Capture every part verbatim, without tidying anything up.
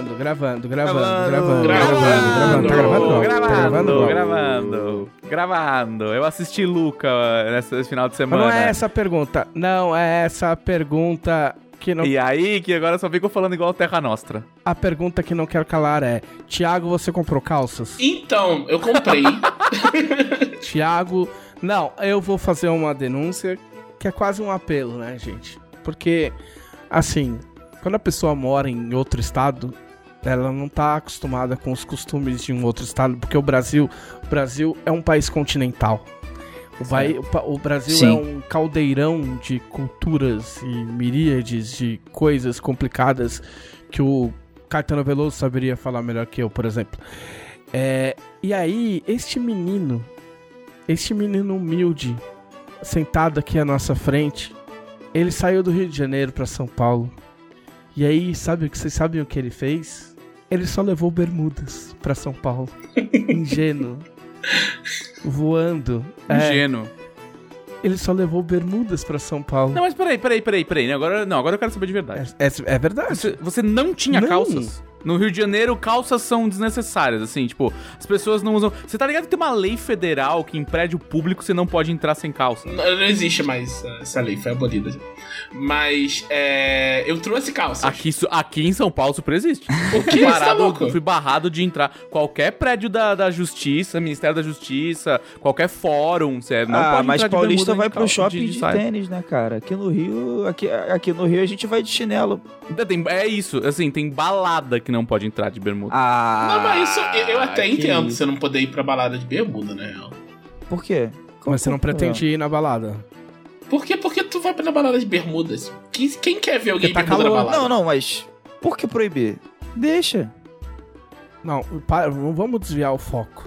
gravando, gravando, gravando, Gravando, gravando, gravando, gravando. Tá gravando? Não. Gravando, Tá gravando? Não. gravando, gravando. Eu assisti Luca nesse esse final de Mas semana. não é essa a pergunta. Não é essa a pergunta que não... E aí, que agora só fico falando igual Terra Nostra. A pergunta que não quero calar é: Thiago, você comprou calças? Então, eu comprei. Thiago... Não, eu vou fazer uma denúncia que é quase um apelo, né, gente? Porque, assim, quando a pessoa mora em outro estado, ela não tá acostumada com os costumes de um outro estado, porque o Brasil, o Brasil é um país continental. O, bai, o, o Brasil Sim. é um caldeirão de culturas e miríades de coisas complicadas que o Caetano Veloso saberia falar melhor que eu, por exemplo. É, e aí, este menino, este menino humilde, sentado aqui à nossa frente, ele saiu do Rio de Janeiro pra São Paulo. E aí, sabe o que vocês sabem o que ele fez? Ele só levou bermudas pra São Paulo. Ingênuo. Voando. Ingênuo. É. Ele só levou bermudas pra São Paulo. Não, mas peraí, peraí, peraí, peraí. Agora, não, agora eu quero saber de verdade. É, é, é verdade. Você, você não tinha não. calças? No Rio de Janeiro, calças são desnecessárias, assim, tipo, as pessoas não usam... Você tá ligado que tem uma lei federal que em prédio público você não pode entrar sem calça? Não, não existe mais essa lei, foi abolida. Mas, é... eu trouxe calças. Aqui, aqui em São Paulo super existe. O que? Você tá louco? Eu fui barrado de entrar. Qualquer prédio da, da Justiça, Ministério da Justiça, qualquer fórum, você não ah, pode mas entrar de paulista vai de pro shopping de, de, de de tênis, né, cara? Aqui no Rio, aqui, aqui no Rio a gente vai de chinelo. Tem, é isso, assim, tem balada que não pode entrar de bermuda. Ah, não, mas isso eu, eu até entendo isso. você não poder ir pra balada de bermuda, né? Por quê? Mas você não pretende ir na balada? Por quê? Porque tu vai na balada de bermudas. Quem, quem quer ver alguém de tá bermuda calor. na balada? Não, não, mas por que proibir? Deixa. Não, para, não vamos desviar o foco.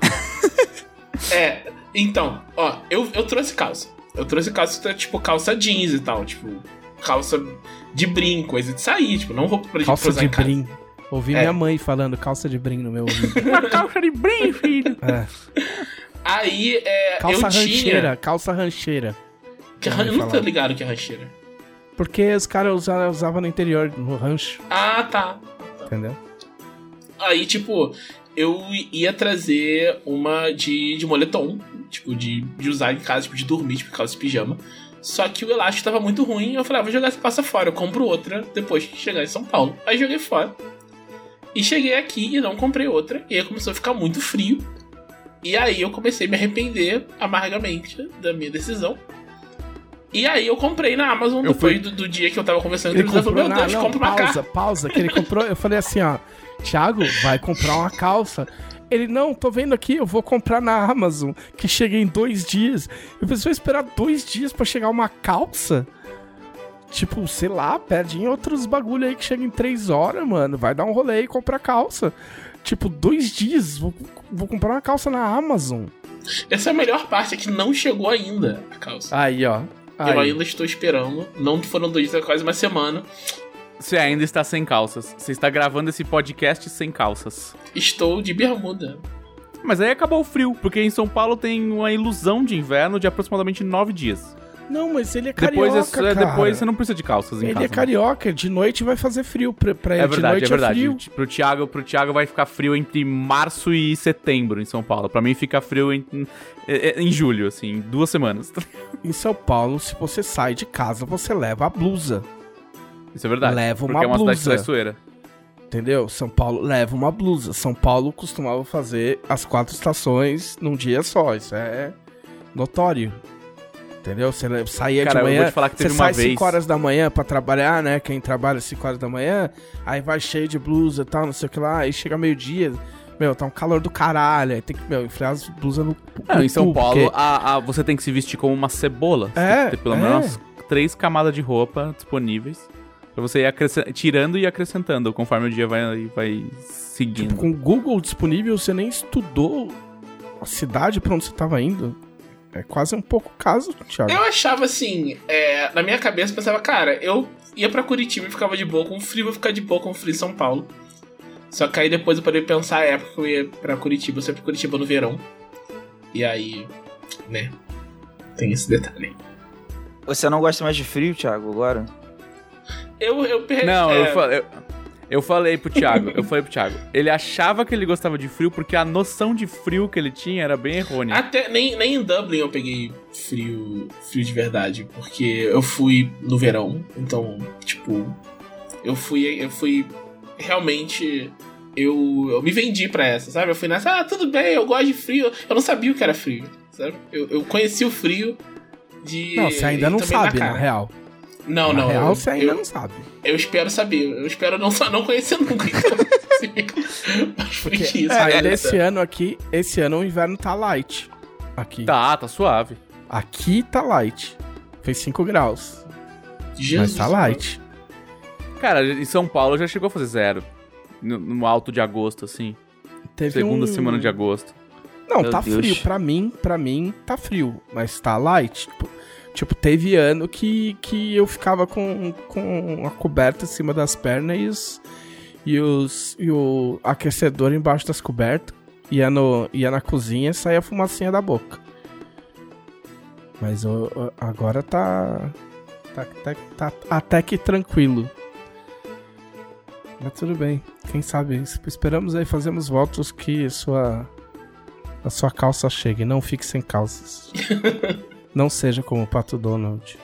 É, então, ó, eu, eu trouxe calça. Eu trouxe calça, tipo, calça jeans e tal, tipo, calça de brim, coisa de sair, tipo, não roupa pra calça usar de em casa. brim. Ouvi É. minha mãe falando calça de brim no meu ouvido. Uma calça de brim, filho. É. Aí, é, Calça eu rancheira, tinha... calça rancheira. Que Minha ran... mãe Eu não tô falava. ligado que é rancheira. Porque os caras usavam, usavam no interior, no rancho, Ah, tá. entendeu? Aí, tipo, eu ia trazer uma de, de moletom, tipo, de, de usar em casa, tipo, de dormir, tipo, calça de pijama. Só que o elástico tava muito ruim, eu falei, ah, vou jogar essa calça fora, eu compro outra depois que chegar em São Paulo. Aí joguei fora. E cheguei aqui e não comprei outra, e aí começou a ficar muito frio. E aí eu comecei a me arrepender amargamente da minha decisão. E aí eu comprei na Amazon, Eu depois fui- do, do dia que eu tava conversando com Ele ele, ele falou, comprou, meu não, Deus, não, compra uma pausa, calça. pausa, que ele comprou, eu falei assim, ó, Thiago, vai comprar uma calça. Ele, não, tô vendo aqui, eu vou comprar na Amazon, que chega em dois dias. Eu pensei, vou esperar dois dias pra chegar uma calça? Tipo, sei lá, perde em outros bagulho aí que chega em três horas, mano. Vai dar um rolê e comprar calça. Tipo, dois dias, vou, vou comprar uma calça na Amazon. Essa é a melhor parte, é que não chegou ainda a calça. Aí, ó. Aí. Eu ainda estou esperando. Não foram dois dias, é quase uma semana. Você ainda está sem calças. Você está gravando esse podcast sem calças. Estou de bermuda. Mas aí acabou o frio, porque em São Paulo tem uma ilusão de inverno de aproximadamente nove dias. Não, mas ele é Depois, carioca, é, cara. depois você não precisa de calças em Ele casa. é carioca, de noite vai fazer frio pra, pra ele. É verdade, de noite é verdade. frio. Pro Thiago, pro Thiago vai ficar frio entre março e setembro em São Paulo. Pra mim fica frio em, em, em julho, assim, duas semanas. Em São Paulo, se você sai de casa, você leva a blusa. Isso é verdade. Leva uma porque é uma cidade blusa. traiçoeira. Entendeu? São Paulo leva uma blusa. São Paulo costumava fazer as quatro estações num dia só. Isso é notório. Entendeu? Você saía Cara, de manhã, eu vou te falar que teve você uma sai vez... cinco horas da manhã pra trabalhar, né? Quem trabalha cinco horas da manhã, aí vai cheio de blusa e tal, não sei o que lá, aí chega meio-dia, meu, tá um calor do caralho, aí tem que, meu, enfiar as blusas no... Não, no em São cu, Paulo, porque- a, a- você tem que se vestir como uma cebola. Você É, tem que ter pelo é. menos três camadas de roupa disponíveis. Pra você ir acrescent... tirando e acrescentando conforme o dia vai, vai seguindo. Tipo, com o Google disponível, você nem estudou a cidade pra onde você tava indo. É quase um pouco caso, Thiago. Eu achava assim, é, na minha cabeça eu pensava, cara, eu ia pra Curitiba e ficava de boa com frio, vou ficar de boa com frio em São Paulo. Só que aí depois eu parei de pensar a época que eu ia pra Curitiba, eu saí pra Curitiba no verão. E aí, né, tem esse detalhe aí. Você não gosta mais de frio, Thiago, agora? Eu, eu per... Não, é, eu, fa- eu, Eu falei pro Thiago, eu falei pro Thiago, ele achava que ele gostava de frio porque a noção de frio que ele tinha era bem errônea. Até, nem, nem em Dublin eu peguei frio, frio de verdade, porque eu fui no verão, então, tipo, eu fui, eu fui realmente, eu, eu me vendi pra essa, sabe? Eu fui nessa, ah, tudo bem, eu gosto de frio, eu não sabia o que era frio, sabe? Eu, eu conheci o frio de... Não, você ainda não sabe, na, na real. Não, na não. real, eu, você ainda eu, não sabe. Eu espero saber. Eu espero não, não conhecer nunca. Então, mas foi Porque, isso. é, cara. esse ano aqui, esse ano o inverno tá light. Aqui. Tá, tá suave. Aqui tá light. Fez cinco graus. Jesus, mas tá light. Cara, em São Paulo já chegou a fazer zero. No, no alto de agosto, assim. Teve Segunda um... semana de agosto. Não, Meu tá Deus. frio. Pra mim, pra mim, tá frio. Mas tá light. Tipo, tipo teve ano que, que eu ficava com, com a coberta em cima das pernas e, os, e, os, e o aquecedor embaixo das cobertas. Ia, no, ia na cozinha e saía a fumacinha da boca. Mas o, o, agora tá, tá, tá, tá até que tranquilo. Mas tudo bem. Quem sabe? Esperamos aí, fazemos votos que sua, a sua calça chegue. Não fique sem calças. Não seja como o Pato Donald.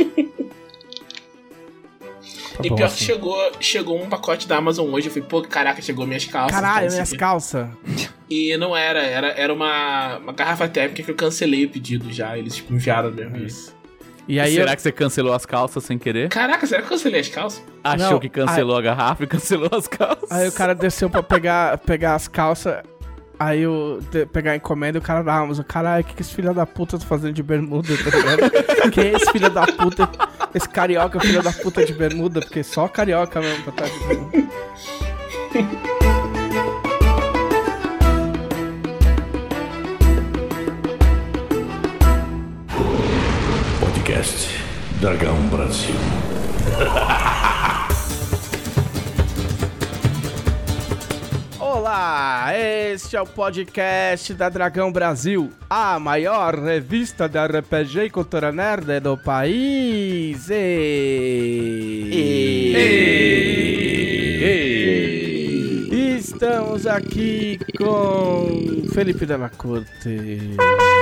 Tá e bom, pior assim. que chegou, chegou um pacote da Amazon hoje. Eu falei, pô, caraca, chegou minhas calças. Caralho, então, minhas assim, calças. E não era, era, era uma, uma garrafa térmica que eu cancelei o pedido já. Eles tipo, enviaram mesmo isso. E aí Será eu... que você cancelou as calças sem querer? Caraca, será que eu cancelei as calças? Achou Não, que cancelou a garrafa e cancelou as calças? Aí o cara desceu pra pegar, pegar as calças. Aí eu de, pegar a encomenda e o cara da Amazon, caralho, o que, que esse filho da puta tá fazendo de bermuda, tá ligado? Quem é esse filho da puta? Esse carioca filho da puta de bermuda, porque só carioca mesmo pra estar de bermuda. Podcast Dragão Brasil. Olá, este é o podcast da Dragão Brasil, a maior revista de R P G e cultura nerd do país. E... E... E... Estamos aqui com Felipe Della Corte.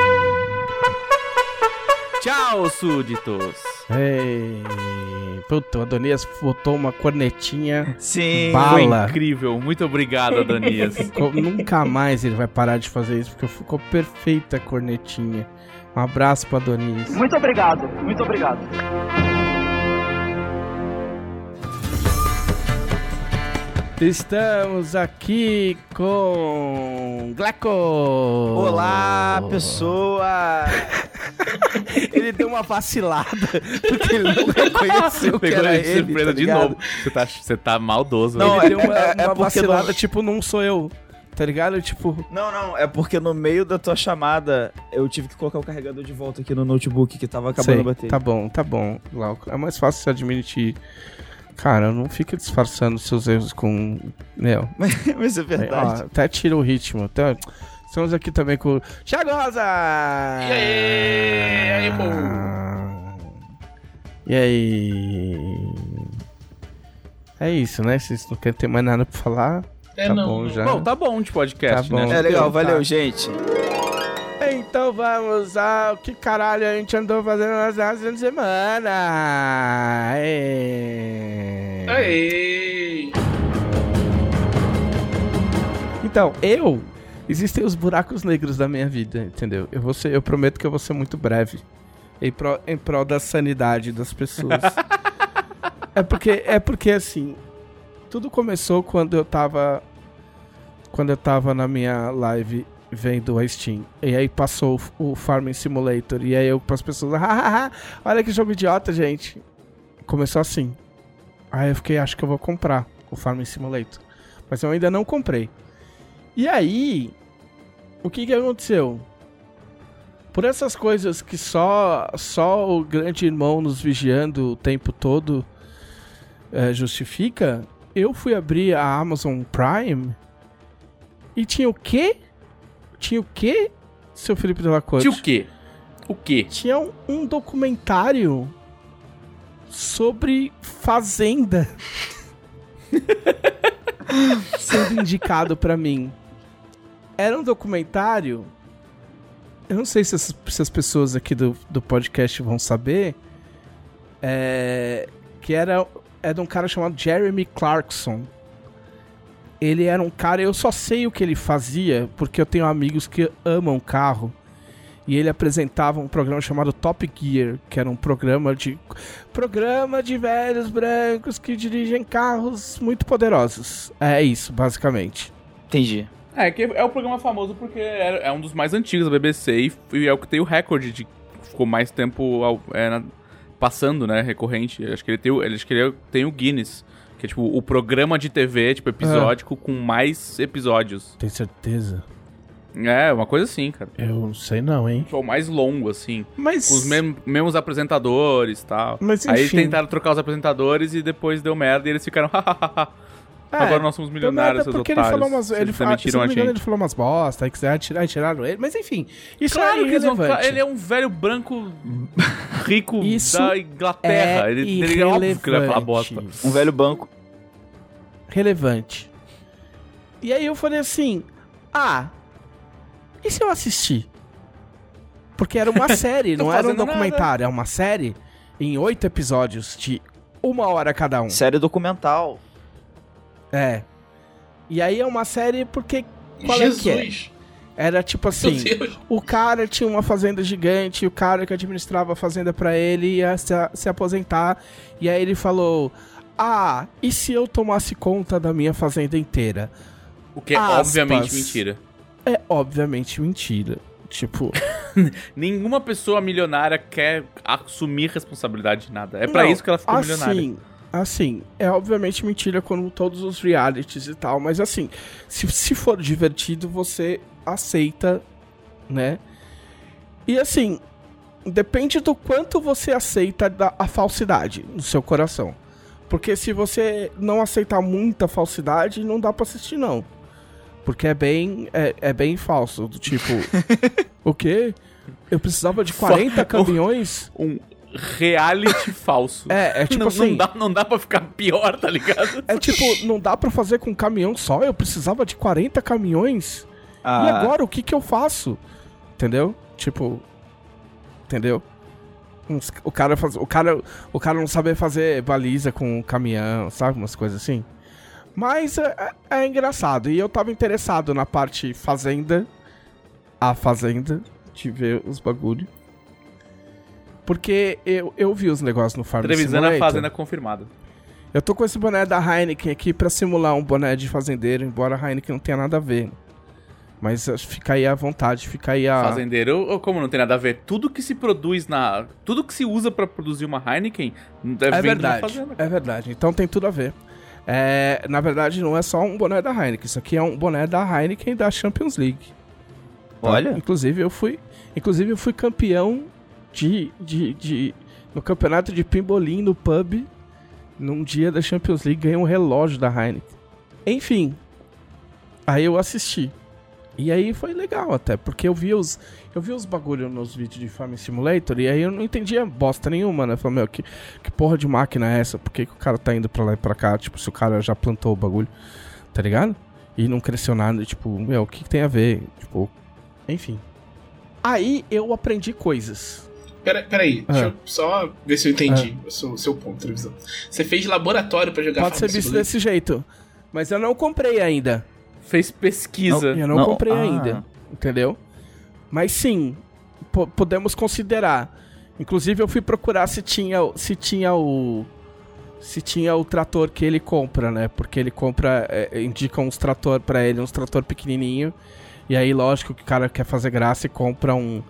Tchau, súditos! Ei, puta, o Adonias botou uma cornetinha. Sim. Bala. Foi incrível, muito obrigado, Adonias. Ficou- nunca mais ele vai parar de fazer isso, porque ficou perfeita a cornetinha. Um abraço pro Adonias. Muito obrigado, muito obrigado. Estamos aqui com Gleco. Olá, pessoa! Ele deu uma vacilada, porque ele não reconheceu que Pegou era ele de ele, surpresa tá de ligado? novo. Você tá, você tá maldoso. Não, né? Ele deu uma, é- é uma porque vacilada, não- tipo, não sou eu, tá ligado? Tipo, Não, não, é porque no meio da tua chamada eu tive que colocar o carregador de volta aqui no notebook que tava acabando sei, a bateria. tá bom, tá bom, Glauco. É mais fácil você admitir. Cara, não fica disfarçando seus erros com... Meu, Mas é verdade. ó, até tira o ritmo. Até... Estamos aqui também com o Thiago Rosa! E aí, e aí, pô? E aí? É isso, né? Vocês não querem ter mais nada pra falar? É, tá não, bom não. já. Bom, tá bom de podcast, Tá bom. né? É legal, Então, valeu, tá. gente. Então vamos ao que caralho a gente andou fazendo nas nossas semana. Aê. Aê! Então, eu... Existem os buracos negros da minha vida, entendeu? Eu, vou ser, eu prometo que eu vou ser muito breve. Em prol, em prol da sanidade das pessoas. é, porque, é porque, assim... Tudo começou quando eu tava... Quando eu tava na minha live vendo a Steam. E aí passou o, o Farming Simulator. E aí eu pras pessoas... Hahaha, olha que jogo idiota, gente. Começou assim. Aí eu fiquei, acho que eu vou comprar o Farming Simulator. Mas eu ainda não comprei. E aí, o que que aconteceu? Por essas coisas que só, só o grande irmão nos vigiando o tempo todo é, justifica, eu fui abrir a Amazon Prime e tinha o quê? Tinha o quê, seu Felipe Della Corte? Tinha o quê? O quê? Tinha um, um documentário sobre fazenda. sendo indicado pra mim. Era um documentário... Eu não sei se as, se as pessoas aqui do, do podcast vão saber. É, que era, era de um cara chamado Jeremy Clarkson. Ele era um cara... Eu só sei o que ele fazia porque eu tenho amigos que amam carro. E ele apresentava um programa chamado Top Gear, que era um programa de... Programa de velhos brancos que dirigem carros muito poderosos. É isso, basicamente. Entendi. É, que é o programa famoso porque é, é um dos mais antigos da B B C e, e é o que tem o recorde de... Ficou mais tempo ao, é, na, passando, né, recorrente. Acho que ele tem o, acho que ele tem o Guinness, que é tipo o programa de T V, tipo, episódico ah. com mais episódios. Tem certeza? É, uma coisa assim, cara. Eu não sei não, hein? Tipo, o mais longo, assim. Mas... Com os mesmos, mesmos apresentadores e tal. Mas, enfim. Aí eles tentaram trocar os apresentadores e depois deu merda e eles ficaram... É, agora nós somos milionários, seus porque otários. Ele falou umas, ele fala, se não me engano, ele falou umas bosta, aí quiser tirar, tiraram ele. Mas enfim, isso claro é que eles vão, irrelevante. ele é um velho branco rico isso da Inglaterra. É ele, ele é óbvio que ele vai falar bosta. Um velho banco. Relevante. E aí eu falei assim, ah, e se eu assistir? Porque era uma série, não era um documentário, é uma série em oito episódios de uma hora cada um. Série documental. É. E aí é uma série porque... Qual Jesus. é que é? Era tipo assim, o cara tinha uma fazenda gigante, o cara que administrava a fazenda pra ele ia se, se aposentar, e aí ele falou, ah, e se eu tomasse conta da minha fazenda inteira? O que é Aspas. obviamente mentira. É obviamente mentira. Tipo... Nenhuma pessoa milionária quer assumir responsabilidade de nada. É pra Não, isso que ela ficou assim, milionária. Assim, é obviamente mentira como todos os realities e tal, mas assim, se, se for divertido, você aceita, né? E assim, depende do quanto você aceita da, a falsidade no seu coração. Porque se você não aceitar muita falsidade, não dá pra assistir, não. Porque é bem, é, é bem falso, do tipo... O quê? Eu precisava de quarenta caminhões? Um... reality falso. É, é tipo não, assim... Não dá, não dá pra ficar pior, tá ligado? É tipo, não dá pra fazer com um caminhão só, eu precisava de quarenta caminhões. Ah. E agora, o que que eu faço? Entendeu? Tipo... Entendeu? O cara, faz, o cara, o cara não sabe fazer baliza com um caminhão, sabe? Umas coisas assim. Mas é, é, é engraçado. E eu tava interessado na parte fazenda. A fazenda. De ver os bagulho. Porque eu, eu vi os negócios no Farm Simulator. Televisando a fazenda confirmada. Eu tô com esse boné da Heineken aqui pra simular um boné de fazendeiro, embora a Heineken não tenha nada a ver. Mas fica aí à vontade, fica aí a... Fazendeiro, como não tem nada a ver? Tudo que se produz na... Tudo que se usa pra produzir uma Heineken deve É vir de uma verdade, fazenda. é verdade. Então tem tudo a ver. É, na verdade, não é só um boné da Heineken. Isso aqui é um boné da Heineken da Champions League. Tá? Olha. Inclusive, eu fui, inclusive, eu fui campeão de, de, de... No campeonato de pimbolim no pub. Num dia da Champions League, ganhei um relógio da Heineken. Enfim. Aí eu assisti. E aí foi legal até, porque eu vi os eu vi os bagulho nos vídeos de Farm Simulator e aí eu não entendia bosta nenhuma, né? Falei, meu, que, que porra de máquina é essa? Por que, que o cara tá indo pra lá e pra cá? Tipo, se o cara já plantou o bagulho, tá ligado? E não cresceu nada, tipo, meu, o que, que tem a ver? Tipo, enfim. Aí eu aprendi coisas. Pera, peraí, Ah. deixa eu só ver se eu entendi o seu, seu ponto, televisão. Você fez laboratório pra jogar Pode ser Farm visto Simulator? desse jeito. Mas eu não comprei ainda. Fez pesquisa. Eu não, Não, comprei ah. ainda, entendeu? Mas sim, po- podemos considerar. Inclusive eu fui procurar se tinha, o- se tinha o se tinha o trator que ele compra, né? Porque ele compra, é, indica uns trator pra ele, uns trator pequenininho. E aí, lógico que o cara quer fazer graça e compra um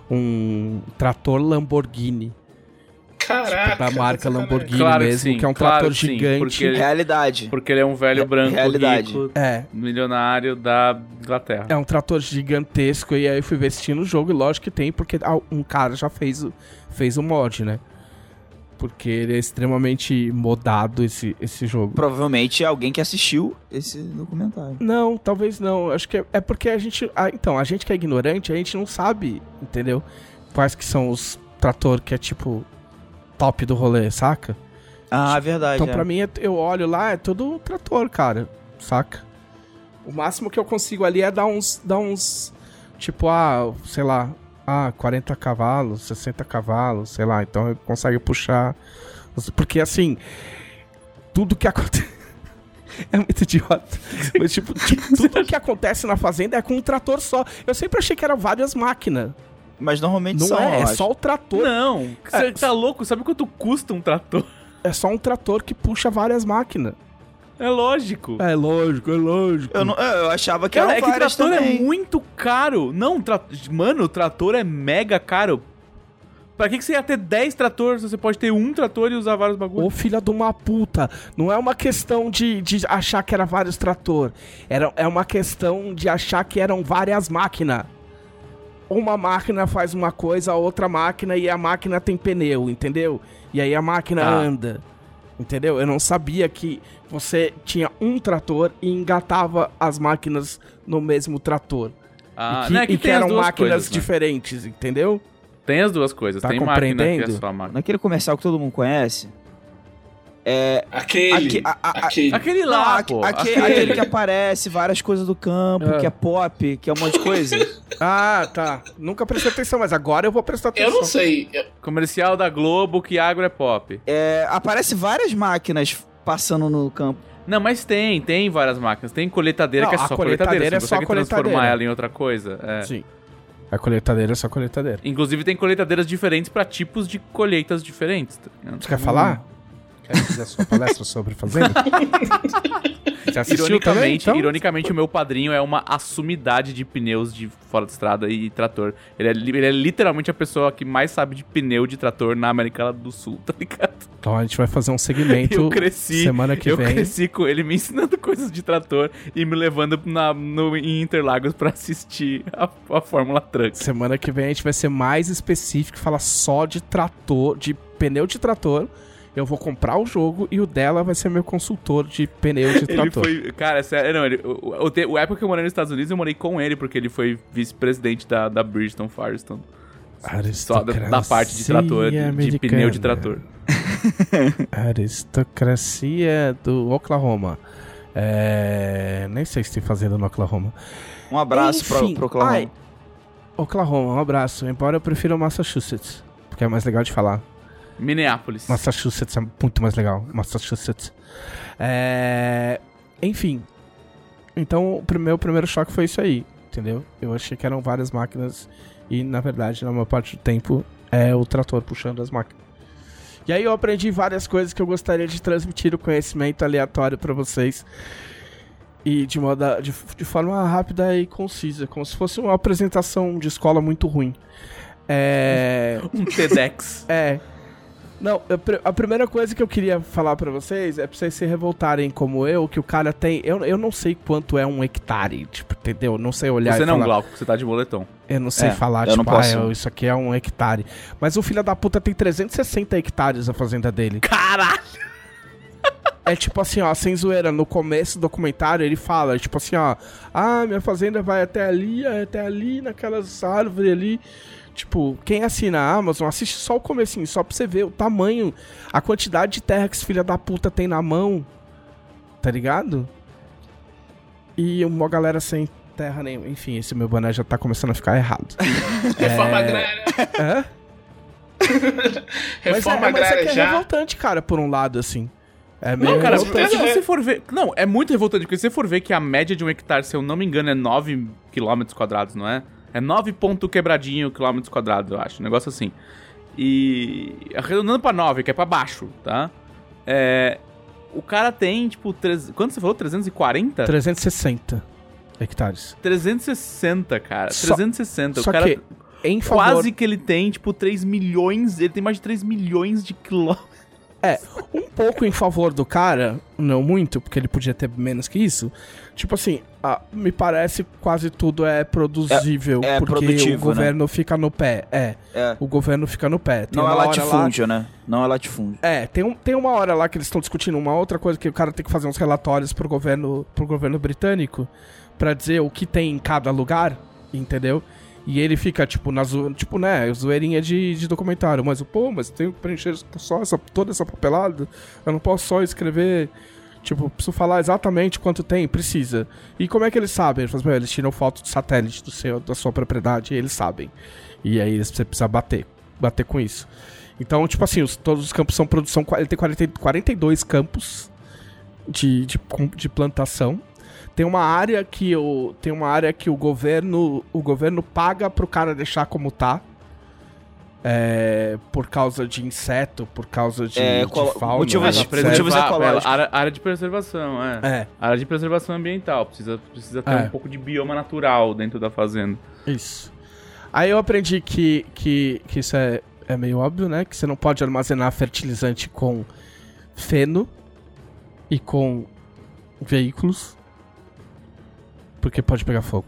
um trator Lamborghini. Caraca, Da marca sacanagem. Lamborghini Claro que mesmo, sim, que é um claro trator que sim, gigante. porque ele- Realidade. Porque ele é um velho Re- branco realidade. rico, É. milionário da Inglaterra. É um trator gigantesco, e aí eu fui ver se tinha no jogo, e lógico que tem, porque ah, um cara já fez o, fez o mod, né? Porque ele é extremamente modado, esse, esse jogo. Provavelmente é alguém que assistiu esse documentário. Não, talvez não. Acho que é, é porque a gente... ah, então, a gente que é ignorante, a gente não sabe, entendeu? Quais que são os trator que é, tipo, top do rolê, saca? Ah, verdade. Então, é. pra mim, é- eu olho lá, é tudo trator, cara. saca? O máximo que eu consigo ali é dar uns, dar uns, tipo, ah, sei lá, ah, quarenta cavalos, sessenta cavalos, sei lá, então eu consigo puxar, porque assim, tudo que acontece, é muito idiota, mas tipo, tipo tudo que acontece na fazenda é com um trator só, eu sempre achei que eram várias máquinas. Mas normalmente Não são, é, eu é acho. só o trator. Não, você É. tá louco? Sabe quanto custa um trator? É só um trator que puxa várias máquinas. É lógico. É lógico, é lógico. Eu, não, eu achava que Cara, eram é que várias trator também. é muito caro. Não, tra... mano, o trator é mega caro. Pra que, que você ia ter dez tratores se você pode ter um trator e usar vários bagulhos? Ô filha de uma puta, não é uma questão de, de achar que era vários trator. Era, é uma questão de achar que eram várias máquinas. Uma máquina faz uma coisa, a outra máquina, e a máquina tem pneu, entendeu? E aí a máquina Ah. anda, entendeu? Eu não sabia que você tinha um trator e engatava as máquinas no mesmo trator. Ah, e que, não, é e que tem as eram duas máquinas coisas, né? diferentes, entendeu? Tem as duas coisas. Tá tem máquina que é compreendendo? só máquina. Naquele comercial que todo mundo conhece, é... Aquele. Aque- a- a- a- aquele. Aquele Não, lá, aque- pô. aque- aquele. aquele que aparece, várias coisas do campo, É. que é pop, que é um monte de coisa. Ah, tá. Nunca prestei atenção, mas agora eu vou prestar atenção. Eu não sei. Eu- Comercial da Globo que agro é pop. É, aparece várias máquinas passando no campo. Não, mas tem, tem várias máquinas. Tem coletadeira Não, que é a só coletadeira coletadeira. é Você só consegue transformar coletadeira. ela em outra coisa. É. Sim. A coletadeira é só coletadeira. Inclusive tem colheitadeiras diferentes pra tipos de colheitas diferentes. Tá ligado? Você quer falar? Quer fazer a sua palestra sobre fazenda? Você assistiu também, Ironicamente, então? ironicamente, o meu padrinho é uma assumidade de pneus de fora de estrada e trator. Ele é, li- ele é literalmente a pessoa que mais sabe de pneu de trator na América do Sul, tá ligado? Então a gente vai fazer um segmento Eu cresci, semana que eu vem. cresci com ele me ensinando coisas de trator e me levando na, no, em Interlagos pra assistir a, a Fórmula Truck. Semana que vem a gente vai ser mais específico, falar só de trator, de pneu de trator. Eu vou comprar o jogo e o dela vai ser meu consultor de pneu de Ele trator. foi. Cara, sério, não, ele, o, o, te- o época que eu morei nos Estados Unidos, eu morei com ele, porque ele foi vice-presidente da, da Bridgestone Firestone. Só da, da parte de trator, de, de pneu de trator. Aristocracia do Oklahoma. É... Nem sei se tem fazenda no Oklahoma. Um abraço pro, Enfim, pro Oklahoma. ai, Oklahoma, um abraço. Embora eu prefira o Massachusetts, porque é mais legal de falar. Minneapolis. Massachusetts é muito mais legal. Massachusetts. É... Enfim. Então, o meu primeiro choque foi isso aí, entendeu? Eu achei que eram várias máquinas e, na verdade, na maior parte do tempo, é o trator puxando as máquinas. E aí eu aprendi várias coisas que eu gostaria de transmitir o conhecimento aleatório pra vocês. E de, moda, de, de forma rápida e concisa, como se fosse uma apresentação de escola muito ruim. É... Um TEDx. É. Não, a pr- a primeira coisa que eu queria falar pra vocês é pra vocês se revoltarem como eu, que o cara tem... Eu, eu não sei quanto é um hectare, tipo, entendeu? Não sei olhar Você e não, falar... Glauco, você tá de boletom. Eu não sei É, falar, eu tipo, não posso. ah, eu- isso aqui é um hectare. Mas o filho da puta tem trezentos e sessenta hectares a fazenda dele. Caralho! É tipo assim, ó, sem zoeira, no começo do documentário ele fala, tipo assim, ó, ah, minha fazenda vai até ali, até ali, naquelas árvores ali. Tipo, quem assina a Amazon, assiste só o comecinho, só pra você ver o tamanho, a quantidade de terra que esse filho da puta tem na mão, tá ligado? E uma galera sem terra nenhuma. Enfim, esse meu boné já tá começando a ficar errado. Reforma É. agrária. É? Reforma mas é, mas é agrária que é já. revoltante, cara, por um lado, assim. É meio Não, cara, revoltante. se é. você for ver... Não, é muito revoltante, porque se você for ver que a média de um hectare, se eu não me engano, é nove quilômetros quadrados, não é? É nove ponto quebradinho quilômetros quadrados, eu acho. Um negócio assim. E... Arredondando pra nove, que é pra baixo, tá? É... O cara tem, tipo... Tre... Quanto você falou? trezentos e quarenta? trezentos e sessenta hectares. trezentos e sessenta, cara. Só- trezentos e sessenta. Só o cara... que, em favor... Quase que ele tem, tipo, três milhões... Ele tem mais de três milhões de quilômetros. É, um pouco em favor do cara, não muito, porque ele podia ter menos que isso. Tipo assim, ah, me parece que quase tudo é produzível, É- é porque produtivo, o governo fica no pé. É, É. o governo fica no pé. Tem Não é uma hora lá- latifúndio, né? Não é latifúndio. É, tem, um, tem uma hora lá que eles estão discutindo uma outra coisa, que o cara tem que fazer uns relatórios pro governo, pro governo britânico pra dizer o que tem em cada lugar, entendeu? E ele fica, tipo, na zo... tipo, né, zoeirinha de, de documentário. Mas, pô, mas eu tenho que preencher só essa, toda essa papelada. Eu não posso só escrever, Tipo, preciso falar exatamente quanto tem? Precisa. E como é que eles sabem? Eles, falam, eles tiram foto de satélite do seu, da sua propriedade e eles sabem. E aí você precisa bater. Bater com isso. Então, tipo assim, os, todos os campos são produção... Ele tem quarenta, quarenta e dois campos de, de, de plantação. Tem uma área que o, tem uma área que o governo, o governo paga pro cara deixar como tá. É, por causa de inseto, por causa de, É, de qual- fauna. motivos- né? Preservar- motivos ecológicos. é, área, área de preservação, é. É, Área de preservação ambiental. Precisa, precisa ter É. um pouco de bioma natural dentro da fazenda. isso. Aí eu aprendi que, que, que isso é, é meio óbvio, né? Que você não pode armazenar fertilizante com feno e com veículos, porque pode pegar fogo.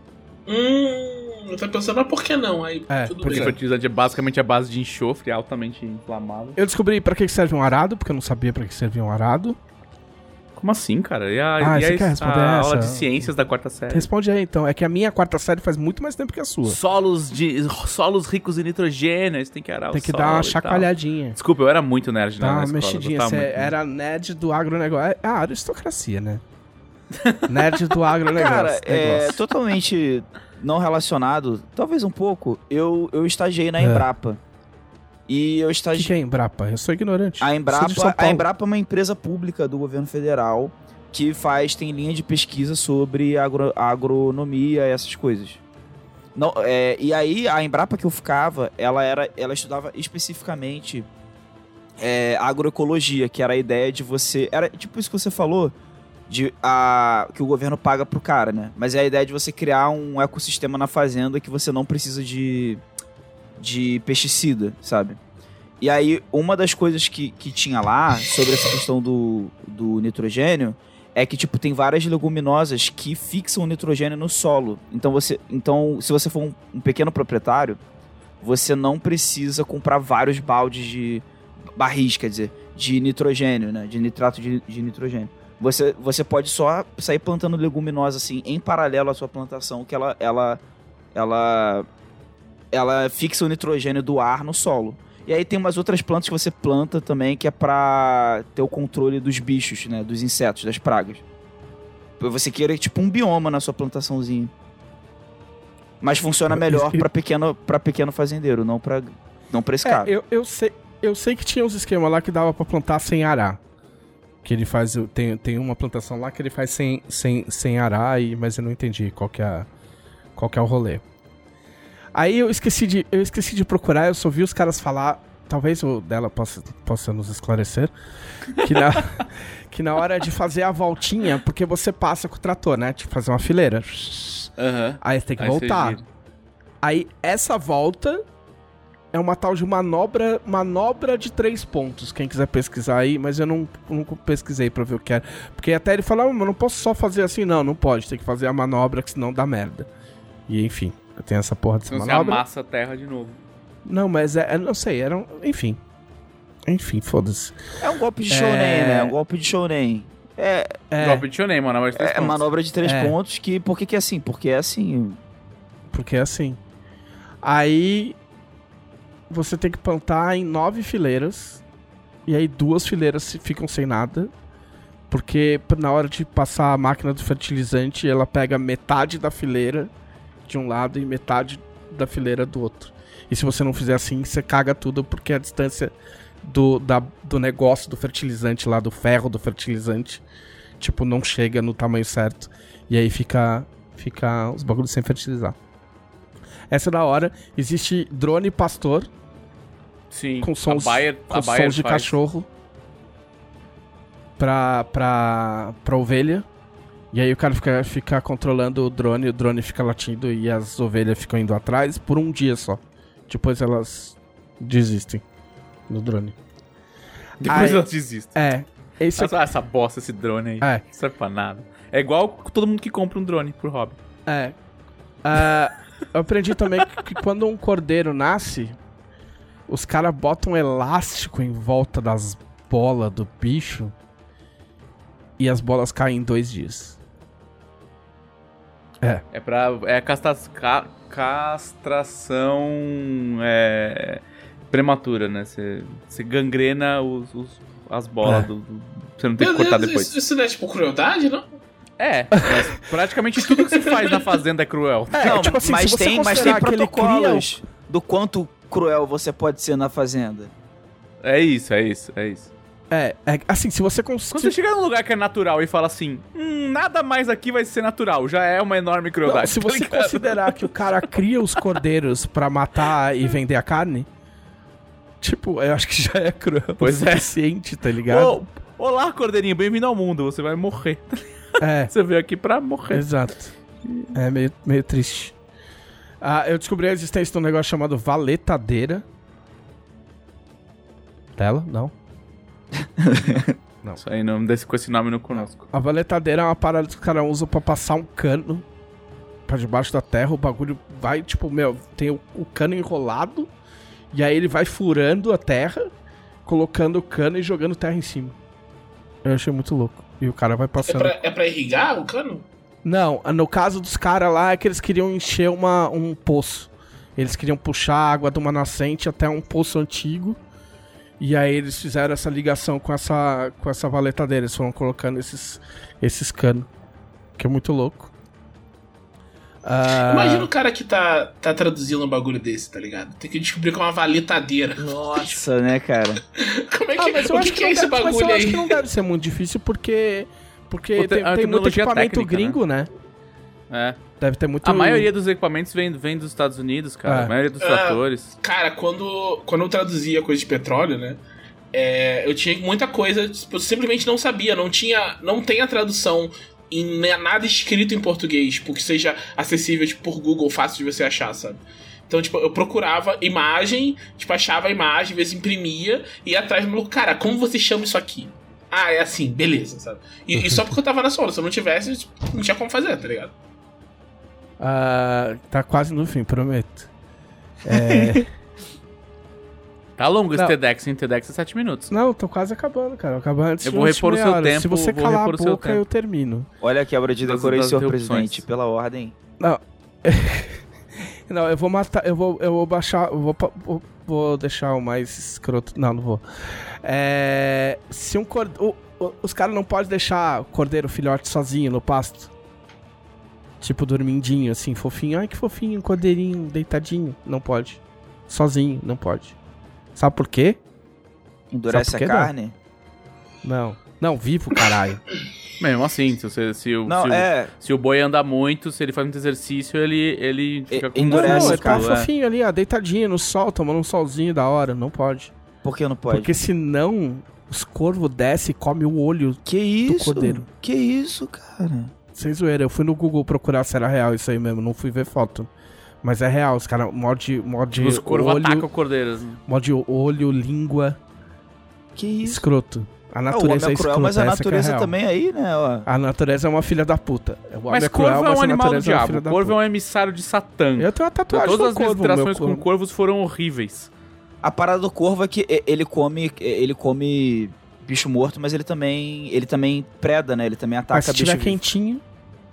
Hum, eu tô pensando, mas por que não? Aí É, tudo Porque bem. fertilizante é basicamente a base de enxofre, altamente inflamável. Eu descobri pra que serve um arado, porque eu não sabia pra que servia um arado. Como assim, cara? E a, Ah, e você a, quer responder a essa? aula de ciências da quarta série? Responde aí então. É que a minha quarta série faz muito mais tempo que a sua. Solos, de, solos ricos em nitrogênio, você tem que arar Tem o que solo dar uma e tal. chacoalhadinha. Desculpa, eu era muito nerd Dá na, na uma escola. eu mexidinha. gostava Você muito. era nerd do agronegócio. É a aristocracia, né? Nerd do agronegócio. Cara, é negócio. totalmente não relacionado, talvez um pouco. Eu, eu estagiei na É. Embrapa. E eu O que, estagiei... que é Embrapa? Eu sou ignorante. A Sou de São Embrapa, a Paulo. Embrapa é uma empresa pública do governo federal que faz, tem linha de pesquisa sobre agro, agronomia e essas coisas. Não, é, e aí, a Embrapa que eu ficava, ela, era, ela estudava especificamente é, agroecologia, que era a ideia de você... Era tipo isso que você falou, de, a, que o governo paga pro cara, né? Mas é a ideia de você criar um ecossistema na fazenda que você não precisa de, de pesticida, sabe? E aí, uma das coisas que, que tinha lá, sobre essa questão do, do nitrogênio, é que, tipo, tem várias leguminosas que fixam o nitrogênio no solo. Então, você, então se você for um, um pequeno proprietário, você não precisa comprar vários baldes de barris, quer dizer, de nitrogênio, né? De nitrato de, de nitrogênio. Você, você pode só sair plantando leguminosa, assim, em paralelo à sua plantação, que ela, ela, ela, ela fixa o nitrogênio do ar no solo. E aí tem umas outras plantas que você planta também, que é pra ter o controle dos bichos, né? Dos insetos, das pragas. Você queira, tipo, um bioma na sua plantaçãozinha. Mas funciona melhor pra pequeno, pra pequeno fazendeiro, não pra, não pra esse É, cara. eu, eu, sei, eu sei que tinha uns esquemas lá que dava pra plantar sem arar. Que ele faz. Tem, tem uma plantação lá que ele faz sem, sem, sem arar, e, mas eu não entendi qual que é, qual que é o rolê. Aí eu esqueci, de, eu esqueci de procurar, eu só vi os caras falar. Talvez o dela possa, possa nos esclarecer. Que na, que na hora de fazer a voltinha, porque você passa com o trator, né? Tipo, fazer uma fileira. Aham. Aí você tem que Aí você voltar. gira. Aí essa volta é uma tal de manobra, manobra de três pontos. Quem quiser pesquisar aí, mas eu não, não pesquisei pra ver o que era. Porque até ele falou, ah, mas não posso só fazer assim. Não, não pode. Tem que fazer a manobra, que senão dá merda. E enfim, eu tenho essa porra dessa Senão você manobra. amassa a terra de novo. Não, mas é, é- não sei, era um, enfim. Enfim, foda-se. É um golpe de É. shounen, né? É um golpe de shounen. É, É, Golpe de Shonen, mano. Mas é manobra de três É. pontos que... Por que que é assim? Porque é assim... porque é assim. Aí você tem que plantar em nove fileiras. E aí duas fileiras se- ficam sem nada. Porque na hora de passar a máquina do fertilizante, ela pega metade da fileira de um lado e metade da fileira do outro. E se você não fizer assim, você caga tudo, porque a distância do, da, do negócio do fertilizante lá, do ferro do fertilizante, tipo, não chega no tamanho certo. E aí fica, fica os bagulhos sem fertilizar. Essa é da hora. Existe drone pastor Sim. com sons, a Bayer, com a Bayer sons de faz. cachorro pra, pra, pra ovelha. E aí o cara fica, fica controlando o drone, o drone fica latindo e as ovelhas ficam indo atrás por um dia só. Depois elas desistem do drone. Depois Ai. elas desistem. É, esse Essa, essa bosta, esse drone aí. É. Não serve pra nada. É igual todo mundo que compra um drone por hobby. É. Ah, eu aprendi também que, que quando um cordeiro nasce, os caras botam um elástico em volta das bolas do bicho e as bolas caem em dois dias. É. É pra. É castra, ca, castração. É, prematura, né? Você gangrena os, os- as bolas É. do, do Você não tem que Meu cortar Deus, depois. Isso, isso não é tipo crueldade, não? É, mas praticamente tudo que se faz na fazenda é cruel. É, Não, tipo assim, mas, se você tem, mas tem considerar que ele protocolos do quanto cruel você pode ser na fazenda. É isso, é isso, é isso. É, é assim, se você Quando você conseguir... chega num lugar que é natural e fala assim, hum, nada mais aqui vai ser natural, já é uma enorme crueldade. Se tá você ligado? considerar que o cara cria os cordeiros pra matar e vender a carne, tipo, eu acho que já é cruel Pois o é. suficiente, tá ligado? Ô, olá, cordeirinho, bem-vindo ao mundo, você vai morrer. É, Você veio aqui pra morrer. exato. É meio, meio triste. Ah, eu descobri a existência de um negócio chamado valetadeira. Dela? Não. Isso aí, não desse com esse nome não conosco. A valetadeira é uma parada que os caras usam pra passar um cano pra debaixo da terra. O bagulho vai, tipo, meu, tem o, o cano enrolado. E aí ele vai furando a terra, colocando o cano e jogando terra em cima. Eu achei muito louco. E o cara vai É passando. pra, é pra irrigar o cano? Não, no caso dos caras lá é que eles queriam encher uma, um poço. Eles queriam puxar a água de uma nascente até um poço antigo. E aí eles fizeram essa ligação com essa, com essa valetadeira. Eles foram colocando esses, esses canos. Que é muito louco. Ah, Imagina o cara que tá, tá traduzindo um bagulho desse, tá ligado? Tem que descobrir que é uma valetadeira. Nossa, né, cara? Como é que, Ah, mas eu o acho que, que, que é não esse deve, mas bagulho eu acho aí? que não deve ser muito difícil porque, porque O te- tem, a tem muito tecnologia equipamento técnica, gringo, né? É. Deve ter muito... A maioria dos equipamentos vem, vem dos Estados Unidos, cara. É. A maioria dos É. tratores. Cara, quando, quando eu traduzia coisa de petróleo, né? é, eu tinha muita coisa, tipo, eu simplesmente não sabia, não tinha. Não tem a tradução em nada escrito em português, tipo, que seja acessível tipo, por Google, fácil de você achar, sabe? Então, tipo, eu procurava imagem, tipo, achava a imagem, às vezes imprimia, e ia atrás do maluco, cara, como você chama isso aqui? Ah, é assim, beleza, sabe? E, e só porque eu tava na sola, se eu não tivesse, tipo, não tinha como fazer, tá ligado? Ah, tá quase no fim, prometo. É... Tá longo esse Não. TEDx, hein? TEDx é sete minutos. Não, tô quase acabando, cara. Vou acabar antes Eu de vou antes de repor o meia seu hora. tempo, Se você vou calar a repor o seu boca, tempo. eu termino. Olha a quebra de Das- decoro aí, das senhor interrupções. presidente, pela ordem. Não. Não, eu vou matar. Eu vou, eu vou baixar. Eu vou, pa- vou, vou deixar o mais escroto. Não, não vou. É. Se um cordeiro. Os caras não podem deixar o cordeiro filhote sozinho no pasto. Tipo, dormindinho, assim, fofinho. Ai, que fofinho, um cordeirinho deitadinho. Não pode. Sozinho, não pode. Sabe por quê? Endurece Sabe a por quê, carne? Não. Não, vivo, caralho. Mesmo assim, se, você, se, o, Não, se, o- é. se o boi anda muito, se ele faz muito exercício, ele, ele fica E- com endurece, Não, músculo, ele tá é. fofinho ali, ó, deitadinho no sol, tomando um solzinho da hora. Não pode. Por que não pode? Porque senão os corvos descem e comem o olho. Que isso? cordeiro. Que isso, cara? Sem zoeira, eu fui no Google procurar se era real isso aí mesmo, não fui ver foto. Mas é real, os caras morde, morde Os corvos olho, atacam cordeiras. né? morde olho, língua, Que isso? escroto. A Ah, o homem natureza é é cruel, escrota, mas a essa que é natureza real. também aí, né? Ó. A natureza é uma filha da puta. O homem Mas é corvo cruel, é mas um a animal do natureza é uma diabo. filha da Corvo é puta. um emissário de Satã. Eu tenho uma tatuagem Todas do as corvo, minhas interações meu com corvo. corvos foram horríveis. A parada do corvo é que e- ele come, ele come bicho morto, mas ele também, ele também preda, né? Ele também ataca Mas se bicho tiver vivo. quentinho...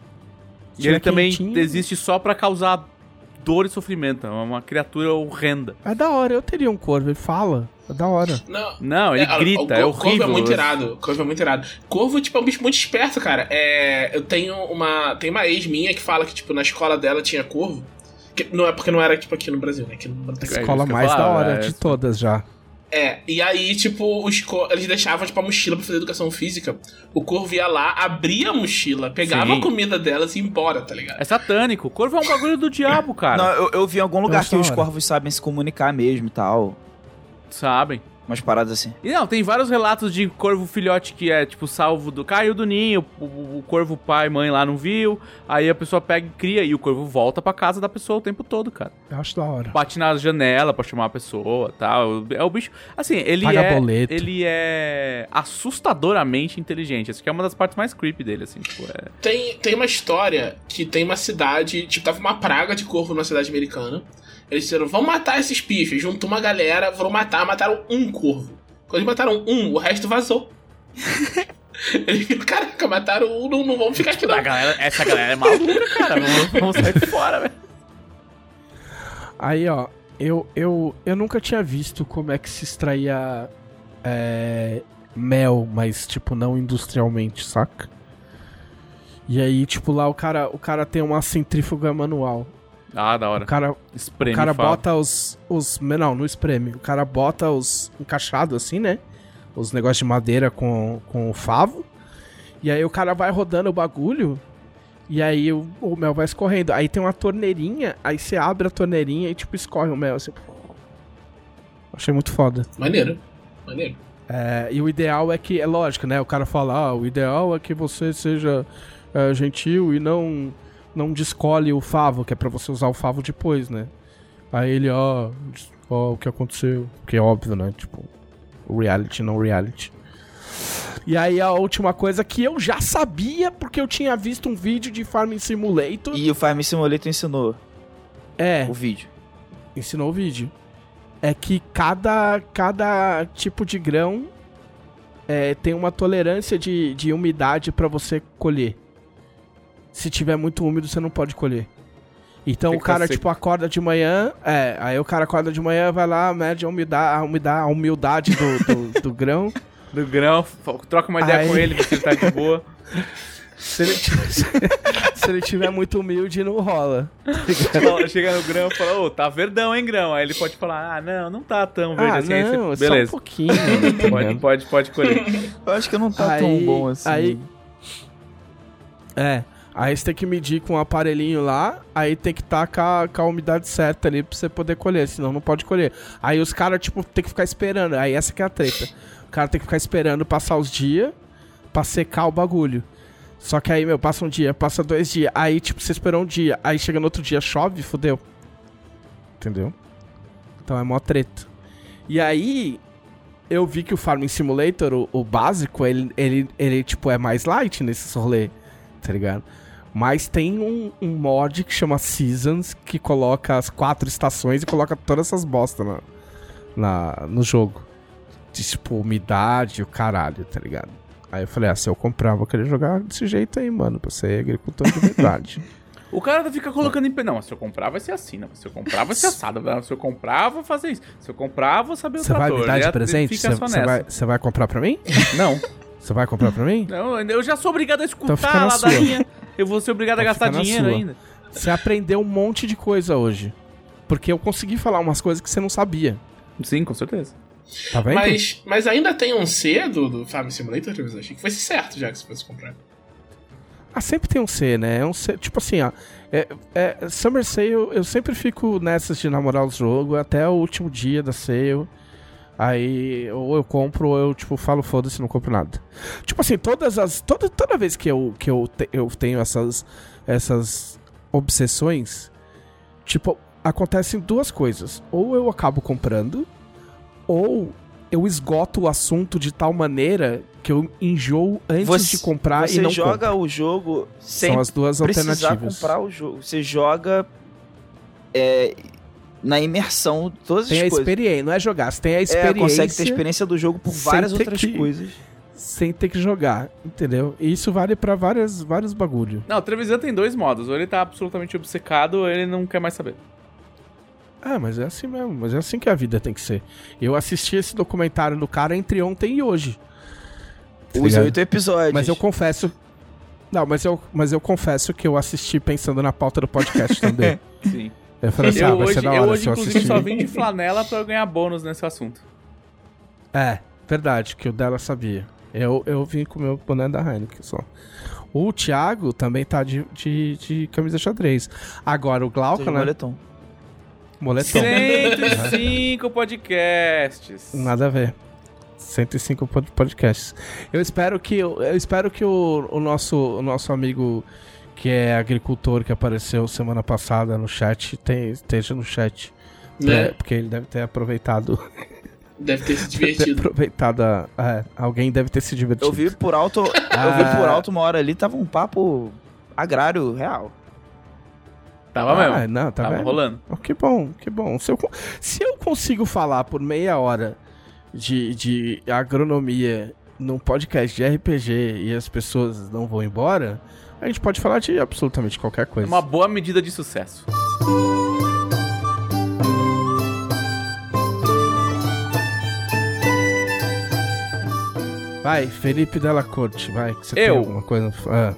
se E ele tiver também quentinho, existe só pra causar dor e sofrimento. É uma criatura horrenda. É da hora, eu teria um corvo, ele fala. É da hora. Não, Não, ele É, grita, o, é o horrível. Corvo é muito irado. Corvo é muito irado. Corvo, tipo, é um bicho muito esperto, cara. É, eu tenho uma. Tem uma ex minha que fala que, tipo, na escola dela tinha corvo. Que não é porque não era, tipo, aqui no Brasil, né? Aqui não tem É isso Escola que eu mais da falava, hora é de essa. todas já. É, e aí, tipo, os cor... eles deixavam, tipo, a mochila pra fazer educação física. O corvo ia lá, abria a mochila, pegava Sim. a comida delas e ia embora, tá ligado? É satânico. Corvo é um bagulho do diabo, cara. Não, eu, eu vi em algum lugar acho que da os hora. corvos sabem se comunicar mesmo e tal. Sabem. Umas paradas assim. E não, tem vários relatos de corvo filhote que é, tipo, salvo do... Caiu do ninho, o, o- o corvo pai e mãe lá não viu, aí a pessoa pega e cria, e o corvo volta pra casa da pessoa o tempo todo, cara. Eu acho da hora. Bate na janela pra chamar a pessoa e tal. É o bicho... Assim, ele Paga é... boleto. Ele é assustadoramente inteligente. Essa que é uma das partes mais creepy dele, assim, tipo, é... Tem, tem uma história que tem uma cidade, tipo, tava uma praga de corvo numa cidade americana. Eles disseram, vamos matar esses pifes. Juntou uma galera, foram matar, mataram um corvo. Quando eles mataram um, o resto vazou. Eles viram, caraca, mataram um, não, não vamos ficar aqui não. A galera, essa galera é maluca, cara. Vamos, vamos sair fora, velho. Aí, ó, eu, eu, eu nunca tinha visto como é que se extraía é, mel, mas, tipo, não industrialmente, saca? E aí, tipo, lá o cara, o cara tem uma centrífuga manual. Ah, da hora. O cara, Espreme, o cara fala. bota os, os... Não, não espreme. O cara bota os encaixados assim, né? Os negócios de madeira com, com o favo. E aí o cara vai rodando o bagulho. E aí o, o mel vai escorrendo. Aí tem uma torneirinha. Aí você abre a torneirinha e tipo escorre o mel. Assim. Achei muito foda. Maneiro, maneiro. É, e o ideal é que... É lógico, né? O cara fala... Ah, o ideal é que você seja é, gentil e não... Não descolhe o favo, que é pra você usar o favo depois, né? Aí ele, ó, ó, o que aconteceu? Que é óbvio, né? Tipo, reality, não reality. E aí a última coisa que eu já sabia, porque eu tinha visto um vídeo de Farming Simulator. E o Farming Simulator ensinou É, o vídeo. ensinou o vídeo. É que cada, cada tipo de grão é, tem uma tolerância de, de umidade pra você colher. Se tiver muito úmido, você não pode colher. Então Tem o que cara, ficar tipo, acorda de manhã. É, aí o cara acorda de manhã, vai lá, mede a umidade, a umidade, a humildade do, do, do grão. Do grão, troca uma ideia Aí- com ele, vê se ele tá de boa. Se ele, tiver, se ele tiver muito humilde, não rola. Fala- Chega no grão e fala, ô, tá verdão, hein, grão? Aí ele pode falar, ah, não, não tá tão verde Ah, assim. Aí não, você- é só um beleza, pouquinho. tá pode, ligado? pode, pode colher. Eu acho que não tá Aí- tão bom assim. aí- É, aí você tem que medir com um aparelhinho lá, aí tem que estar com, a- com a umidade certa ali pra você poder colher, senão não pode colher. Aí os caras, tipo, tem que ficar esperando, aí essa que é a treta. O cara tem que ficar esperando passar os dias pra secar o bagulho. Só que aí, meu, passa um dia, passa dois dias, aí, tipo, você esperou um dia, aí chega no outro dia, chove, fodeu. Entendeu? Então é mó treta. E aí, eu vi que o Farming Simulator, o, o básico, ele, ele, ele, tipo, é mais light nesses rolê, tá ligado? Mas tem um, um mod que chama Seasons, que coloca as quatro estações e coloca todas essas bosta na, na, no jogo. De, tipo, umidade e o caralho, tá ligado? Aí eu falei, ah, se eu comprar, eu vou querer jogar desse jeito aí, mano, pra ser agricultor de verdade. O cara fica colocando em pé. Não, se eu comprar vai ser assim, não. Se eu comprar vai ser assado. Não, se eu comprar, vou fazer isso. Se eu comprar, vou saber o Você vai trator. me dar Ele de presente? Fica só Você nessa. vai, você vai comprar pra mim? Não. Você vai comprar pra mim? Não, eu já sou obrigado a Então fica escutar na a sua. ladainha. Eu vou ser obrigado Então a gastar fica na dinheiro sua. ainda. Você aprendeu um monte de coisa hoje. Porque eu consegui falar umas coisas que você não sabia. Sim, com certeza. Tá vendo? Mas, mas ainda tem um C do, do Farming Simulator, eu achei que fosse certo já que você fosse comprar. Ah, sempre tem um C, né? É um C, tipo assim, ó. É, é, Summer Sale, eu sempre fico nessas de namorar os jogos até o último dia da sale. Aí, ou eu compro, ou eu, tipo, falo, foda-se, não compro nada. Tipo assim, todas as. Toda, toda vez que, eu, que eu, te, eu tenho essas, essas obsessões, tipo, acontecem duas coisas. Ou eu acabo comprando, ou eu esgoto o assunto de tal maneira que eu enjoo antes Você- de comprar Você e não joga compro. o jogo sem São as duas precisar alternativas. comprar o jogo. Você joga é, na imersão de todas Tem a as coisas. experiência, não é jogar, você tem a É, experiência consegue ter a experiência do jogo por sem várias ter outras que- coisas. sem ter que jogar, entendeu? E isso vale pra várias, vários bagulho. Não, o Trevisan tem dois modos. Ou ele tá absolutamente obcecado, ou ele não quer mais saber. Ah, mas é assim mesmo, mas é assim que a vida tem que ser. Eu assisti esse documentário do cara entre ontem e hoje. Tá Os ligado? oito episódios. Mas eu confesso... Não, mas eu, mas eu confesso que eu assisti pensando na pauta do podcast também. Sim. Eu falei assim, ah, eu vai hoje, ser da eu hora hoje se eu inclusive, assistir. só vim de flanela pra eu ganhar bônus nesse assunto. É, verdade, que o dela sabia. Eu, eu vim com o meu boné da Heineken só. O Thiago também tá de, de, de camisa xadrez. Agora o Tô de Glauca, né? moletom. Moletom. cento e cinco podcasts. Nada a ver. cento e cinco pod- podcasts. Eu espero que, eu espero que o, o, nosso, o nosso amigo que é agricultor que apareceu semana passada no chat te- esteja no chat. Né? É, porque ele deve ter aproveitado. Deve ter se Deve ter divertido. aproveitado. a- é, alguém deve ter se divertido. Eu vi por alto, eu vi por alto uma hora ali, tava um papo agrário real. Tava Ah, mesmo. não, tá Tava vendo? rolando. Oh, que bom, que bom. Se eu, con- se eu consigo falar por meia hora de, de agronomia num podcast de R P G e as pessoas não vão embora, a gente pode falar de absolutamente qualquer É coisa. uma boa medida de sucesso. Vai, Felipe Della Corte, vai. Que você Eu? tem alguma coisa... Ah.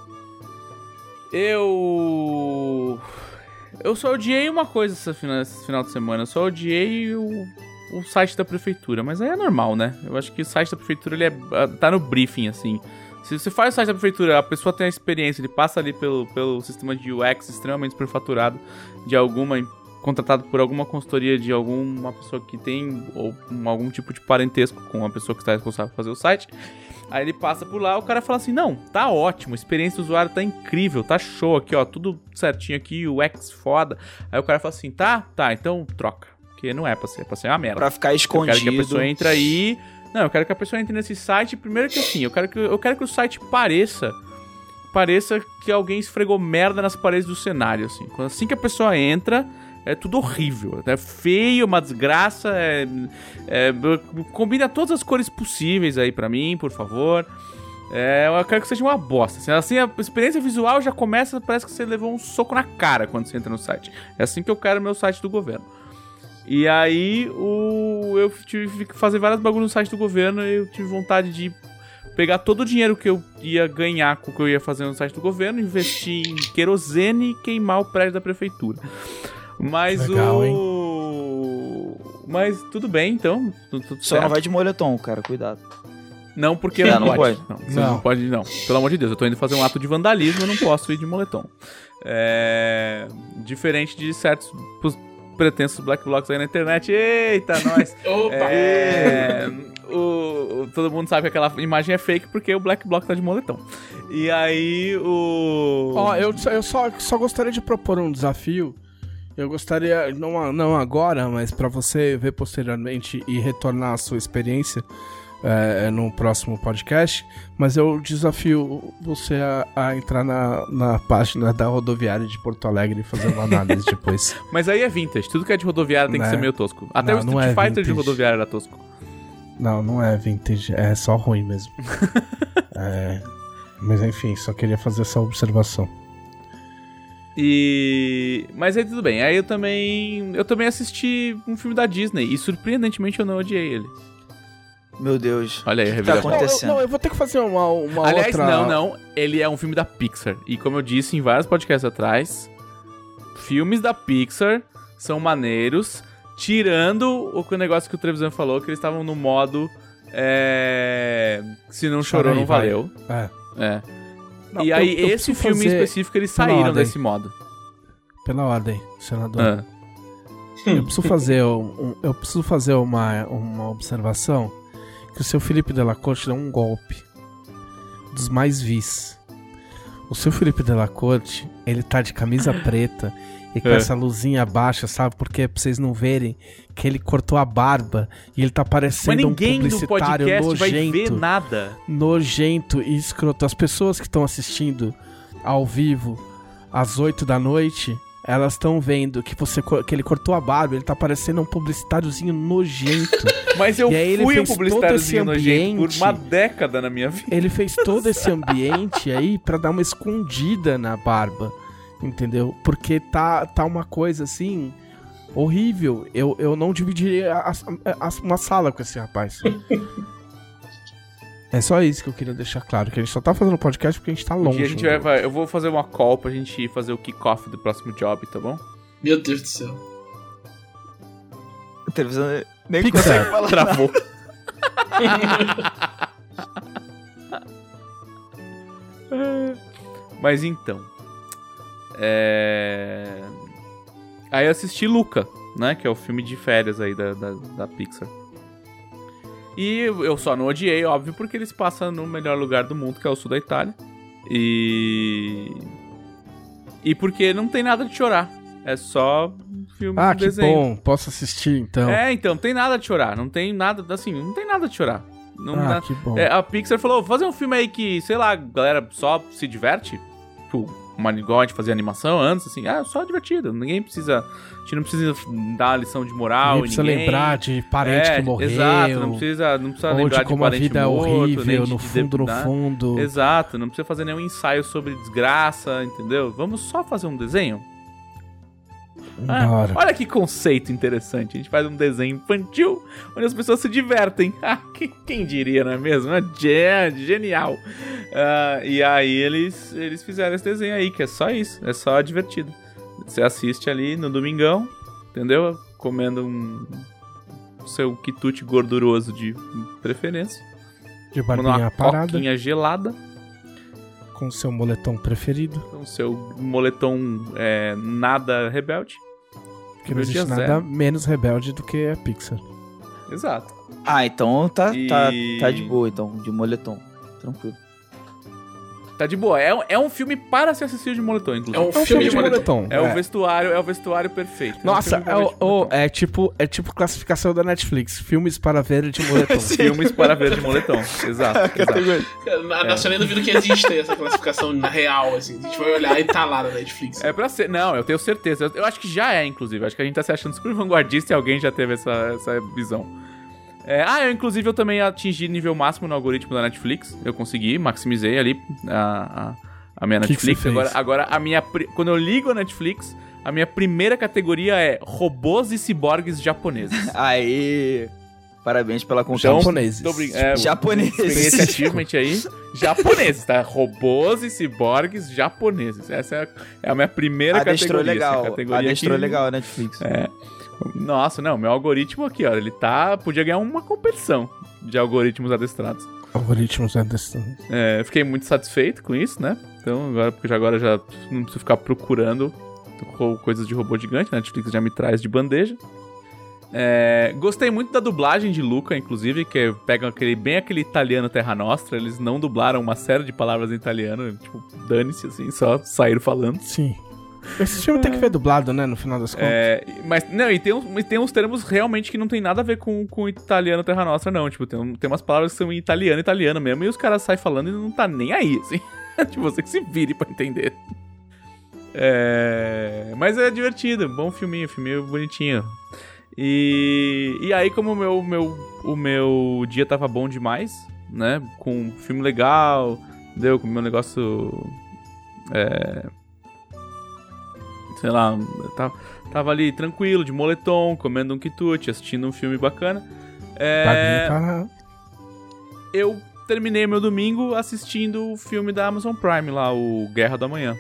Eu... Eu só odiei uma coisa esse final, esse final de semana. Eu só odiei o, o site da prefeitura. Mas aí é normal, né? Eu acho que o site da prefeitura, ele é, tá no briefing, assim. Se você faz o site da prefeitura, a pessoa tem a experiência, ele passa ali pelo, pelo sistema de U X extremamente superfaturado de alguma... contratado por alguma consultoria de alguma pessoa que tem ou um, algum tipo de parentesco com a pessoa que está responsável por fazer o site. Aí ele passa por lá, o cara fala assim, não, tá ótimo, a experiência do usuário tá incrível, tá show aqui, ó, tudo certinho aqui, o U X foda. Aí o cara fala assim, tá, tá, então troca, porque não é pra ser, é pra ser uma merda. Pra ficar escondido. Eu quero que a pessoa entre aí, não, eu quero que a pessoa entre nesse site, primeiro que assim, eu quero que, eu quero que o site pareça, pareça que alguém esfregou merda nas paredes do cenário, assim. Assim que a pessoa entra... É tudo horrível, é feio, uma desgraça, é, é, combina todas as cores possíveis aí pra mim, por favor. É, eu quero que seja uma bosta. Assim, assim, a experiência visual já começa, parece que você levou um soco na cara quando você entra no site. É assim que eu quero meu site do governo. E aí o, eu tive que fazer várias bagulhos no site do governo e eu tive vontade de pegar todo o dinheiro que eu ia ganhar com o que eu ia fazer no site do governo, investir em querosene e queimar o prédio da prefeitura. Mas Legal, o... hein? Mas tudo bem, então. Tudo, tudo Só certo. não vai de moletom, cara, cuidado. Não, porque É, não, não pode. pode. Não, você não. Não. pode, não. Pelo amor de Deus, eu tô indo fazer um ato de vandalismo, eu não posso ir de moletom. É... Diferente de certos pretensos black blocs aí na internet. Eita, nós! Opa! É... O... Todo mundo sabe que aquela imagem é fake porque o black bloc tá de moletom. E aí o... Ó, eu, eu só, só gostaria de propor um desafio. Eu gostaria, não, não agora, mas pra você ver posteriormente e retornar a sua experiência é, no próximo podcast. Mas eu desafio você a, a entrar na, na página da rodoviária de Porto Alegre e fazer uma análise depois. Mas aí é vintage. Tudo que é de rodoviária tem Né? que ser meio tosco. Até Não, o não Street é Fighter de vintage. rodoviária era tosco. Não, não é vintage, é só ruim mesmo. É, mas enfim, só queria fazer essa observação. E... Mas aí tudo bem. Aí eu também... Eu também assisti um filme da Disney. E surpreendentemente eu não odiei ele. Meu Deus. Olha aí a O que tá revelação. Não, eu, acontecendo? não, eu vou ter que fazer uma, uma Aliás, outra... não, não. Ele é um filme da Pixar. E como eu disse em vários podcasts atrás, filmes da Pixar são maneiros, tirando o negócio que o Trevisan falou, que eles estavam no modo... É... Se não chorou, Chorei, não vai. valeu. É. É. Não, e aí, eu- eu esse preciso filme em fazer específico, eles pela saíram ordem. desse modo. Pela ordem, senador. Ah. Eu preciso fazer, um, um- eu preciso fazer uma, uma observação que o seu Felipe Della Corte deu um golpe dos mais vis. O seu Felipe Della Corte, ele tá de camisa preta e com É. essa luzinha baixa, sabe? Porque pra vocês não verem que ele cortou a barba e ele tá Mas parecendo um ninguém no publicitário podcast vai ver nojento, nada. nojento e escroto. As pessoas que estão assistindo ao vivo às oito da noite, elas estão vendo que você co- que ele cortou a barba, ele tá parecendo um publicitáriozinho nojento. Mas eu E aí ele fui um fez todo publicitáriozinho esse nojento por ambiente. uma década na minha vida. Ele fez todo esse ambiente aí pra dar uma escondida na barba, entendeu? Porque tá, tá uma coisa assim horrível. Eu, eu não dividiria a- a- a- uma sala com esse rapaz. É só isso que eu queria deixar claro, que a gente só tá fazendo podcast porque a gente tá Um longe. dia a gente vai, vai- eu vou fazer uma call pra gente fazer o kickoff do próximo job, tá bom? Meu Deus do céu. A televisão nem Pixar. consegue falar. Travou. Mas então. É... Aí eu assisti Luca, né? Que é o filme de férias aí da, da, da Pixar. E eu só não odiei, óbvio, porque eles passam no melhor lugar do mundo, que é o sul da Itália. E. E porque não tem nada de chorar. É só um filme Ah, de que desenho. bom, posso assistir então. É, então, não tem nada de chorar. Não tem nada, assim, não tem nada de chorar. Não ah, dá- que bom. É, a Pixar falou, fazer um filme aí que, sei lá, a galera só se diverte. Tipo, uma igual a gente fazia animação antes, assim, ah, só divertido. Ninguém precisa. A gente não precisa dar lição de moral. Ninguém precisa ninguém. lembrar de parente É, que morreu. Exato, não precisa, não precisa ou lembrar de como a parente vida é morto, nem horrível, de- no de fundo, no né? fundo. Exato, não precisa fazer nenhum ensaio sobre desgraça, entendeu? Vamos só fazer um desenho? Ah, Bora. olha que conceito interessante. A gente faz um desenho infantil onde as pessoas se divertem. Ah, que- quem diria, não é mesmo? É ge- genial. Ah, e aí eles, eles fizeram esse desenho aí, que é só isso. É só divertido. Você assiste ali no domingão, entendeu? Comendo um seu quitute gorduroso de preferência. De Tomando barbinha uma parada, coquinha gelada. com o seu moletom preferido. Com seu moletom é, nada rebelde. Que não Meu existe dia nada zero. menos rebelde do que a Pixar. Exato. Ah, então tá, E- tá, tá de boa, então, de moletom. Tranquilo. Tá de boa. É, um- é um filme para se assistir de moletom, É inclusive. um É um filme de moletom. É o vestuário, é o vestuário perfeito. É um Nossa, filme é, para o- ver de o- moletom. é tipo é tipo classificação da Netflix. Filmes para ver de moletom. Filmes para ver de moletom. Exato, exato. Na, na eu nem duvido que exista essa classificação na real, assim. A gente vai olhar e tá lá na Netflix. É pra ser. Não, eu tenho certeza. Eu, eu acho que já é, inclusive. Acho que a gente tá se achando super vanguardista e alguém já teve essa, essa visão. É, ah, eu, inclusive, eu também atingi nível máximo no algoritmo da Netflix. Eu consegui, maximizei ali a, a, a minha Que que Netflix. você fez? agora, agora, a minha. pri- Quando eu ligo a Netflix, a minha primeira categoria é robôs e ciborgues japoneses. Aê! Parabéns pela conquista. Então, Japoneses. tô brin- é, Japoneses. Peguei esse achievement aí. Japoneses, tá? Robôs e ciborgues japoneses. Essa é a, é a minha primeira Adestrou categoria. legal. Essa categoria Adestrou aqui- legal a Netflix. É. Nossa, não, meu algoritmo aqui, ó, ele tá... Podia ganhar uma competição de algoritmos adestrados. Algoritmos é desse. É, fiquei muito satisfeito com isso, né? Então, agora, porque já agora já não preciso ficar procurando ro- coisas de robô gigante, a Netflix já me traz de bandeja. É, gostei muito da dublagem de Luca, inclusive, que pegam aquele, bem aquele italiano Terra Nostra. Eles não dublaram uma série de palavras em italiano, tipo, dane-se, assim, só saíram falando. Sim. Esse filme tem que ver dublado, né? No final das contas. É, mas, não, e tem, uns, e tem uns termos realmente que não tem nada a ver com, com o italiano Terra Nostra, não. Tipo, tem, um- tem umas palavras que são em italiano, italiano mesmo, e os caras saem falando e não tá nem aí, assim. Tipo, você que se vire pra entender. É, mas é divertido, bom filminho, filminho bonitinho. E, e aí, como o meu, meu, o meu dia tava bom demais, né? Com um filme legal, deu com o meu negócio. É, sei lá, tava, tava ali tranquilo, de moletom, comendo um quitute, assistindo um filme bacana. É, Barbinha para... eu terminei meu domingo assistindo o filme da Amazon Prime lá, o Guerra do Amanhã.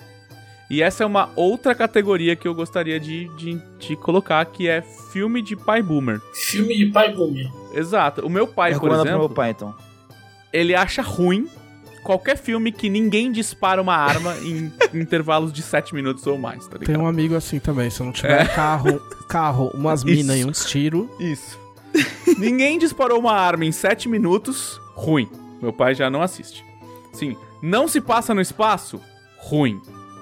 E essa é uma outra categoria que eu gostaria de, de, de colocar, que é filme de pai boomer. Filme de pai boomer. Exato. O meu pai, por Recomenda pro exemplo, meu pai, então. ele acha ruim qualquer filme que ninguém dispara uma arma em intervalos de sete minutos ou mais, tá ligado? Tem um amigo assim também. Se não tiver carro, carro, umas Isso. minas e uns tiros. Isso. Ninguém disparou uma arma em sete minutos, ruim. Meu pai já não assiste. Sim, não se passa no espaço, ruim.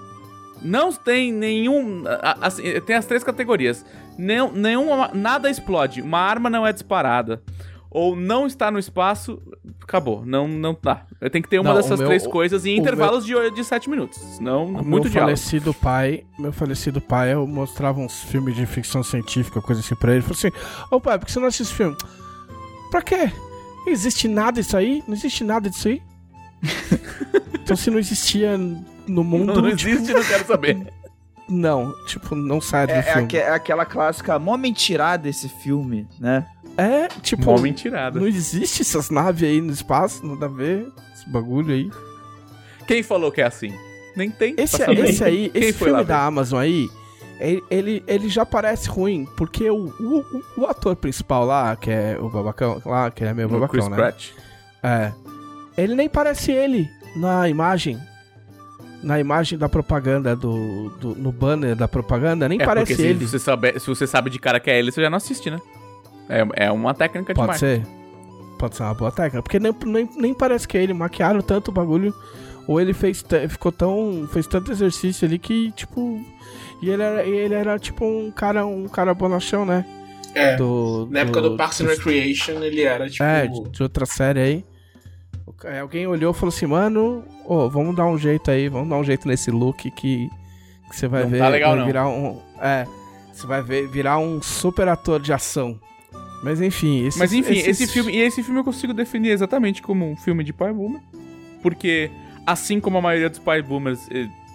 Não tem nenhum... a- Assim, tem as três categorias. Nenhum, nenhuma, nada explode. Uma arma não é disparada. Ou não está no espaço, acabou. Não, não dá. Tem que ter uma Não, dessas o meu- três coisas em o intervalos de, de sete minutos. Senão, O muito meu diálogo. falecido pai, meu falecido pai, eu mostrava uns filmes de ficção científica, coisa assim pra ele. Ele falou assim: ô pai, por que você não assiste filme? Pra quê? Não existe nada disso aí? Não existe nada disso aí? Então se não existia no mundo. Não, não tipo, existe, não quero saber. Não, tipo, não sai do É, é, filme. aque- é aquela clássica mó mentirada esse filme, né? É, tipo, Mó mentirada. não existe essas naves aí no espaço, nada a ver, esse bagulho aí. Quem falou que é assim? Nem tem. Esse, pra saber. esse aí, Quem esse foi lá filme da ver? Amazon aí, ele, ele, ele já parece ruim, porque o, o, o ator principal lá, que é o babacão lá, que é meio O babacão, Chris né? Pratt. É. Ele nem parece ele na imagem. Na imagem da propaganda, do, do no banner da propaganda, nem É, parece porque se ele. você, sabe, se você sabe de cara que é ele, você já não assiste, né? É, é uma técnica de Pode marketing. ser. Pode ser uma boa técnica. Porque nem, nem, nem parece que é ele. Maquiaram tanto o bagulho. Ou ele fez t- ficou tão. Fez tanto exercício ali que, tipo. E ele era, ele era tipo um cara, um cara bonachão, né? É. Do, Na época do Parks and Recreation, ele era tipo. É, de, de outra série aí. O ca- Alguém olhou e falou assim, mano, ô, vamos dar um jeito aí, vamos dar um jeito nesse look que, que você vai Não ver. tá legal, vai não. virar um. É. Você vai ver, virar um super ator de ação. Mas enfim, esse Mas enfim, esses- esse filme, e esse filme eu consigo definir exatamente como um filme de pai boomer. Porque, assim como a maioria dos pai boomers eh,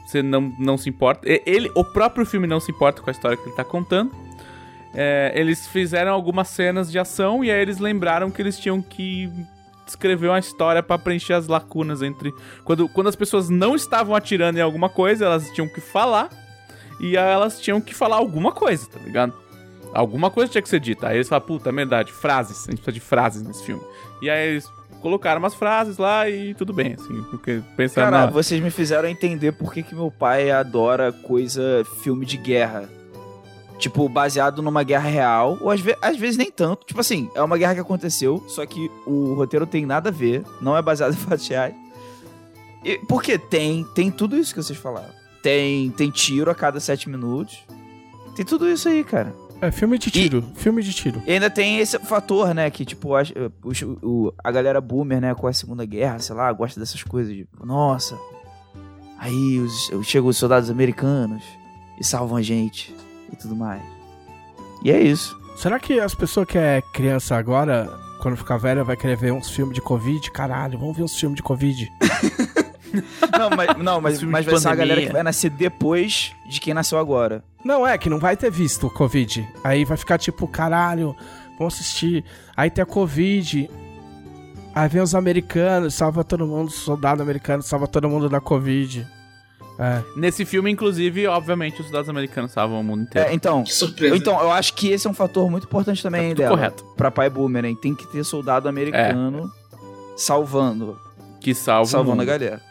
você não, não se importa. Ele, o próprio filme não se importa com a história que ele tá contando. É, eles fizeram algumas cenas de ação e aí eles lembraram que eles tinham que escrever uma história pra preencher as lacunas entre... Quando, quando as pessoas não estavam atirando em alguma coisa, elas tinham que falar e aí elas tinham que falar alguma coisa, tá ligado? Alguma coisa tinha que ser dita. Aí eles falaram, puta, é verdade, frases. A gente precisa de frases nesse filme. E aí eles colocaram umas frases lá e tudo bem, assim. Porque pensando... Cara, na... vocês me fizeram entender por que, que meu pai adora coisa, filme de guerra. Tipo, baseado numa guerra real. Ou às, ve- às vezes nem tanto. Tipo assim, é uma guerra que aconteceu, só que o roteiro tem nada a ver. Não é baseado em fatos reais. E, porque tem, tem tudo isso que vocês falaram. Tem, tem tiro a cada sete minutos. Tem tudo isso aí, cara. É, filme de tiro. E, filme de tiro. E ainda tem esse fator, né? Que, tipo, a, o, o, a galera boomer, né? Com a Segunda Guerra, sei lá, gosta dessas coisas. Tipo, nossa. Aí os, chegam os soldados americanos e salvam a gente. E tudo mais. E é isso. Será que as pessoas que é criança agora, quando ficar velha, vai querer ver uns filmes de Covid? Caralho, vamos ver uns filmes de Covid. Não, mas, não, mas, mas vai ser a galera que vai nascer depois de quem nasceu agora. Não, é que não vai ter visto o Covid. Aí vai ficar tipo, caralho, vamos assistir. Aí tem a Covid. Aí vem os americanos, salva todo mundo, soldado americano, salva todo mundo da Covid. É. Nesse filme, inclusive, obviamente, os soldados americanos salvam o mundo inteiro. É, então, Que surpresa. então, eu acho que esse é um fator muito importante também Tá dela. correto. Pra pai boomer, hein? Tem que ter soldado americano salvando. Que salva o Salvando mundo. a galera.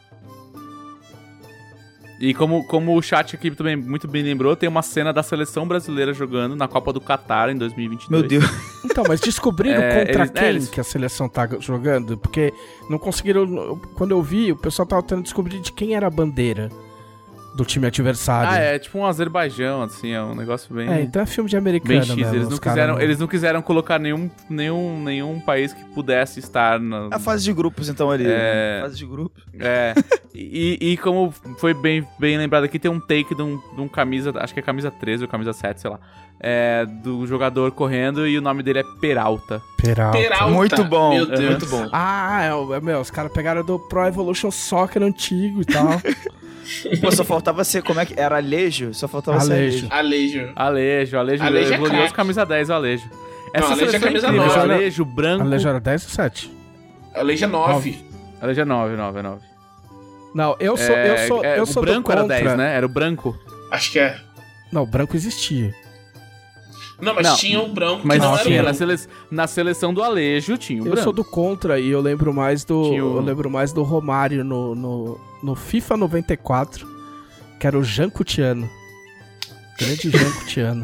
E como, como o chat aqui também muito bem lembrou, tem uma cena da seleção brasileira jogando na Copa do Catar em dois mil e vinte e dois. Meu Deus. Então, mas descobriram É, contra eles- quem é, eles- que a seleção tá jogando? Porque não conseguiram... Quando eu vi, o pessoal tava tentando descobrir de quem era a bandeira do time adversário. Ah, é tipo um Azerbaijão, assim, é um negócio bem... É, então é filme de americano, Bem X, mesmo, eles os não, caras quiseram, não- eles não quiseram colocar nenhum, nenhum, nenhum país que pudesse estar na... A fase de grupos, então, ali. É. Né? Fase de grupos. É, e, e como foi bem, bem lembrado aqui, tem um take de um, de um camisa, acho que é camisa treze ou camisa sete, sei lá, é, do jogador correndo e o nome dele é Peralta. Peralta. Peralta. Muito bom. Meu Deus. Muito bom. Ah, é, o- é, meu, os caras pegaram do Pro Evolution Soccer antigo e tal. Pô, só faltava ser, como é que era? Alejo? Só faltava Alejo. ser Alejo. Alejo, Alejo, Alejo é glorioso craque. camisa dez, o Alejo. Essa Alejo é seleção camisa incrível, nove. Alejo, branco... Alejo era dez ou sete? Alejo é nove. Alejo é nove, nove, é nove. Não, eu sou, É, eu sou, é, eu o sou branco do era contra. dez, né? Era o branco. Acho que é. Não, o branco existia. Não, mas Não, tinha um branco Mas que não era tinha, na, branco. sele... na seleção do Alejo tinha o Eu branco. sou do contra e eu lembro mais do Tinha o- eu lembro mais do Romário no, no, no FIFA noventa e quatro, que era o Jean Coutinho. Grande Jean Coutinho.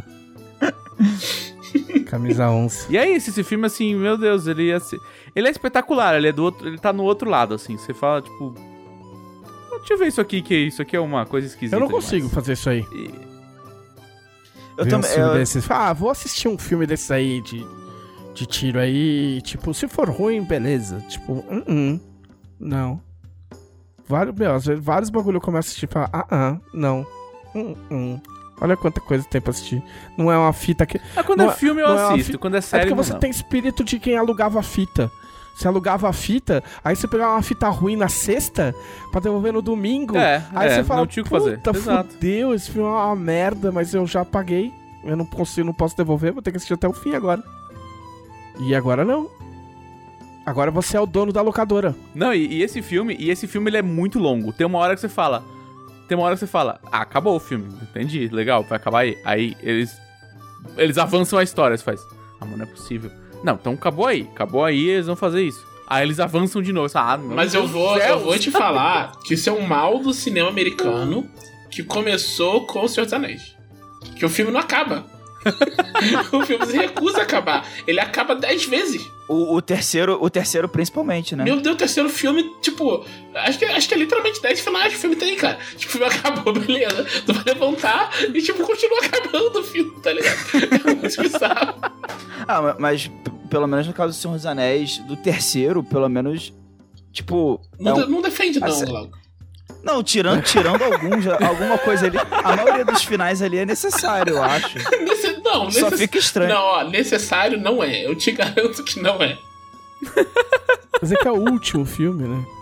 Camisa onze. E é isso, esse filme, assim, meu Deus, ele ia ser... Ele é espetacular, ele é do outro... Ele tá no outro lado, assim. Você fala, tipo... Deixa eu ver isso aqui, que isso aqui é uma coisa esquisita Eu não demais. consigo fazer isso aí. E- Eu Ver também. um filme eu- desses. Ah, vou assistir um filme desses aí de, de tiro aí. Tipo, se for ruim, beleza. Tipo, uh -uh, não. Vários, meu, às vezes, vários bagulho eu começo a assistir e falo, ah, ah, não. Uh -uh. Olha quanta coisa tem pra assistir. Não é uma fita que. Ah, quando Não é é- filme eu não é uma assisto, fi- quando é É série porque não. você não. tem espírito de quem alugava a fita. Você alugava a fita, aí você pegava uma fita ruim na sexta pra devolver no domingo. É, Aí é, você fala, não tinha o que fazer. puta, Exato. fudeu, esse filme é uma merda, mas eu já paguei. Eu não consigo, não posso devolver, vou ter que assistir até o fim agora. E agora não. Agora você é o dono da locadora. Não, e, e esse filme, e esse filme ele é muito longo. Tem uma hora que você fala, tem uma hora que você fala, ah, acabou o filme, entendi, legal, vai acabar aí. Aí eles eles avançam a história, você faz, ah, mano, não é possível. Não, então acabou aí, acabou aí, eles vão fazer isso. Aí eles avançam de novo, você fala, ah, meu Mas eu Deus vou, do céu. eu vou te falar que isso é um mal do cinema americano que começou com O Senhor dos Anéis. Que o filme não acaba. O filme se recusa a acabar. Ele acaba dez vezes. O, o terceiro, o terceiro principalmente, né? Meu Deus, o terceiro filme, tipo, acho que, acho que é literalmente dez finais que o filme tem, cara. Tipo, o filme acabou, beleza. Tu vai levantar e, tipo, continua acabando o filme, tá ligado? É muito bizarro. Ah, ma- mas p- pelo menos no caso do Senhor dos Anéis, do terceiro, pelo menos, tipo... Não, é um- de- não defende, não, Assim, Glauco. Não, tirando, tirando alguns, alguma coisa ali, a maioria dos finais ali é necessário, eu acho. Nesse- não, Só necess- fica estranho. Não, ó, necessário não é. Eu te garanto que não é. Mas é que é o último filme, né? Não, é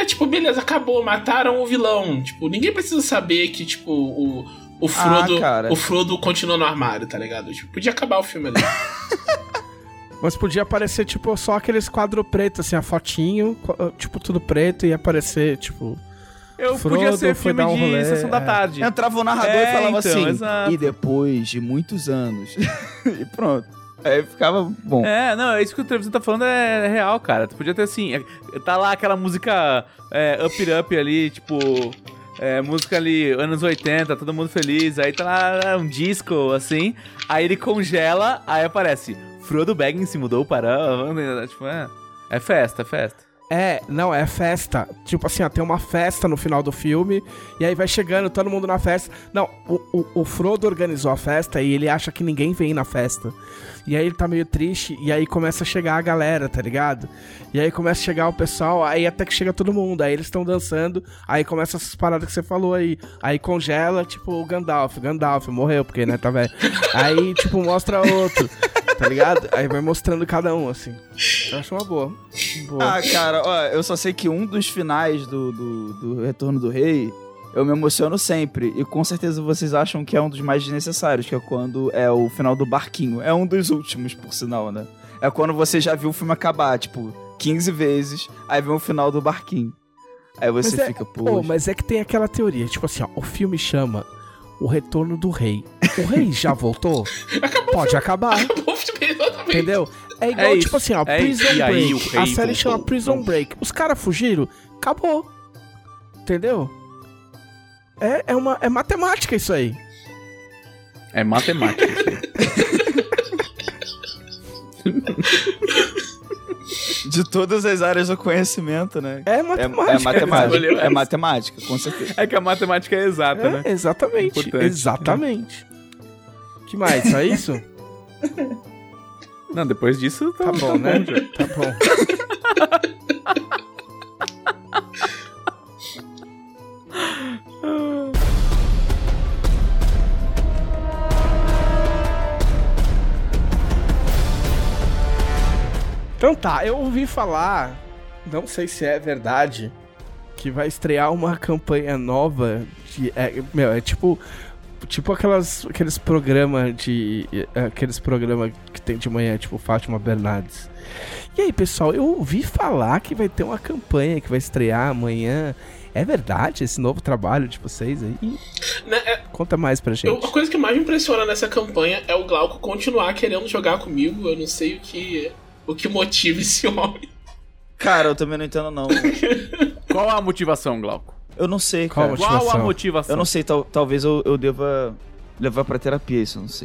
tipo, beleza, acabou, mataram o vilão. Tipo, ninguém precisa saber que, tipo, o, o Frodo. Ah, o Frodo continua no armário, tá ligado? Tipo, podia acabar o filme ali. Mas podia aparecer, tipo, só aqueles quadros pretos, assim, a fotinho, tipo, tudo preto, e aparecer, tipo... Eu Frodo podia ser foi filme dar um de rolê, Sessão da é. Tarde. Entrava o narrador É, e falava então, assim, exato. e depois de muitos anos. E pronto. Aí ficava bom. É, não, é isso que o Trevisan tá falando é real, cara. Tu podia ter assim, é, tá lá aquela música é, Up It Up ali, tipo, é, música ali, anos oitenta, todo mundo feliz, aí tá lá um disco, assim, aí ele congela, aí aparece, Frodo Baggins se mudou para... Tipo, é, é festa, é festa. É, não, é festa. Tipo assim, ó, tem uma festa no final do filme, e aí vai chegando todo mundo na festa. Não, o, o, o Frodo organizou a festa e ele acha que ninguém vem na festa. E aí ele tá meio triste, e aí começa a chegar a galera, tá ligado? E aí começa a chegar o pessoal, aí até que chega todo mundo, aí eles estão dançando, aí começa essas paradas que você falou aí. Aí congela, tipo, o Gandalf, Gandalf morreu, porque, né, tá velho. Aí, tipo, mostra outro, tá ligado? Aí vai mostrando cada um, assim. Eu acho uma boa. boa. Ah, cara, ó, eu só sei que um dos finais do, do, do Retorno do Rei, eu me emociono sempre. E com certeza vocês acham que é um dos mais desnecessários, que é quando é o final do barquinho. É um dos últimos, por sinal, né? É quando você já viu o filme acabar, tipo, quinze vezes, aí vem o final do barquinho. Aí você mas fica, é, pô. pô, mas é que tem aquela teoria, tipo assim, ó, o filme chama O Retorno do Rei. O rei já voltou? Acabou Pode acabar. Acabou o filme, exatamente. Entendeu? É igual, É tipo isso. assim, ó, É Prison isso. E aí Break. o rei A série voltou. chama Prison Pronto. Break. Os caras fugiram, acabou. Entendeu? É, é, uma, é matemática isso aí. É matemática. Isso aí. De todas as áreas do conhecimento, né? É É, matemática. é matemática. Escolheu É essa. matemática, com certeza. É que a matemática é exata, É, né? exatamente. Importante. Exatamente. Que mais? Só isso? Não, depois disso Tá bom, né? Tá bom. Então tá, eu ouvi falar, não sei se é verdade, que vai estrear uma campanha nova de, é, meu, é tipo tipo aquelas aqueles programas de aqueles programas que tem de manhã, tipo Fátima Bernardes. E aí, pessoal, eu ouvi falar que vai ter uma campanha que vai estrear amanhã. É verdade esse novo trabalho de vocês aí? Né, é, Conta mais pra eu- gente. a coisa que mais me impressiona nessa campanha é o Glauco continuar querendo jogar comigo. Eu não sei o que, o que motiva esse homem. Cara, eu também não entendo, não. Qual a motivação, Glauco? Eu não sei, Qual cara. a Qual a Motivação. motivação? Eu não sei, tal- talvez eu, eu deva levar pra terapia isso, eu não sei.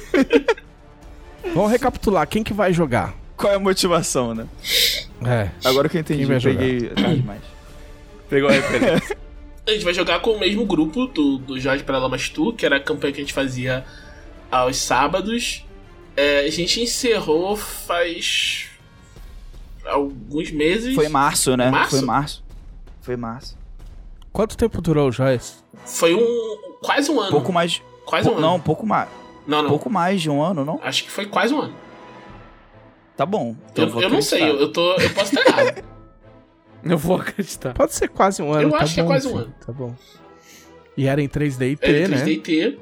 Vamos recapitular, quem que vai jogar? Qual é a motivação, né? É. Agora que eu entendi, Quem vai eu jogar? peguei tarde demais. Pegou a referência. A gente vai jogar com o mesmo grupo do, do Jorge para Lamas Tu, que era a campanha que a gente fazia aos sábados. É, a gente encerrou faz alguns meses. Foi em março, né? Março? Foi em março. Foi em março. Quanto tempo durou o Joyce? Foi um. Quase um ano. Pouco mais. Quase um pou- ano. Não, um pouco mais. Não, não. Pouco mais de um ano, não? Acho que foi quase um ano. Tá bom. Então Eu, vou eu não sei, acreditar. eu, eu, tô, eu posso estar errado. Eu vou acreditar. Pode ser quase um ano, Eu tá acho que é bom, quase um sim, ano. Tá bom. E era em três D e T, Era né? três D e T.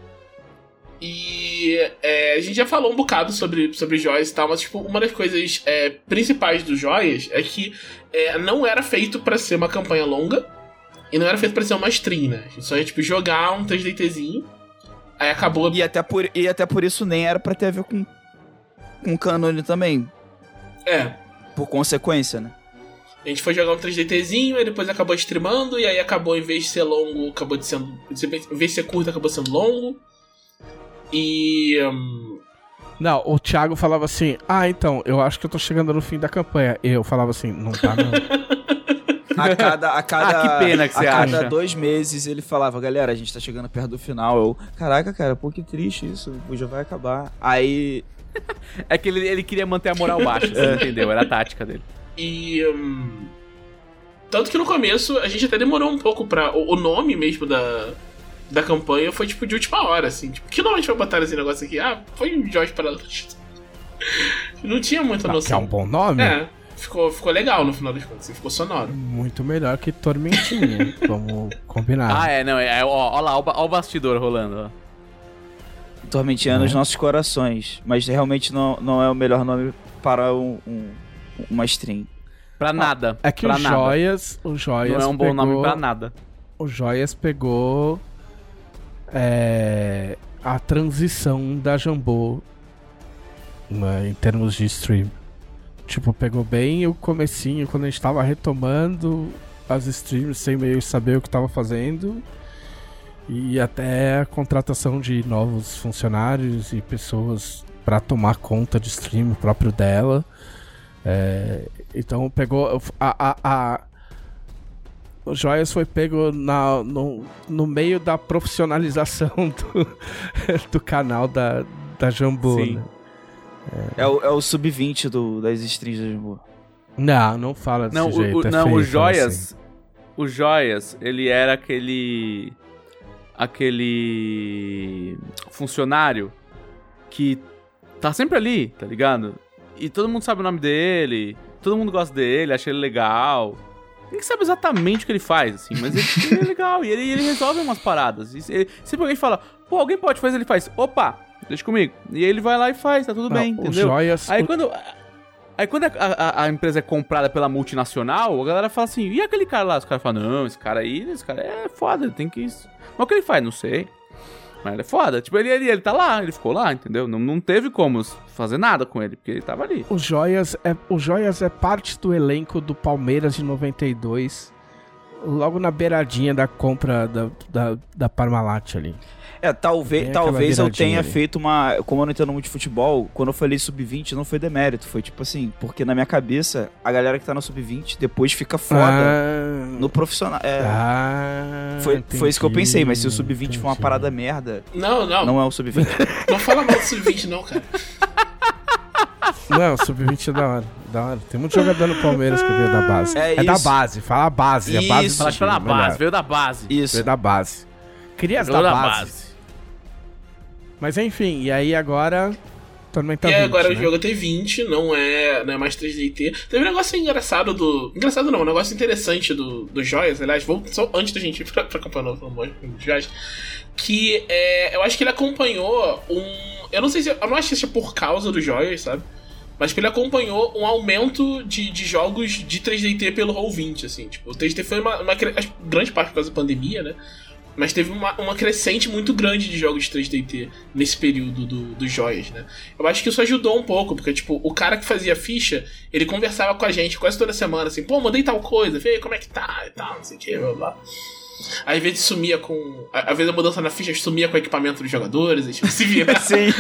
E é, a gente já falou um bocado sobre, sobre joias e tal, mas tipo, uma das coisas é, principais dos joias é que é, não era feito pra ser uma campanha longa e não era feito pra ser uma stream, né? A gente só ia tipo, jogar um três D Tzinho, aí acabou. E até, por, e até por isso nem era pra ter a ver com, com cânone também. É. Por consequência, né? A gente foi jogar um três D Tzinho, aí depois acabou streamando, e aí acabou, em vez de ser longo, acabou de sendo. Em vez de ser curto, acabou sendo longo. E. hum, Não, o Thiago falava assim, ah, então, eu acho que eu tô chegando no fim da campanha. Eu falava assim, não tá não. A cada, a cada, Ah, que pena que você a cada acha. dois meses ele falava, galera, a gente tá chegando perto do final. Eu, caraca, cara, pô, que triste isso, já vai acabar. Aí, É que ele, ele queria manter a moral baixa, você entendeu? Era a tática dele. E. hum, tanto que no começo a gente até demorou um pouco pra. O, o nome mesmo da, da campanha foi tipo de última hora, assim. Tipo, que nome a gente vai botar esse negócio aqui? Ah, foi o Jorge para. Não tinha muita Tá, que é noção. um bom nome? É. ficou, ficou legal no final das contas, assim, ficou sonoro. Muito melhor que Tormentinha, vamos combinar. Ah, é, não, é, ó, ó lá, ó, ó o bastidor rolando, ó. Tormentinha nos nossos corações, mas realmente não, não é o melhor nome para um, um, uma stream. Pra nada. É que pra o nada. Joias, o Joias Não é um bom pegou, nome pra nada. O Joias pegou é, a transição da Jambô, né, em termos de stream. Tipo, pegou bem o comecinho, quando a gente tava retomando as streams sem meio saber o que tava fazendo. E até a contratação de novos funcionários e pessoas pra tomar conta de stream próprio dela. É, então pegou a, a, a o Joias foi pego na, no, no meio da profissionalização do, do canal da, da Jambô. Sim. Né? É, é o, é o sub vinte do, das streams da Jambô. Não, não fala desse Não, jeito. o, é não feio o falar Joias, assim. o Joias, ele era aquele aquele funcionário que tá sempre ali, tá ligado? E todo mundo sabe o nome dele, todo mundo gosta dele, acha ele legal. Ninguém sabe exatamente o que ele faz, assim, mas ele, ele é legal e ele, ele resolve umas paradas. E ele, sempre alguém fala, pô, alguém pode fazer, ele faz, opa, deixa comigo. E aí ele vai lá e faz, tá tudo Não, bem, o entendeu? Joias, Aí o- quando, aí quando a, a, a empresa é comprada pela multinacional, a galera fala assim, e aquele cara lá? Os caras falam, não, esse cara aí, esse cara é foda, ele tem que... Mas o que ele faz? Não sei. Mas ele é foda. Tipo, ele, ele, ele tá lá, ele ficou lá, entendeu? Não, não teve como fazer nada com ele, porque ele tava ali. O Joias é, o Joias é parte do elenco do Palmeiras de noventa e dois, logo na beiradinha da compra da, da, da Parmalat ali. É, talvez, Tem aquela talvez eu viradinha tenha ali. feito uma... Como eu não entendo muito de futebol, quando eu falei sub vinte não foi demérito. Foi tipo assim, porque na minha cabeça, a galera que tá no sub vinte depois fica foda Ah, no profissional. É, ah, foi, foi isso que eu entendi, pensei, mas se o sub vinte for uma entendi. parada merda, Não, não, não, não é o sub vinte. fala mal do sub vinte não, cara. Não, sub vinte é da hora, da hora. Tem muito jogador no Palmeiras que veio da base. É É, da isso. base, fala a base. A base Isso. do Fala que foi time, da base, melhor. veio da base. Isso. Veio da base. Crias da, Veio da base. base. Mas enfim, e aí agora... Tormenta e vinte, agora né? o jogo é T vinte, não é, não é mais três D T. Teve um negócio engraçado do... Engraçado não, um negócio interessante do, do Joias, aliás, vou, só antes da gente ir pra, pra campanha nova do Joias, que é, eu acho que ele acompanhou um... Eu não sei se... Eu não acho que seja por causa do Joias, sabe? Mas que ele acompanhou um aumento de, de jogos de três D T pelo roll vinte, assim. Tipo, o três D T foi uma, uma cre- acho que grande parte por causa da pandemia, né? Mas teve uma, uma crescente muito grande de jogos de três D T nesse período do, do Joias, né? Eu acho que isso ajudou um pouco, porque, tipo, o cara que fazia ficha, ele conversava com a gente quase toda semana, assim, pô, mandei tal coisa, vê aí como é que tá e tal, não sei o que, blá blá. Aí, às vezes sumia com... Às vezes a mudança na ficha sumia com o equipamento dos jogadores, e tipo, se vira. Sim.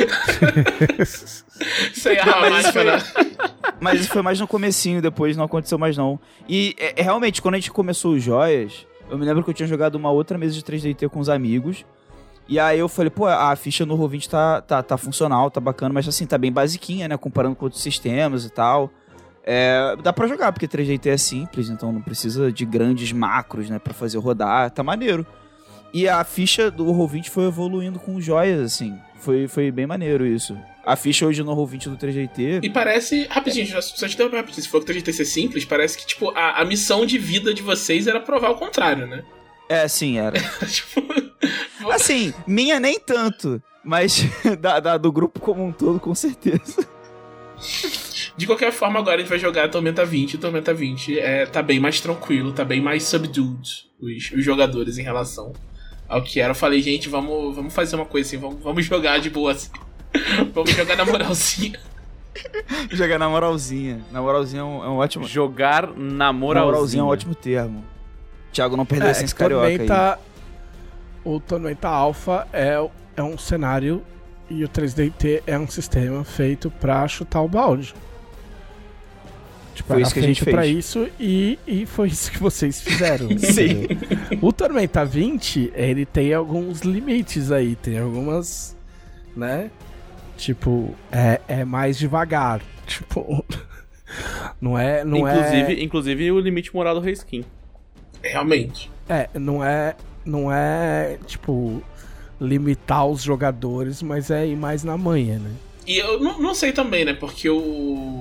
Sem a máscara. Mas isso foi mais no comecinho, depois não aconteceu mais não. E é, é, realmente, quando a gente começou os Joias, eu me lembro que eu tinha jogado uma outra mesa de três D T com os amigos. E aí eu falei, pô, a ficha no roll vinte tá, tá, tá funcional, tá bacana, mas assim, tá bem basiquinha, né? Comparando com outros sistemas e tal. É, dá pra jogar, porque três D T é simples, então não precisa de grandes macros, né? Pra fazer rodar, tá maneiro. E a ficha do roll vinte foi evoluindo com os Joias, assim. Foi, foi bem maneiro isso. A ficha hoje no roll vinte do três D T... E parece, rapidinho, só, só te interromper rapidinho, se for que o três D T ser simples, parece que, tipo, a, a missão de vida de vocês era provar o contrário, né? É, sim, era. Tipo, Assim, minha nem tanto, mas da, da- do grupo como um todo, com certeza. de qualquer forma, agora a gente vai jogar Tormenta vinte, e Tormenta vinte é, tá bem mais tranquilo, tá bem mais subdued, os, os jogadores em relação ao que era. Eu falei, gente, vamos, vamos fazer uma coisa assim, vamos, vamos jogar de boa assim. Vamos jogar na moralzinha. Jogar na moralzinha. Na moralzinha é um, é um ótimo... Jogar na Na moralzinha. moralzinha é um ótimo termo. Thiago não perdeu a É, essência carioca aí. Tormenta, o Tormenta Alpha é, é um cenário e o três D T é um sistema feito pra chutar o balde. Tipo, Foi era isso que a gente feito pra fez. isso e, e foi isso que vocês fizeram. Sim. O Tormenta vinte, ele tem alguns limites aí, tem algumas, né? Tipo, é, é mais devagar. Tipo, não é... Não inclusive, é... inclusive o limite moral do Reskin. Realmente. É, não é, não é, tipo, limitar os jogadores, mas é ir mais na manha, né? E eu não, não sei também, né? Porque o.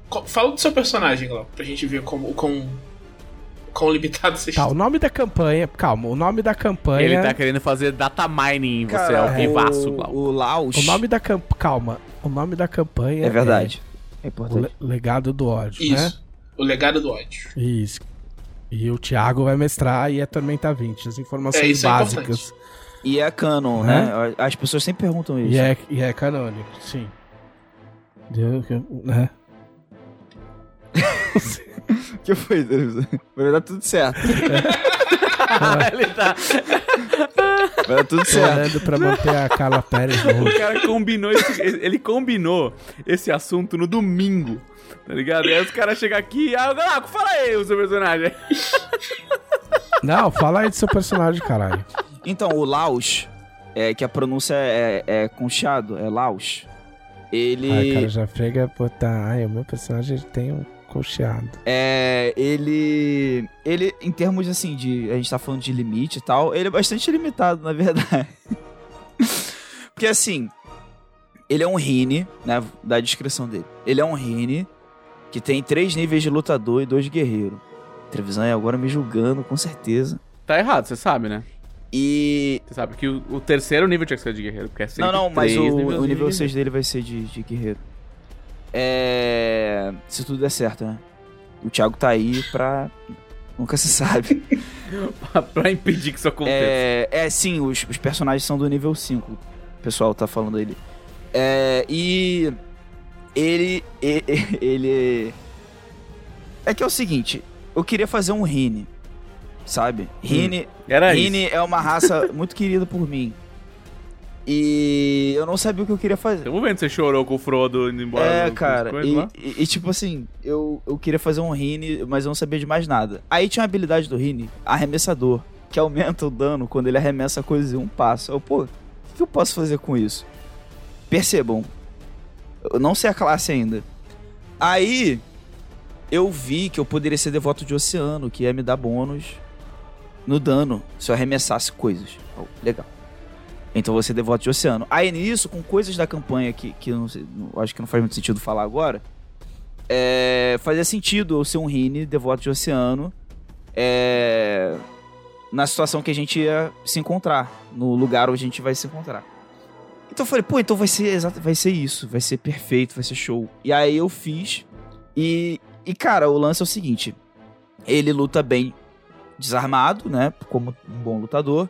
Co- Fala do seu personagem, Glauco, pra gente ver como, com quão limitado você Tá, está. o nome da campanha. Calma, o nome da campanha. Ele tá querendo fazer data mining em você, Cara, é o vivaço, o, Glauco. o Laos... O nome da campanha. Calma. O nome da campanha. É verdade. É É o importante. Le- Legado do Ódio, né? Isso. O legado do ódio. Isso. E o Thiago vai mestrar e é Tormenta vinte. As É, informações isso é básicas. E é canon, né? As pessoas sempre perguntam isso. E é, e é canônico, sim. Deu, né? O que foi? Vai dar tudo certo. Ele tá... Vai dar tudo Tô certo. olhando pra manter a Carla Pérez no O rosto. cara combinou esse, ele combinou esse assunto no domingo, tá ligado? E aí os caras chegam aqui, ah, Glauco, fala aí o seu personagem. Não, fala aí do seu personagem, caralho. Então, o Laos, é, que a pronúncia é, é com chiado, é Laos. Ele... Ai, cara, já frega, puta. Ai, o meu personagem tem um colcheado. É, ele, ele, em termos assim, de, a gente tá falando de limite e tal, ele é bastante limitado, na verdade. Porque assim, ele é um Rine, né, da descrição dele. Ele é um Rine que tem três níveis de lutador e dois de guerreiro. Trevisan é agora me julgando, com certeza. Tá errado, você sabe, né? E... Você sabe que o, o terceiro nível tinha que ser de guerreiro, porque é sempre Não, não, mas três o, níveis o de nível guerreiro. seis dele vai ser de, de guerreiro. É... Se tudo der certo, né? O Thiago tá aí pra... Nunca se sabe. Pra impedir que isso aconteça. É, é sim, os, os personagens são do nível cinco. O pessoal tá falando dele. É, e... Ele... Ele... ele é que é o seguinte... Eu queria fazer um Rine. Sabe? Rine... Era Rine isso. é uma raça muito querida por mim. E eu não sabia o que eu queria fazer. Tamo vendo que você chorou com o Frodo indo embora. É, no- cara, coisa e, lá. e- e, tipo assim, eu, eu queria fazer um Rine, mas eu não sabia de mais nada. Aí tinha uma habilidade do Rine, arremessador, que aumenta o dano quando ele arremessa coisas em um passo. Eu, pô, o que eu posso fazer com isso? Percebam, eu não sei a classe ainda. Aí, eu vi que eu poderia ser devoto de oceano, que ia me dar bônus no dano, se eu arremessasse coisas. Oh, legal. Então você é devoto de oceano. Aí nisso, com coisas da campanha que, que eu não sei, eu acho que não faz muito sentido falar agora, é, fazia sentido eu ser um Rine, devoto de oceano, é, na situação que a gente ia se encontrar, no lugar onde a gente vai se encontrar. Então eu falei, pô, então vai ser, exato, vai ser isso, vai ser perfeito, vai ser show. E aí eu fiz, e, e cara, o lance é o seguinte, ele luta bem desarmado, né, como um bom lutador,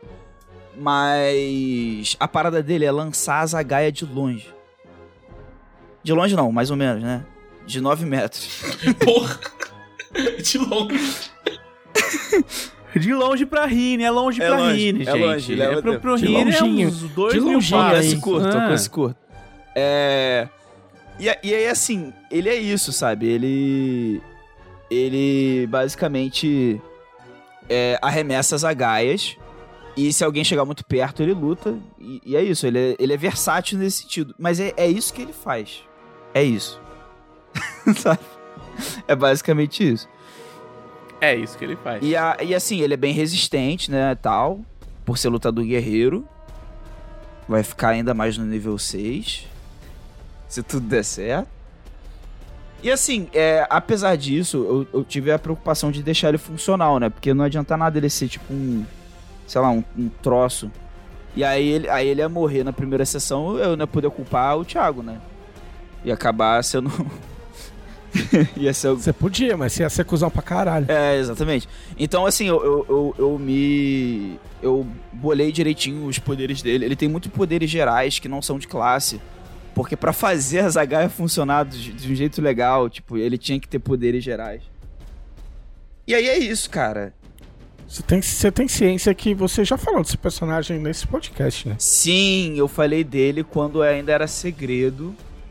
mas a parada dele é lançar a zagaia de longe. De longe não, mais ou menos, né? De nove metros. Porra. De longe. De longe pra Rine, é longe É pra longe, Rine, é gente. longe, É, leva pro, tempo. pro De Rine é longinho, uns dois de mil longinho, passos. é Alcance isso. curto, Ah. alcance curto. É... E, a- e aí, assim, ele é isso, sabe? Ele... Ele, basicamente, é, arremessa as agaias. E se alguém chegar muito perto, ele luta. E, e é isso, ele é, ele é versátil nesse sentido. Mas é, é isso que ele faz. É isso. Sabe? É basicamente isso. É isso que ele faz. E, a, e assim, ele é bem resistente, né, tal. Por ser lutador guerreiro. Vai ficar ainda mais no nível seis. Se tudo der certo. E assim, é, apesar disso, eu, eu tive a preocupação de deixar ele funcional, né? Porque não adianta nada ele ser tipo um... Sei lá, um, um troço. E aí ele, aí ele ia morrer na primeira sessão, eu não ia poder culpar o Thiago, né? Ia acabar sendo... ia ser o... Você podia, mas você ia ser cuzão pra caralho. É, exatamente. Então, assim, eu, eu, eu, eu me... Eu bolei direitinho os poderes dele. Ele tem muitos poderes gerais que não são de classe. Porque pra fazer a Zagaia funcionar de, de um jeito legal, tipo, ele tinha que ter poderes gerais. E aí é isso, cara. Você tem, você tem ciência que você já falou desse personagem nesse podcast, né? Sim, eu falei dele quando ainda era segredo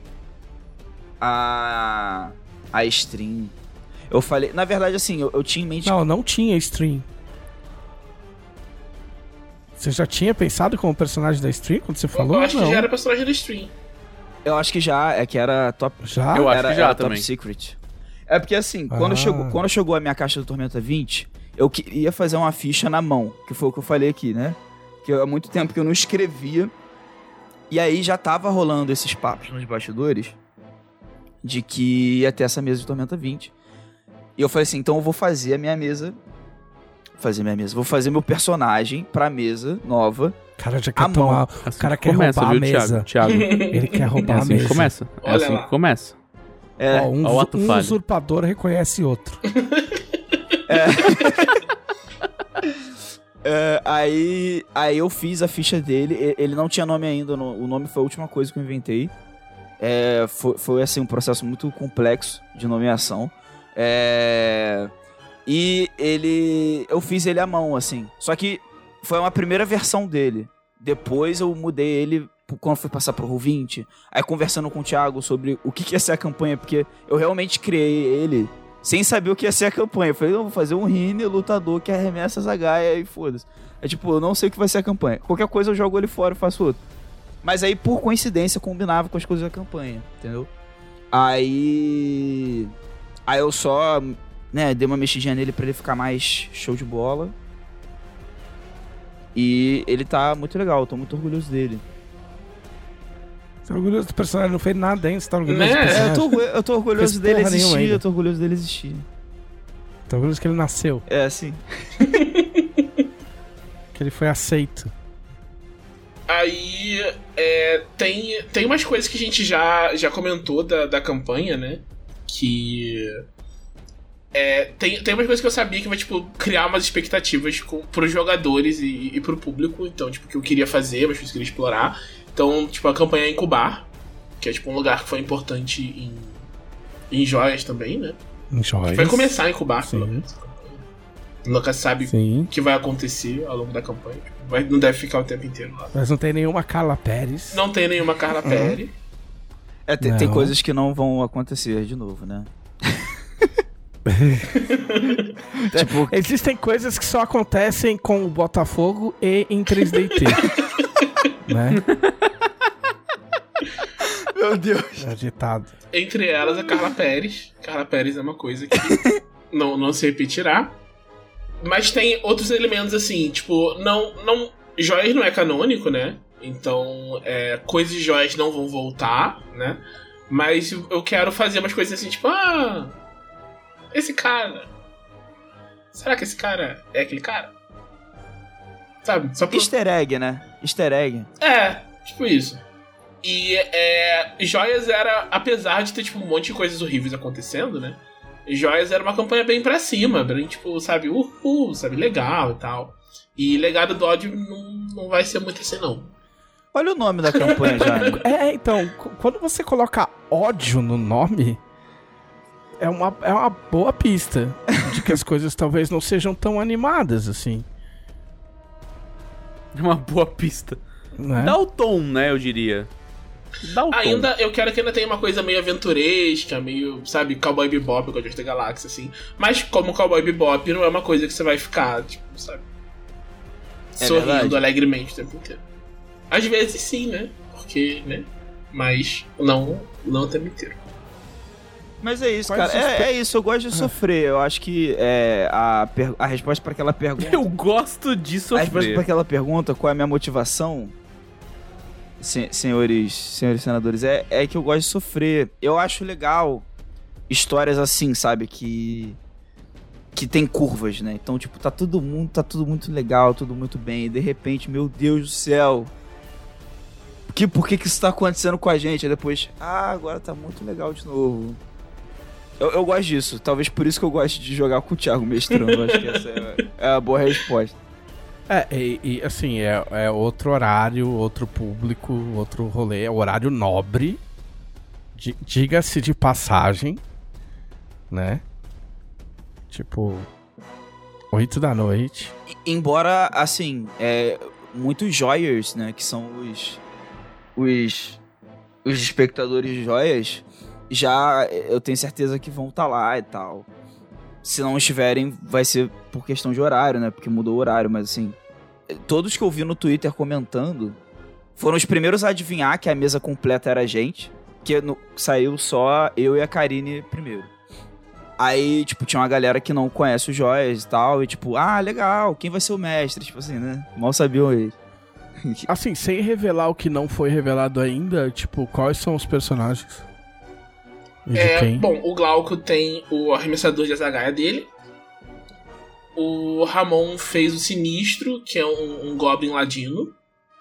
a... a stream. Eu falei... Na verdade, assim, eu, eu tinha em mente... Não, não tinha stream. Você já tinha pensado como personagem da stream quando você falou? Eu acho não. que já era personagem do stream. Eu acho que já, é que era top... Já? Eu acho era, que já era também. top secret. É porque assim, quando, Ah. chegou, quando chegou a minha caixa do Tormenta vinte, eu queria fazer uma ficha na mão, que foi o que eu falei aqui, né? Que há muito tempo que eu não escrevia. E aí já tava rolando esses papos nos bastidores de que ia ter essa mesa de Tormenta vinte. E eu falei assim, então eu vou fazer a minha mesa... Fazer minha mesa. Vou fazer meu personagem pra mesa nova. O cara já quer A mão. tomar... Assim o cara que quer começa, roubar viu, a mesa. Thiago? Thiago. Ele quer É roubar a assim que mesa. começa. É Olha assim lá. que começa. É, Ó, um, Ó, o ato um falho. usurpador reconhece outro. é, aí, aí eu fiz a ficha dele. e- Ele não tinha nome ainda. no- O nome foi a última coisa que eu inventei. É, foi, foi assim, um processo muito complexo de nomeação. É, e ele... Eu fiz ele à mão, assim. Só que foi uma primeira versão dele. Depois eu mudei ele quando fui passar pro Roll vinte. Aí conversando com o Thiago sobre o que que ia ser a campanha. Porque eu realmente criei ele sem saber o que ia ser a campanha. Eu falei, não, vou fazer um Rini lutador que arremessa essa gaia e foda-se. É tipo, eu não sei o que vai ser a campanha. Qualquer coisa eu jogo ele fora e faço outro. Mas aí, por coincidência, combinava com as coisas da campanha, entendeu? Aí... Aí eu só, né, dei uma mexidinha nele pra ele ficar mais show de bola. E ele tá muito legal, eu tô muito orgulhoso dele. Você tá orgulhoso do personagem? Não fez nada ainda, você tá orgulhoso Né? do É, eu personagem? tô, orgu- eu tô orgulhoso Fez dele porra nenhuma existir, ainda. eu tô orgulhoso dele existir. Tá orgulhoso que ele nasceu, É, assim. que ele foi aceito. Aí é, tem, tem umas coisas que a gente já, já comentou da, da campanha, né? Que. É, tem, tem umas coisas que eu sabia que vai, tipo, criar umas expectativas com, pros jogadores e, e pro público. Então, tipo, que eu queria fazer, mas que eu queria explorar. Então, tipo, a campanha é em Kubar, que é, tipo, um lugar que foi importante em, em Joias também, né? Em joias. Vai começar em Kubar, Sim. pelo menos. Nunca sabe Sim. o que vai acontecer ao longo da campanha. Vai, não deve ficar o tempo inteiro lá. Mas não tem nenhuma Carla Pérez. Não tem nenhuma Carla Pérez. É, tem, tem Não. coisas que não vão acontecer de novo, né? Tipo, Existem coisas que só acontecem com o Botafogo e em três D T. Né? meu Deus. É o ditado. Entre elas, a Carla Pérez. Carla Pérez é uma coisa que não, não se repetirá. Mas tem outros elementos assim, tipo, não. não Joias não é canônico, né? Então, é, coisas de Joias não vão voltar, né? Mas eu quero fazer umas coisas assim, tipo, ah. Esse cara. Será que esse cara é aquele cara? Sabe? Só pra... Easter egg, né? Easter egg. É, tipo isso. E é, Joias era, apesar de ter tipo um monte de coisas horríveis acontecendo, né? Joias era uma campanha bem pra cima, bem tipo, sabe, uhul, sabe, legal e tal. E Legado do Ódio não, não vai ser muito assim, não. Olha o nome da campanha já. né? É, então, c- quando você coloca ódio no nome, é uma, é uma boa pista de que as coisas talvez não sejam tão animadas assim. É uma boa pista. Né? Dá o tom, né, eu diria. Dá o tom. Ainda, eu quero que ainda tenha uma coisa meio aventuresca, meio, sabe, Cowboy Bebop, Guardiões da Galáxia, assim. Mas como Cowboy Bebop não é uma coisa que você vai ficar, tipo, sabe, É sorrindo verdade. alegremente o tempo inteiro. Às vezes sim, né? Porque, né? Mas não, não o tempo inteiro. Mas é isso, Quais cara. os É, pe- é isso, eu gosto de sofrer. Eu acho que é, a, per- a resposta pra aquela pergunta. Eu gosto de A resposta pra sofrer. aquela pergunta, qual é a minha motivação, sen- senhores, senhores senadores, é, é que eu gosto de sofrer. Eu acho legal histórias assim, sabe? Que. Que tem curvas, né? Então, tipo, tá todo mundo, tá tudo muito legal, tudo muito bem. E de repente, meu Deus do céu. Que, por que que isso tá acontecendo com a gente? Aí depois, ah, agora tá muito legal de novo. Eu, eu gosto disso. Talvez por isso que eu gosto de jogar com o Thiago Mestrando. Eu acho que essa é, é a boa resposta. É, e, e, assim, é, é outro horário, outro público, outro rolê, é horário nobre, di- diga-se de passagem, né? Tipo, oito da noite. Embora, assim, é, muitos joyers, né, que são os, os, os espectadores de joias, já eu tenho certeza que vão estar lá e tal. Se não estiverem, vai ser por questão de horário, né, porque mudou o horário, mas assim, todos que eu vi no Twitter comentando foram os primeiros a adivinhar que a mesa completa era a gente, que no- saiu só eu e a Karine primeiro. Aí, tipo, tinha uma galera que não conhece os joias e tal, e tipo, ah, legal, quem vai ser o mestre? Tipo assim, né? Mal sabiam eles. Assim, sem revelar o que não foi revelado ainda, tipo, quais são os personagens? E de É, quem? bom, o Glauco tem o arremessador de azagaia dele. O Ramon fez o Sinistro, que é um, um Goblin Ladino.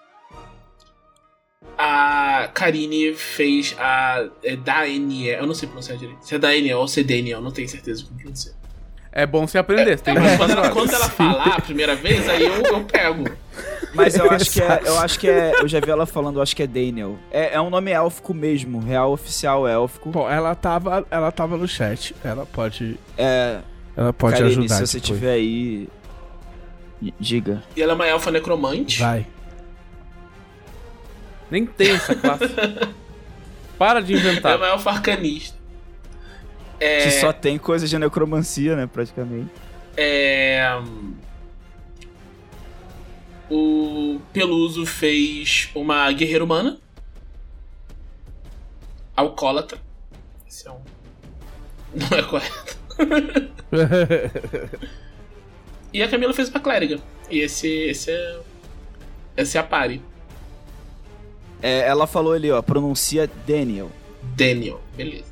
A Karine fez a é, Daeniel. Eu não sei pronunciar direito. Se é Daeniel ou se é Daniel, não tenho certeza de como pronunciar. É bom você aprender. Você tem Mas mais quando, quatro ela, horas. quando ela falar a primeira vez, aí eu, eu pego. Mas eu acho que é. Eu acho que é. Eu já vi ela falando, eu acho que é Daniel. É, é um nome élfico mesmo, real oficial élfico. Bom, ela tava, ela tava no chat. Ela pode, É. ela pode Karine, ajudar. se você depois. tiver aí. Diga. E ela é uma elfa necromante. Vai. Nem tem essa classe. Para de Ela é inventar. uma elfa arcanista. É, Que só tem coisa de necromancia, né, praticamente. é, o Peluso fez uma guerreira humana. Alcoólatra. Esse é um... Não é correto. E a Camila fez uma clériga. E esse, esse é... Esse é a pare. É, ela falou ali, ó, pronuncia Daniel. Daniel. Beleza.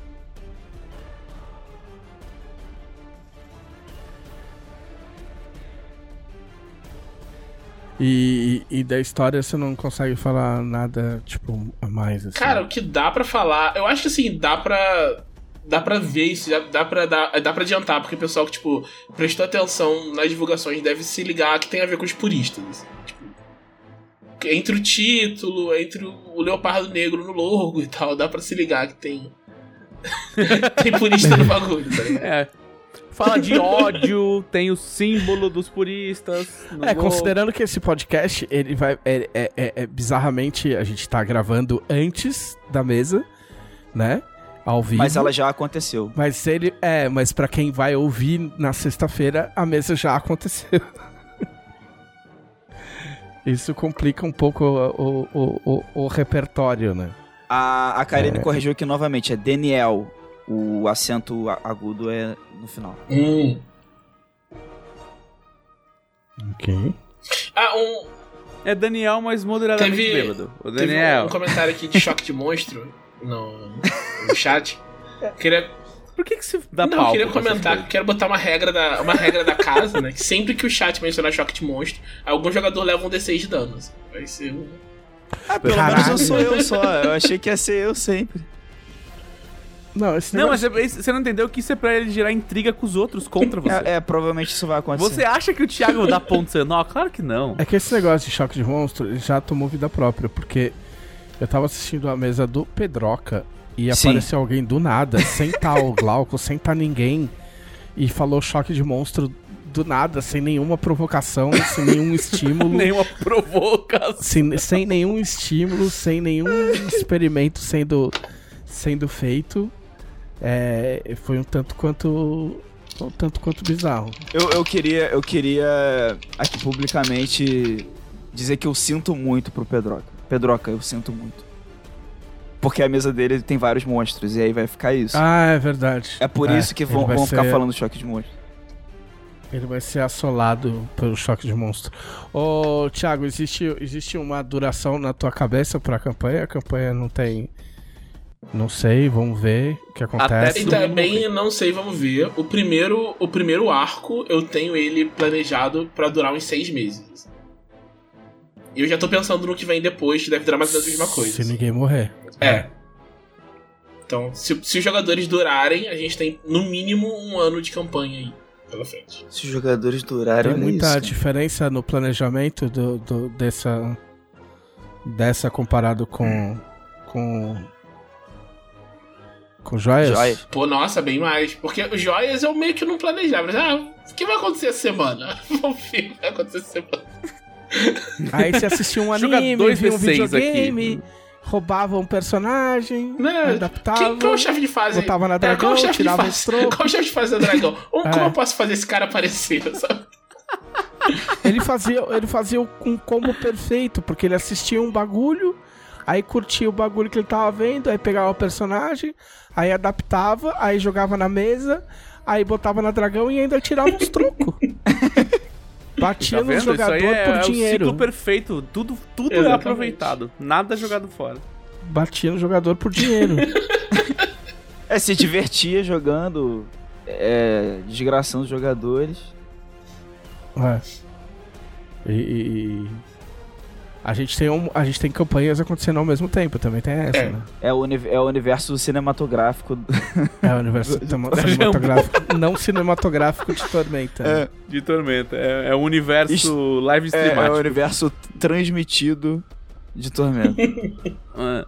E, e da história você não consegue falar nada, tipo, a mais, assim. Cara, o que dá pra falar... Eu acho que, assim, dá pra... Dá pra ver isso, dá, dá, pra, dá, dá pra adiantar, porque o pessoal que, tipo, prestou atenção nas divulgações deve se ligar que tem a ver com os puristas. Assim, tipo, entre o título, entre o Leopardo Negro no logo e tal, dá pra se ligar que tem... tem purista no bagulho, tá ligado? É. Fala de ódio, tem o símbolo dos puristas. no É, logo. considerando que esse podcast, ele vai. É, é, é, é, bizarramente, a gente tá gravando antes da mesa, né? Ao vivo. Mas ela já aconteceu. Mas ele. É, mas pra quem vai ouvir na sexta-feira, a mesa já aconteceu. Isso complica um pouco o, o, o, o repertório, né? A, a Karine É. corrigiu aqui novamente, é Daniel. O acento a- agudo é no final. Hum. Ok. Ah, um... É Daniel, mas moderadamente Teve, bêbado. O teve Daniel. um comentário aqui de choque de monstro no, no chat. Queria... Por que que você dá Não, palco eu queria pra essas comentar que coisas? eu quero botar uma regra da, uma regra da casa, né? Que sempre que o chat mencionar choque de monstro, algum jogador leva um D seis de dano. Assim. Vai ser um... Ah, pelo Caralho. menos eu sou eu só. Eu achei que ia ser eu sempre. Não, esse Não, mas negócio... você você não entendeu que isso é pra ele gerar intriga com os outros contra você. É, é, provavelmente isso vai acontecer. Você acha que o Thiago dá ponto sendo? Não, claro que não. É que esse negócio de choque de monstro ele já tomou vida própria, porque eu tava assistindo a mesa do Pedroca e Sim. apareceu alguém do nada, sem tá o Glauco, sem tá ninguém, e falou choque de monstro do nada, sem nenhuma provocação, sem nenhum estímulo. Nenhuma provocação. sem, sem nenhum estímulo, sem nenhum experimento sendo, sendo feito. É, foi um tanto quanto um tanto quanto bizarro. Eu, eu queria, eu queria aqui publicamente dizer que eu sinto muito pro Pedroca. Pedroca, eu sinto muito. Porque a mesa dele tem vários monstros e aí vai ficar isso. Ah, é verdade. é por É, isso que ele vão, vai vão ficar ser- falando choque de monstros. Ele vai ser assolado pelo choque de monstro. Ô, Thiago, existe, existe uma duração na tua cabeça pra campanha? A campanha não tem... Não sei, vamos ver o que acontece. E também, não sei, vamos ver. O primeiro, o primeiro arco, eu tenho ele planejado pra durar uns seis meses. E eu já tô pensando no que vem depois, que deve durar mais ou menos a mesma coisa. Se ninguém morrer. É. Então, se, se os jogadores durarem, a gente tem no mínimo um ano de campanha aí pela frente. Se os jogadores durarem, Tem olha muita isso, cara. diferença no planejamento do, do- dessa, dessa comparado com... com... com joias? Joias. Pô, nossa, bem mais. Porque os joias eu meio que não planejava. Mas, ah, o que vai acontecer essa semana? Vamos ver o que vai acontecer essa semana. Aí você assistia um Joga anime, dois via um D seis videogame, aqui. roubava um personagem, Né? adaptava, Quem, qual é o chefe de fase? botava na É, dragão, qual o chefe de tirava fase? os trocos. Qual o chefe de fase da dragão? Ou É. como eu posso fazer esse cara aparecer, sabe? Ele fazia, ele fazia um combo perfeito, porque ele assistia um bagulho, aí curtia o bagulho que ele tava vendo, aí pegava o personagem, aí adaptava, aí jogava na mesa, aí botava na dragão e ainda tirava os trocos. Batia Tá no vendo? Isso jogador aí é, por é o dinheiro. ciclo perfeito. Tudo, tudo é Exatamente. aproveitado. Nada jogado fora. Batia no jogador por dinheiro. É, se divertia jogando, é, desgraçando os jogadores. É. E, e- a gente tem um, a gente tem campanhas acontecendo ao mesmo tempo, também tem essa, É. né? É o, uni- é o universo cinematográfico. É o universo tema- cinematográfico, não cinematográfico de Tormenta. né? De Tormenta. É, é um universo Isso- live É, é o streamático. universo transmitido de Tormenta. É.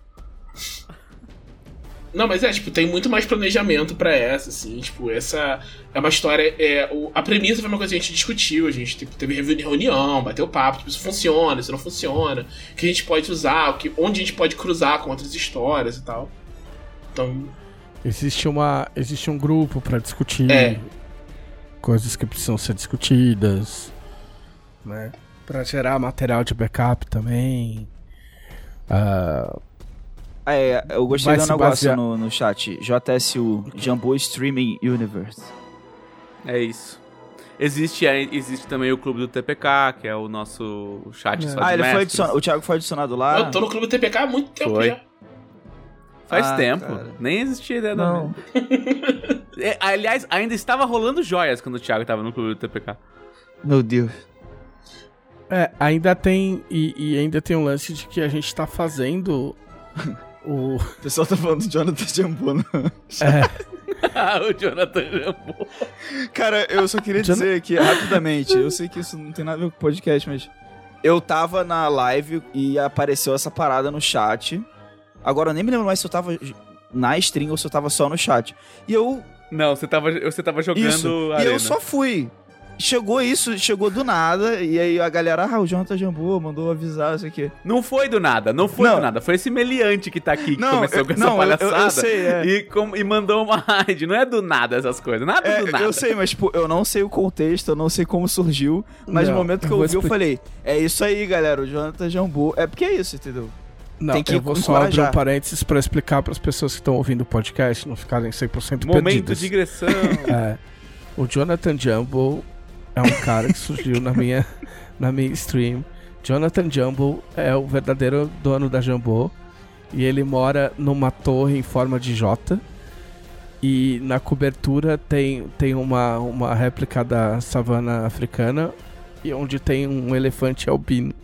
Não, mas é, tipo, tem muito mais planejamento pra essa, assim, tipo, essa é uma história, é, o- a premissa foi uma coisa que a gente discutiu, a gente tipo, teve reuni- reunião, bateu papo, tipo, isso funciona, isso não funciona, o que a gente pode usar, o que, onde a gente pode cruzar com outras histórias e tal. Então, Existe, uma, existe um grupo pra discutir É. coisas que precisam ser discutidas, né? Pra gerar material de backup também. Ah, Ah, é, eu gostei Vai do se negócio basear- no, no chat. J S U, Jumbo Streaming Universe. É isso. Existe, é, existe também o clube do T P K, que é o nosso chat É. só de Ah, ele foi mestres. adicionado. O Thiago foi adicionado lá. eu tô no clube T P K há muito tempo Foi. já. Faz Ah, tempo. cara. Nem existia ideia da Não. É, aliás, ainda estava rolando joias quando o Thiago estava no clube do T P K. Meu Deus. é, ainda tem. E, e ainda tem um lance de que a gente tá fazendo o. O pessoal tá falando do Jonathan Jumbo, né? É, o Jonathan Jambô. Cara, eu só queria Jon- dizer aqui, rapidamente, eu sei que isso não tem nada a ver com o podcast, mas eu tava na live e apareceu essa parada no chat. Agora eu nem me lembro mais se eu tava na stream ou se eu tava só no chat. E eu... Não, você tava, você tava jogando Isso. E Arena. eu só fui. Chegou isso, chegou do nada, e aí a galera, ah, o Jonathan Jumbo mandou avisar, isso aqui. Não foi do nada, não foi Não. do nada. Foi esse meliante que tá aqui que Não, começou eu- com essa não, eu- eu- eu palhaçada. sei, é. e, com- e mandou uma raid. Não é do nada essas coisas. Nada É, do nada. eu sei, mas tipo, eu não sei o contexto, eu não sei como surgiu, mas Não, no momento que eu eu vou ouvi, eu explicar. falei, é isso aí, galera, o Jonathan Jumbo. É porque é isso, entendeu? não, Tem que eu vou só abrir encorajar. um parênteses pra explicar pras pessoas que estão ouvindo o podcast não ficarem cem por cento Momento perdidas. de digressão. É, o Jonathan Jumbo é um cara que surgiu na minha, na minha stream. Jonathan Jumbo é o verdadeiro dono da Jumbo. E ele mora numa torre em forma de J. E na cobertura tem, tem uma, uma réplica da savana africana. E onde tem um elefante albino.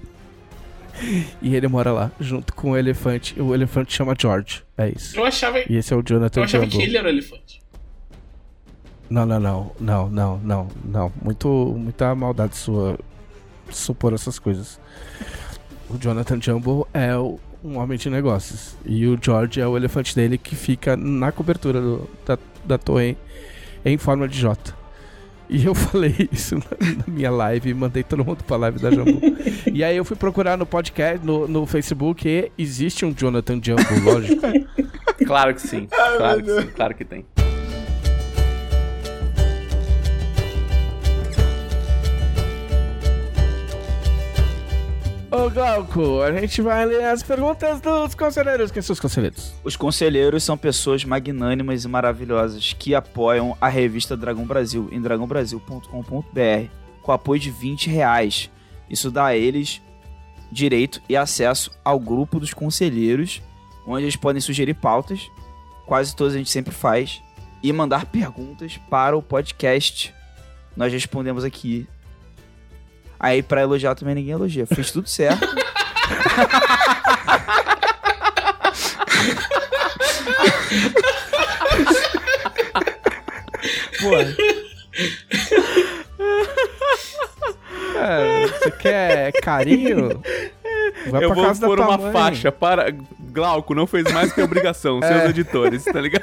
E ele mora lá, junto com o elefante. O elefante chama George. É isso. Eu achava, E esse é o Jonathan eu achava Jumbo. que ele era o elefante. Não, não, não, não, não, não, não. Muito, muita maldade sua supor essas coisas. O Jonathan Jumbo é o- um homem de negócios. E o George é o elefante dele que fica na cobertura do- da, da torre em forma de J. E eu falei isso na, na minha live e mandei todo mundo pra live da Jumbo. E aí eu fui procurar no podcast, no, no Facebook, e existe um Jonathan Jumbo, lógico. Claro que sim. Claro que sim. Claro que tem. Ô Glauco, a gente vai ler as perguntas dos conselheiros. Quem são os conselheiros? Os conselheiros são pessoas magnânimas e maravilhosas que apoiam a revista Dragão Brasil em dragão brasil ponto com ponto b r com apoio de vinte reais. Isso dá a eles direito e acesso ao grupo dos conselheiros, onde eles podem sugerir pautas, quase todas a gente sempre faz, e mandar perguntas para o podcast. Nós respondemos aqui. Aí, pra elogiar também ninguém elogia. Fez tudo certo. Pô. É, você quer carinho? Vai Eu pra vou casa pôr da tua uma mãe. faixa para... Glauco não fez mais que obrigação, seus É. editores, tá ligado?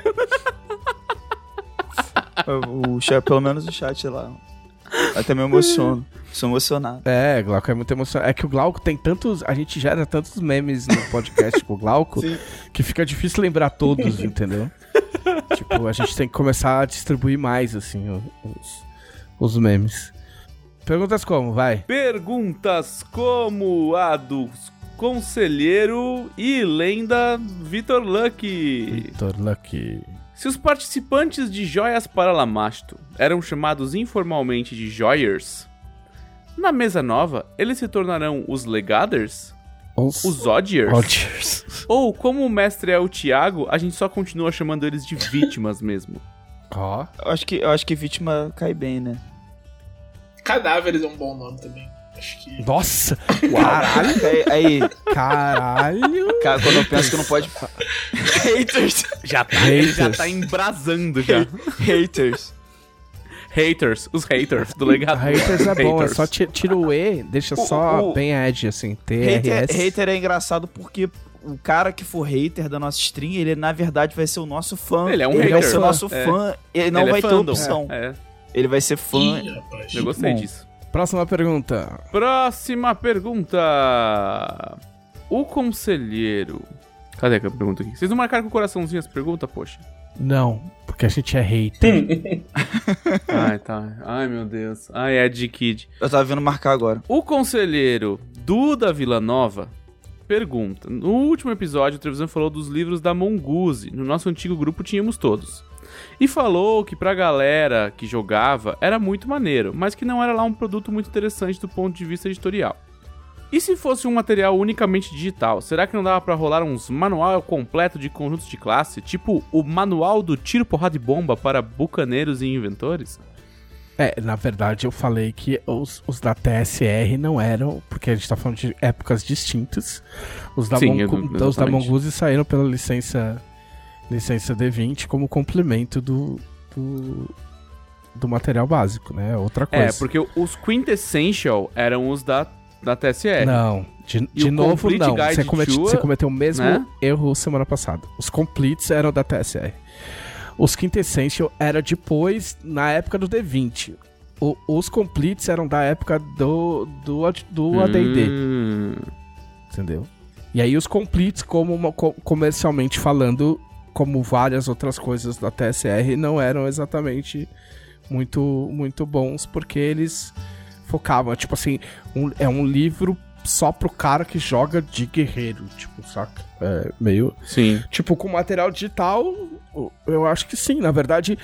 O chat, pelo menos o chat lá. Até me emociono. Sou emocionado. É, Glauco é muito emocionante. É que o Glauco tem tantos... A gente gera tantos memes no podcast com o Glauco que fica difícil lembrar todos, entendeu? Tipo, a gente tem que começar a distribuir mais, assim, os, os memes. Perguntas como? Vai. Perguntas como a do conselheiro e lenda Vitor Lucky. Vitor Lucky. Se os participantes de Joias para Lamasto eram chamados informalmente de Joyers, na mesa nova eles se tornarão os Legaders? Os, Os Zodiers? Zodiers. Ou, como o mestre é o Thiago, a gente só continua chamando eles de vítimas mesmo. Ó. Eu acho que, eu acho que vítima cai bem, né? Cadáveres é um bom nome também. Acho que. Nossa! Caralho! Aí, aí, Caralho! cara, quando eu penso que não pode... Haters! Já tá, ele já Haters. tá embrasando já. Haters. Haters, os haters do legado. Haters é bom, é Haters. só ti- tira o E, deixa O- só o- bem edge, assim, T R Hater, S. hater é engraçado porque o cara que for hater da nossa stream, ele na verdade vai ser o nosso fã. Ele é um Ele vai hater. ser o nosso É. fã. Ele não Ele é vai ter fandom. opção. É, Ele vai ser fã. Ih, rapaz. eu gostei Bom. disso. Próxima pergunta. Próxima pergunta. O conselheiro... Cadê a pergunta aqui? Vocês não marcaram com o coraçãozinho essa pergunta, poxa? Não, porque a gente é hater. Ai, tá. Ai, meu Deus. Ai, Ed Kid. Eu tava vendo marcar agora. O conselheiro Duda Villanova pergunta: no último episódio, o Trevisan falou dos livros da Mongoose. No nosso antigo grupo tínhamos todos. E falou que pra galera que jogava era muito maneiro, mas que não era lá um produto muito interessante do ponto de vista editorial. E se fosse um material unicamente digital, será que não dava pra rolar uns manual completo de conjuntos de classe? Tipo o manual do tiro, porrada e bomba para bucaneiros e inventores? É, na verdade eu falei que os, os da T S R não eram, porque a gente tá falando de épocas distintas. Os da, Sim, Mongo- eu- os da exatamente. Mongoose saíram pela licença, licença D vinte como complemento do, do, do material básico, né? Outra coisa. É, porque os Quintessential eram os da, da T S R. Não, de, E de o novo Complete não. Guide Você, comete- Tour, você cometeu o mesmo né? erro semana passada. Os completes eram da T S R. Os Quintessential era depois, na época do D vinte. O- os completes eram da época do, do, do A D e D, Hum. entendeu? E aí os completes, como uma- co- comercialmente falando, como várias outras coisas da T S R, não eram exatamente muito, muito bons, porque eles focavam, tipo assim, um- é um livro só pro cara que joga de guerreiro, tipo, saca? É meio... Sim. Tipo, com material digital, eu acho que sim. Na verdade,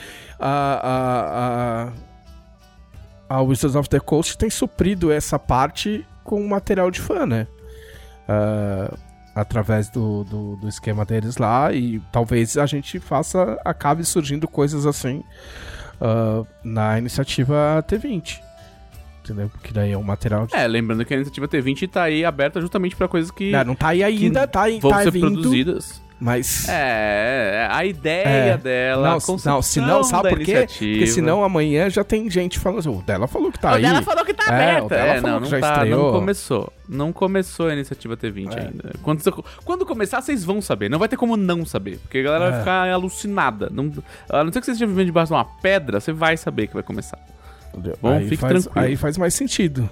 a, a, a, a Wizards of the Coast tem suprido essa parte com material de fã, né? Ah, através do, do, do esquema deles lá, e talvez a gente faça, acabe surgindo coisas assim ah, na iniciativa T vinte. Entendeu? Porque daí é um material de... É, lembrando que a iniciativa T vinte tá aí aberta justamente pra coisas que Não, não tá aí ainda, tá, aí, vão tá ser vindo, produzidas. mas... É, a ideia É. dela, Não, a concepção não, senão, sabe da por quê? iniciativa. Porque senão amanhã já tem gente falando assim, o dela falou que tá aí. O dela falou que tá É, aberta. o dela É, falou não, que não já tá, estreou. não começou. Não começou a iniciativa T vinte É. ainda. Quando, você- quando começar, vocês vão saber. Não vai ter como não saber. Porque a galera É. vai ficar alucinada. Não, a não ser que você esteja vivendo debaixo de uma pedra, você vai saber que vai começar. Entendeu? Bom, aí fique faz, tranquilo. Aí faz mais sentido.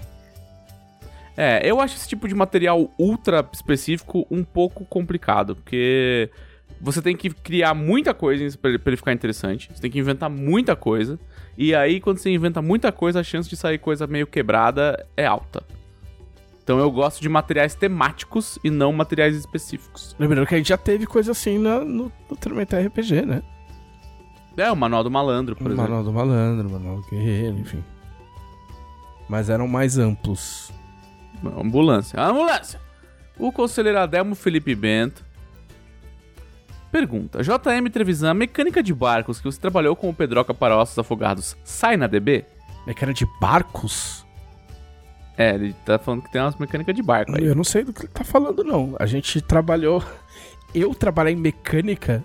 É, eu acho esse tipo de material ultra específico um pouco complicado, porque você tem que criar muita coisa pra ele, pra ele ficar interessante, você tem que inventar muita coisa, e aí quando você inventa muita coisa, a chance de sair coisa meio quebrada é alta. Então eu gosto de materiais temáticos e não materiais específicos. Lembrando que a gente já teve coisa assim na- no, no Tormenta R P G, né? É, o Manual do Malandro, por O exemplo. Manual do Malandro, Manual do Guerreiro, enfim. Mas eram mais amplos. Ambulância. Ambulância! O conselheiro Adelmo Felipe Bento pergunta: J M Trevisan, a mecânica de barcos que você trabalhou com o Pedroca para Ossos Afogados sai na D B? Mecânica de barcos? É, ele tá falando que tem umas mecânicas de barco aí. Eu não sei do que ele tá falando, não. A gente trabalhou... Eu trabalhei em mecânica...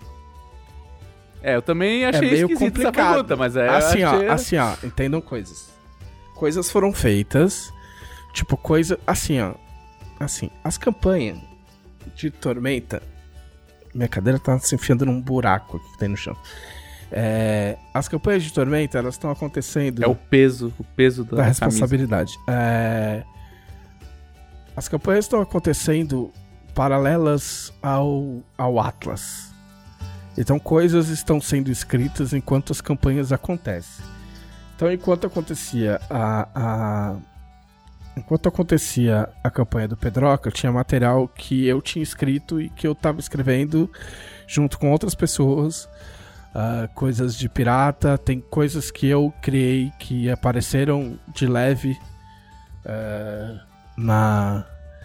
É, eu também achei meio esquisito essa complicado. pergunta, mas é. eu assim, achei- ó, assim, ó, entendam coisas. Coisas foram feitas, tipo, coisa, assim, ó, assim, as campanhas de Tormenta, minha cadeira tá se enfiando num buraco aqui que tem no chão. É, as campanhas de Tormenta, elas estão acontecendo É o peso, o peso da, da camisa. responsabilidade. É, as campanhas estão acontecendo paralelas ao, ao Atlas. Então coisas estão sendo escritas enquanto as campanhas acontecem. Então enquanto acontecia a, a enquanto acontecia a campanha do Pedroca, tinha material que eu tinha escrito e que eu estava escrevendo junto com outras pessoas. Uh, coisas de pirata, tem coisas que eu criei que apareceram de leve uh, na,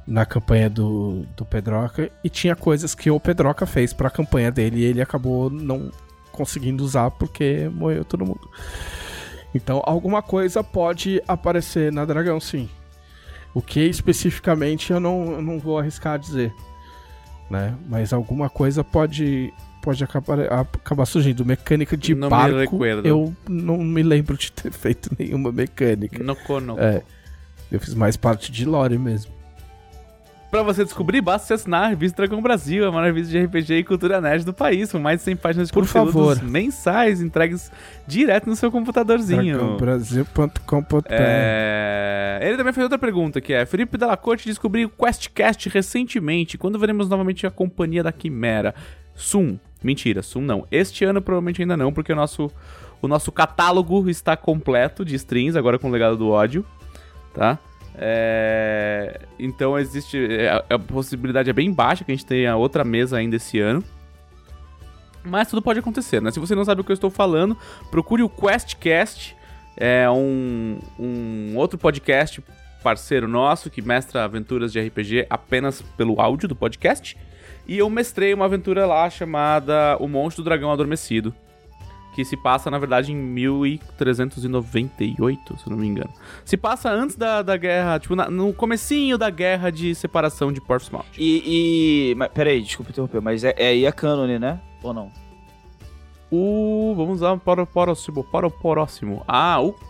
na campanha do, do Pedroca, e tinha coisas que o Pedroca fez pra campanha dele e ele acabou não conseguindo usar porque morreu todo mundo. Então, alguma coisa pode aparecer na Dragão, sim. O que especificamente eu não, eu não vou arriscar a dizer, né? Mas alguma coisa pode, pode acabar, acabar surgindo. Mecânica de não barco, eu não me lembro de ter feito nenhuma mecânica. No cono. É, eu fiz mais parte de lore mesmo. Pra você descobrir, basta você assinar a revista Dragão Brasil, a maior revista de R P G e cultura nerd do país, com mais de cem páginas de Por conteúdos favor. mensais, entregues direto no seu computadorzinho. dragão brasil ponto com ponto b r É... Ele também fez outra pergunta, que é: Felipe Della Corte descobriu o QuestCast recentemente. Quando veremos novamente a Companhia da Quimera? Soon. Mentira, Soon não. Este ano provavelmente ainda não, porque o nosso, o nosso catálogo está completo de streams, agora com o Legado do Ódio, tá? É... Então existe... A, a possibilidade é bem baixa que a gente tenha outra mesa ainda esse ano. Mas tudo pode acontecer, né? Se você não sabe o que eu estou falando, procure o QuestCast. É um, um outro podcast parceiro nosso que mestra aventuras de R P G apenas pelo áudio do podcast. E eu mestrei uma aventura lá chamada O Monstro do Dragão Adormecido, que se passa, na verdade, em mil trezentos e noventa e oito, se eu não me engano. Se passa antes da, da guerra, tipo, na, no comecinho da guerra de separação de Portsmouth. E, e... Mas, peraí, desculpa interromper, mas é, é aí a cânone, né? Ou não? O... Vamos lá para o próximo, para o próximo. Ah, o...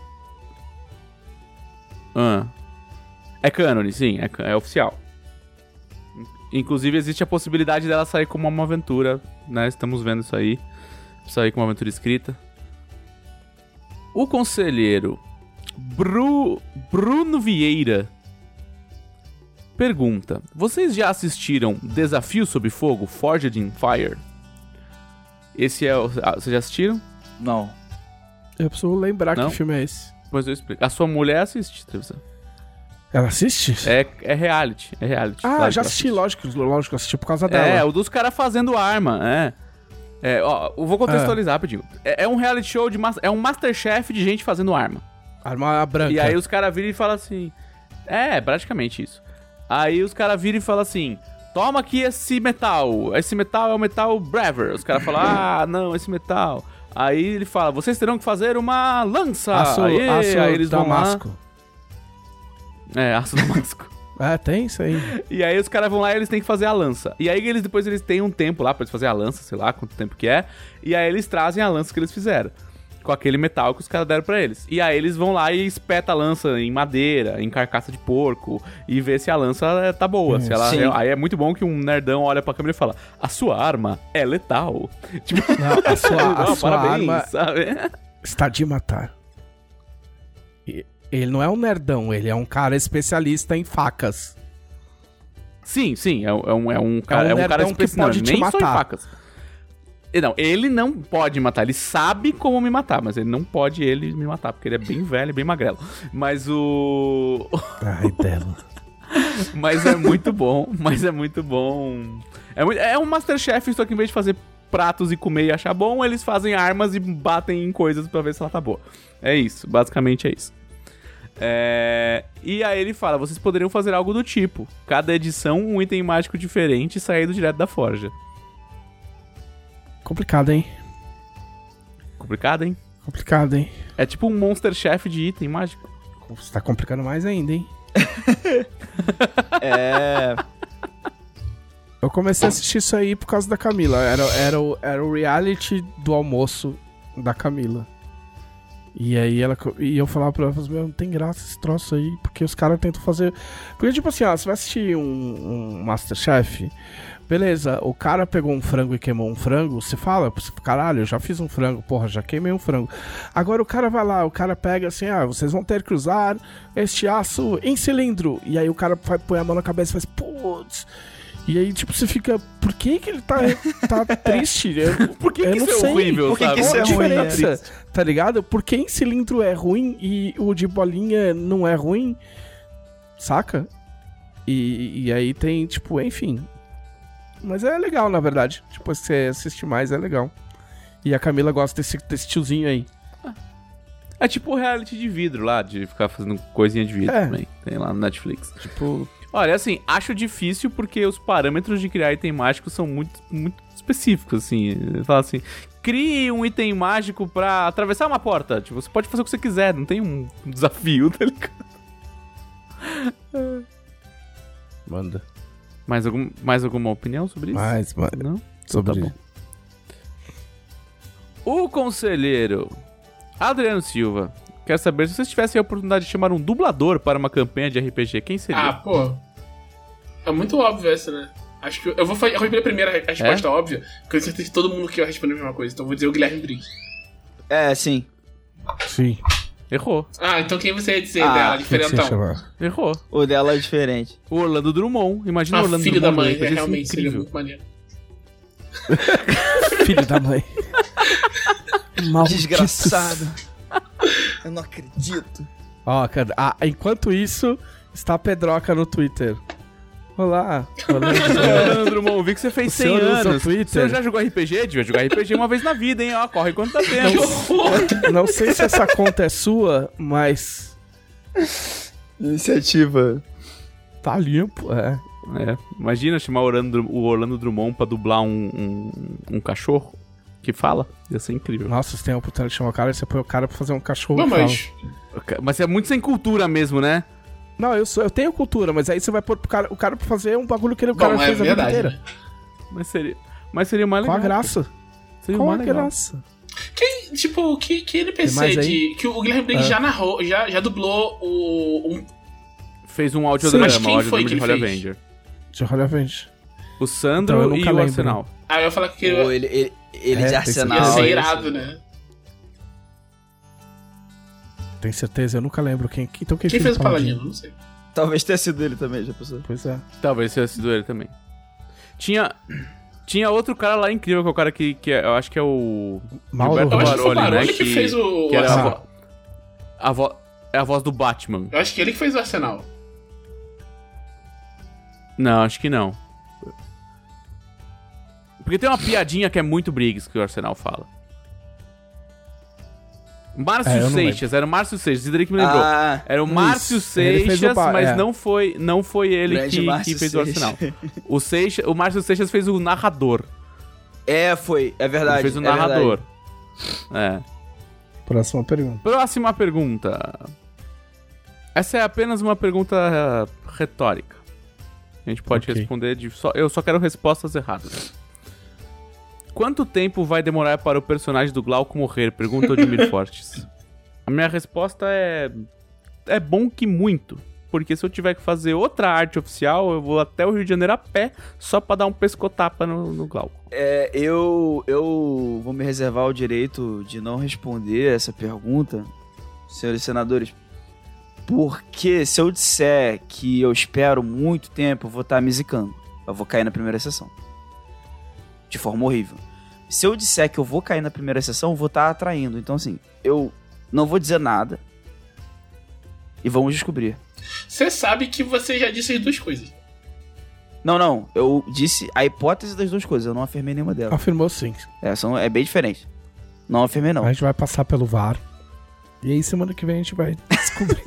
Ah. É cânone, sim, é, é oficial. Inclusive, existe a possibilidade dela sair como uma aventura, né? Estamos vendo isso aí. Sair com uma aventura escrita. O conselheiro Bru... Bruno Vieira pergunta: vocês já assistiram Desafio Sob Fogo, Forged in Fire? Esse é o... Ah, vocês já assistiram? Não. Eu preciso lembrar Não? que filme é esse. Pois eu explico. A sua mulher assiste, Trevisan. Ela assiste? É, é reality, é reality. Ah, Claro já que assisti, ela assiste. lógico, lógico, assisti por causa dela. É, o dos caras fazendo arma, é. É, ó, eu vou contextualizar rapidinho. É, é um reality show de... mas- É um Masterchef de gente fazendo arma. Arma branca. E aí os caras viram e falam assim... É, praticamente isso. Aí os caras viram e falam assim: toma aqui esse metal. Esse metal é o metal Braver. Os caras falam: ah, não, esse metal. Aí ele fala: vocês terão que fazer uma lança. Aço, Aê! aço Aí eles vão lá. damasco. É, aço damasco. É, tem isso aí. E aí os caras vão lá e eles têm que fazer a lança. E aí eles depois eles têm um tempo lá pra eles fazerem a lança, sei lá quanto tempo que é. E aí eles trazem a lança que eles fizeram, com aquele metal que os caras deram pra eles. E aí eles vão lá e espetam a lança em madeira, em carcaça de porco, e vê se a lança tá boa. É, se ela sim. é- aí é muito bom que um nerdão olha pra câmera e fala: a sua arma é letal. Tipo, Não, a sua, a não, sua parabéns, arma sabe? está de matar. E ele não é um nerdão, ele é um cara especialista em facas. Sim, sim, é, um- é um, é um cara, um é um cara nerdão que especial, pode te nem só em matar. facas. E Não, ele não pode matar, ele sabe como me matar, mas ele não pode ele me matar, porque ele é bem velho e bem magrelo. Mas o... Ai, dela. Mas é muito bom, mas é muito bom. É, muito- é um Masterchef, só que em vez de fazer pratos e comer e achar bom, eles fazem armas e batem em coisas pra ver se ela tá boa. É isso, basicamente é isso. É, E aí ele fala: vocês poderiam fazer algo do tipo: cada edição um item mágico diferente saído direto da forja. Complicado, hein? Complicado, hein? Complicado, hein? É tipo um Monster Chef de item mágico. Você tá complicando mais ainda, hein? É. Eu comecei a assistir isso aí por causa da Camila. Era, era, o, era o reality do almoço da Camila. E aí ela. E eu falava pra ela, meu, não tem graça esse troço aí, porque os caras tentam fazer. Porque, tipo assim, ó, você vai assistir um, um Masterchef. Beleza, o cara pegou um frango e queimou um frango, você fala, caralho, eu já fiz um frango, porra, já queimei um frango. Agora o cara vai lá, o cara pega assim: ah, vocês vão ter que usar este aço em cilindro. E aí o cara vai, põe a mão na cabeça e faz, putz. E aí, tipo, você fica, por que que ele tá, tá triste? Eu, Por que, eu que não isso é sei. horrível, Por que sabe? que isso Qual a é ruim, né? diferença, tá ligado? Por que em cilindro é ruim e o de bolinha não é ruim? Saca? E, e aí tem, tipo, enfim. Mas é legal, na verdade. Depois que você assiste mais, é legal. E a Camila gosta desse, desse tiozinho aí. É tipo o reality de vidro lá, de ficar fazendo coisinha de vidro É. também. Tem lá no Netflix. Tipo, Olha, assim, acho difícil porque os parâmetros de criar item mágico são muito, muito específicos, assim. Fala assim, crie um item mágico pra atravessar uma porta. Tipo, você pode fazer o que você quiser, não tem um desafio, tá ligado? Manda. Mais, algum, mais alguma opinião sobre isso? Mais, mais. Não? Sobre Então tá bom. O conselheiro Adriano Silva quer saber se vocês tivessem a oportunidade de chamar um dublador para uma campanha de R P G, quem seria? Ah, pô. É muito óbvio essa, né? Acho que eu vou, eu vou responder a primeira resposta É? óbvia, porque eu tenho certeza que todo mundo que vai responder a mesma coisa. Então eu vou dizer o Guilherme Briggs. É, sim. Sim. Errou, Ah, então quem você ia dizer Ah, dela? O que que você Diferentão. chamar? errou. O dela é diferente. O Orlando Drummond, imagina o Ah, Orlando filho da Drummond. mãe, no R P G, é, realmente isso é seria incrível. muito maneiro. Filho da mãe. Maldito. Desgraçado. Eu não acredito. Ó, cara, ah, enquanto isso, está a Pedroca no Twitter. Olá. Orlando Drummond, vi que você fez O cem senhor usa anos. o Twitter? Você já jogou R P G? Devia jogar R P G uma vez na vida, hein? Ó, corre quanto tá tempo. Não sei se essa conta é sua, mas Iniciativa. tá limpo. É. É, imagina chamar o Orlando, o Orlando Drummond pra dublar um, um, um cachorro que fala. Ia ser incrível. Nossa, você tem a oportunidade de chamar o cara, você põe o cara pra fazer um cachorro. Não, e fala. mas. Mas é muito sem cultura mesmo, né? Não, eu, sou, eu tenho cultura, mas aí você vai pôr pro cara, o cara pra fazer um bagulho que ele, o Bom, cara é fez a vida verdade. inteira. Né? Mas seria, mas seria mais Qual legal. a graça? Seria Qual a mais legal. graça? Quem, tipo, que, que N P Tem mais C aí? de. Que o Guilherme Briggs Ah. já narrou, já, já dublou o. Um, Fez um audiodrama, Mas quem um foi audiodrama que de Holy ele fez? Avenger. De Holy Avenger. O Sandro Então, eu e nunca o lembro. Arsenal. ah, eu ia falar que Pô, ia ele, ele, ele É, de tem Arsenal. ser isso. irado, né? Tem certeza? Eu nunca lembro quem. Então quem, Quem fez fez o Paladino? Não sei. Talvez tenha sido ele também, já pensou? Pois é. Talvez tenha sido ele também. Tinha... Tinha outro cara lá incrível, que é o cara que, que é- eu acho que é o... Mauro Gilberto Eu acho que foi o Baroli, né? Baroli que fez o- que era o a, Arsenal. vo- a, vo- é a voz do Batman. Eu acho que ele que fez o Arsenal. Não, acho que não. Porque tem uma piadinha que é muito Briggs que o Arsenal fala. Márcio É, eu não Seixas, era o Márcio Seixas, o Drake me lembrou. Ah, Era o Márcio isso. Ele fez Seixas, o ba- mas é. não foi, não foi ele Grande que, Márcio que fez o Seixas. Arsenal. O, Seixas, o Márcio Seixas fez o narrador. é, foi. É verdade. Ele fez o é narrador. verdade. É. Próxima pergunta. Próxima pergunta. Essa é apenas uma pergunta eh, retórica. A gente pode Ok. responder de só. Eu só quero respostas erradas. Quanto tempo vai demorar para o personagem do Glauco morrer? Pergunta o Odmir Fortes. A minha resposta é. É bom que muito. Porque se eu tiver que fazer outra arte oficial, eu vou até o Rio de Janeiro a pé só pra dar um pescotapa no, no Glauco. É, eu, eu vou me reservar o direito de não responder essa pergunta, senhores senadores, porque se eu disser que eu espero muito tempo, eu vou estar me zicando. Eu vou cair na primeira sessão. De forma horrível. Se eu disser que eu vou cair na primeira sessão, eu vou estar atraindo. Então, assim, eu não vou dizer nada e vamos descobrir. Você sabe que você já disse as duas coisas. Não, não, eu disse a hipótese das duas coisas, eu não afirmei nenhuma delas. Afirmou sim. É, são, é bem diferente. Não afirmei, não. A gente vai passar pelo V A R. E aí semana que vem a gente vai descobrir.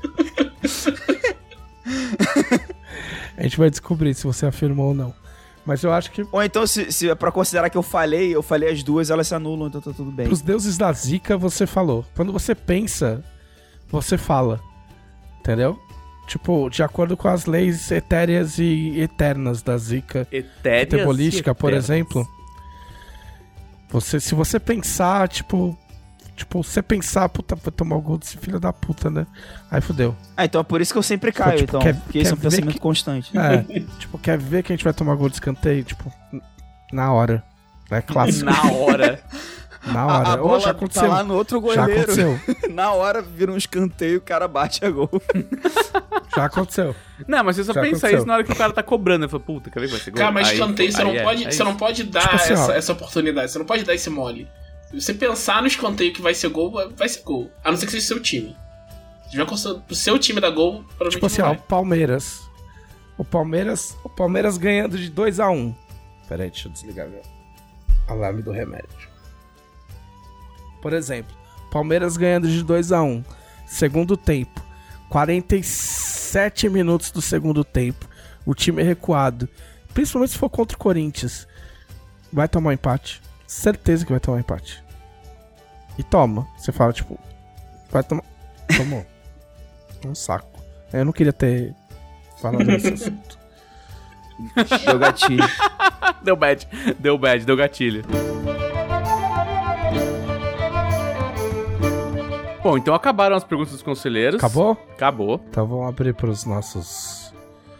A gente vai descobrir se você afirmou ou não. Mas eu acho que Ou então, se, se é pra considerar que eu falei, eu falei as duas, elas se anulam, então tá tudo bem. pros deuses da zica você falou. Quando você pensa, você fala. Entendeu? Tipo, de acordo com as leis etéreas e eternas da zica Etéreas futebolística, e por eternas. exemplo. Você, se você pensar, tipo... Tipo, você pensar, puta, vou tomar o gol desse filho da puta, né? Aí fudeu. Ah, então é por isso que eu sempre caio, tipo, então. quer- porque esse é um quer ver pensamento que- constante. É, tipo, quer ver que a gente vai tomar gol de escanteio? Tipo, na hora. É clássico. Na hora. Na hora. A, a Ô, bola já aconteceu. tá lá no outro Já goleiro. aconteceu. Na hora, vira um escanteio, o cara bate a gol. Já aconteceu. Não, mas você só Já pensa aconteceu. isso na hora que o cara tá cobrando. Eu falo, puta, quer ver que vai ser gol? Cara, mas Aí, escanteio, você, não aí é- pode, é você não isso. pode dar Tipo assim, essa, ó. essa oportunidade. Você não pode dar esse mole. Se você pensar no escanteio que vai ser gol, vai ser gol. A não ser que seja seu time. Se tiver considerando pro seu time dar gol, provavelmente Tipo assim, não ó, o vai. Palmeiras. O Palmeiras. O Palmeiras ganhando de dois a um. Pera aí, deixa eu desligar meu alarme do remédio. Por exemplo, Palmeiras ganhando de dois a um. Segundo tempo. quarenta e sete minutos do segundo tempo, o time é recuado, principalmente se for contra o Corinthians, vai tomar um empate. Certeza que vai tomar um empate. E toma. Você fala, tipo, vai tomar. Tomou. Um saco. Eu não queria ter falado nesse assunto. Deu gatilho. Deu bad. Deu bad, deu gatilho. Bom, então acabaram as perguntas dos conselheiros. Acabou? Acabou. Então vamos abrir para os nossos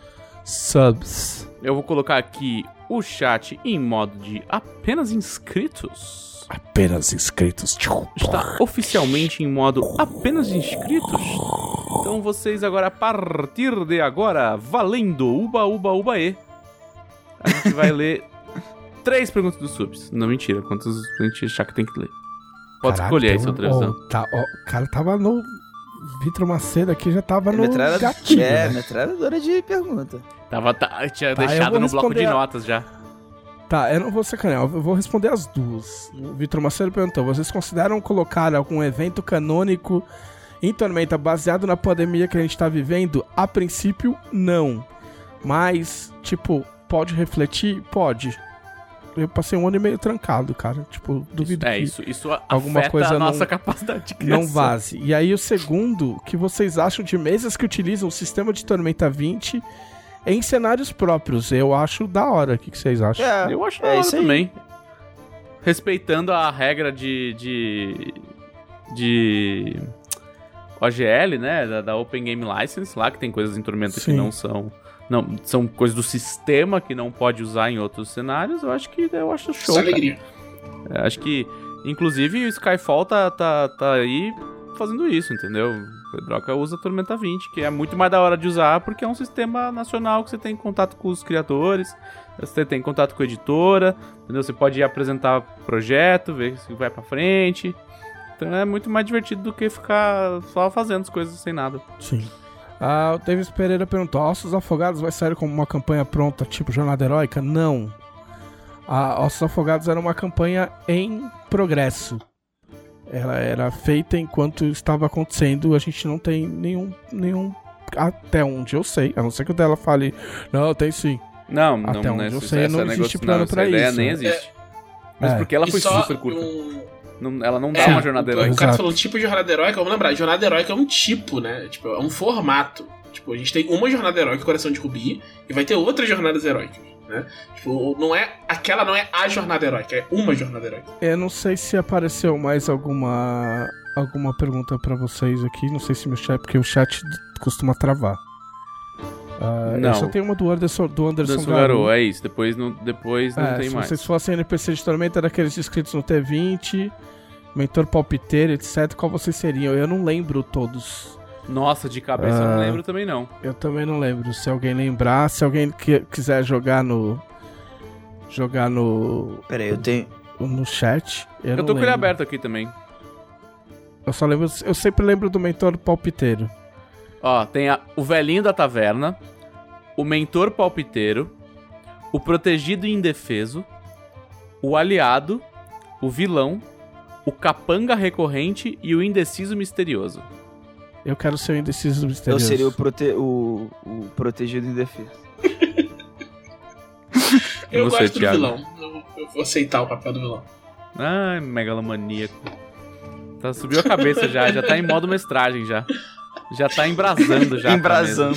subs. Eu vou colocar aqui o chat em modo de apenas inscritos. Apenas inscritos. Está oficialmente em modo apenas inscritos. Então vocês agora, a partir de agora, valendo, uba, uba, uba, e. A gente vai ler três perguntas dos subs. Não, mentira, quantas a gente achar que tem que ler. Pode Caraca, escolher aí, tem seu um- televisão. ó, tá, ó, o cara tava no... Vitor Macedo aqui já tava no Metralha- gatilho, É, né? metralhadora de pergunta. Tava, tá, tinha Tá, eu deixado vou no bloco de responder a- notas já. Tá, eu não vou sacanear, eu vou responder as duas. O Vitor Macedo perguntou, vocês consideram colocar algum evento canônico em Tormenta baseado na pandemia que a gente tá vivendo? A princípio, não. Mas, tipo, pode refletir? Pode. Eu passei um ano e meio trancado, cara. Tipo, duvido É, que isso, isso a- alguma afeta coisa a nossa não- capacidade de criação. não vaze. E aí o segundo, o que vocês acham de mesas que utilizam o sistema de Tormenta vinte em cenários próprios? Eu acho da hora. O que que vocês acham? É, Eu acho é da hora isso aí. também. Respeitando a regra de. de. de. O G L, né? Da, da Open Game License lá, que tem coisas em Tormenta que Sim. não são. Não, são coisas do sistema que não pode usar em outros cenários. Eu acho que eu acho show. Só cara. alegria. É, acho que, inclusive, o Skyfall tá, tá, tá aí fazendo isso, entendeu? O Pedroca usa Tormenta vinte, que é muito mais da hora de usar, porque é um sistema nacional que você tem contato com os criadores, você tem contato com a editora, entendeu? Você pode ir apresentar projeto, ver se vai pra frente. Então é muito mais divertido do que ficar só fazendo as coisas sem nada. Sim. Ah, o Davis Pereira perguntou: Ossos Afogados vai sair como uma campanha pronta, tipo Jornada Heróica? Não. A Ossos Afogados era uma campanha em progresso. Ela era feita enquanto estava acontecendo. A gente não tem nenhum. nenhum até onde eu sei. A não ser que o dela fale: não, tem sim. Não, não, Até onde essa- eu sei, essa não existe negocio- plano essa pra ideia isso. nem existe. Mas É. porque ela E foi só super curta. um- Não- ela não dá É, uma jornada o- heróica. O cara Exato. falou tipo de jornada heróica, vamos lembrar, jornada heróica é um tipo, né? Tipo, é um formato. Tipo, a gente tem uma jornada heróica, Coração de Rubi, e vai ter outras jornadas heróicas, né? Tipo, não é. Aquela não é a jornada heróica, é uma jornada heróica. Eu não sei se apareceu mais alguma. alguma pergunta pra vocês aqui. Não sei se meu chat. Porque o chat costuma travar. Ah, Não. Eu só tenho uma do Anderson, do Anderson Danço Garou. Garou, é isso. Depois não, depois não É, tem se mais. vocês fossem N P C de Tormenta, daqueles inscritos no T vinte, Mentor Palpiteiro, etcétera, qual vocês seriam? Eu não lembro todos. Nossa, de cabeça eu Ah. não lembro também não. Eu também não lembro. Se alguém lembrar, se alguém que- quiser jogar no. Jogar no. Pera aí, eu tenho... no chat. Eu, Eu, não tô com ele lembro. aberto aqui também. Eu só lembro. Eu sempre lembro do Mentor Palpiteiro. Ó, tem a- o velhinho da taverna, o mentor palpiteiro, o protegido e indefeso, o aliado, o vilão, o capanga recorrente e o indeciso misterioso. Eu quero ser o indeciso Eu misterioso. seria o, prote... o... o protegido indefeso. Eu Você, gosto Thiago? do vilão. Eu, eu vou aceitar o papel do vilão. Ai, megalomaníaco. Tá, subiu a cabeça já, já tá em modo mestragem já. Já tá embrasando já. Embrasando.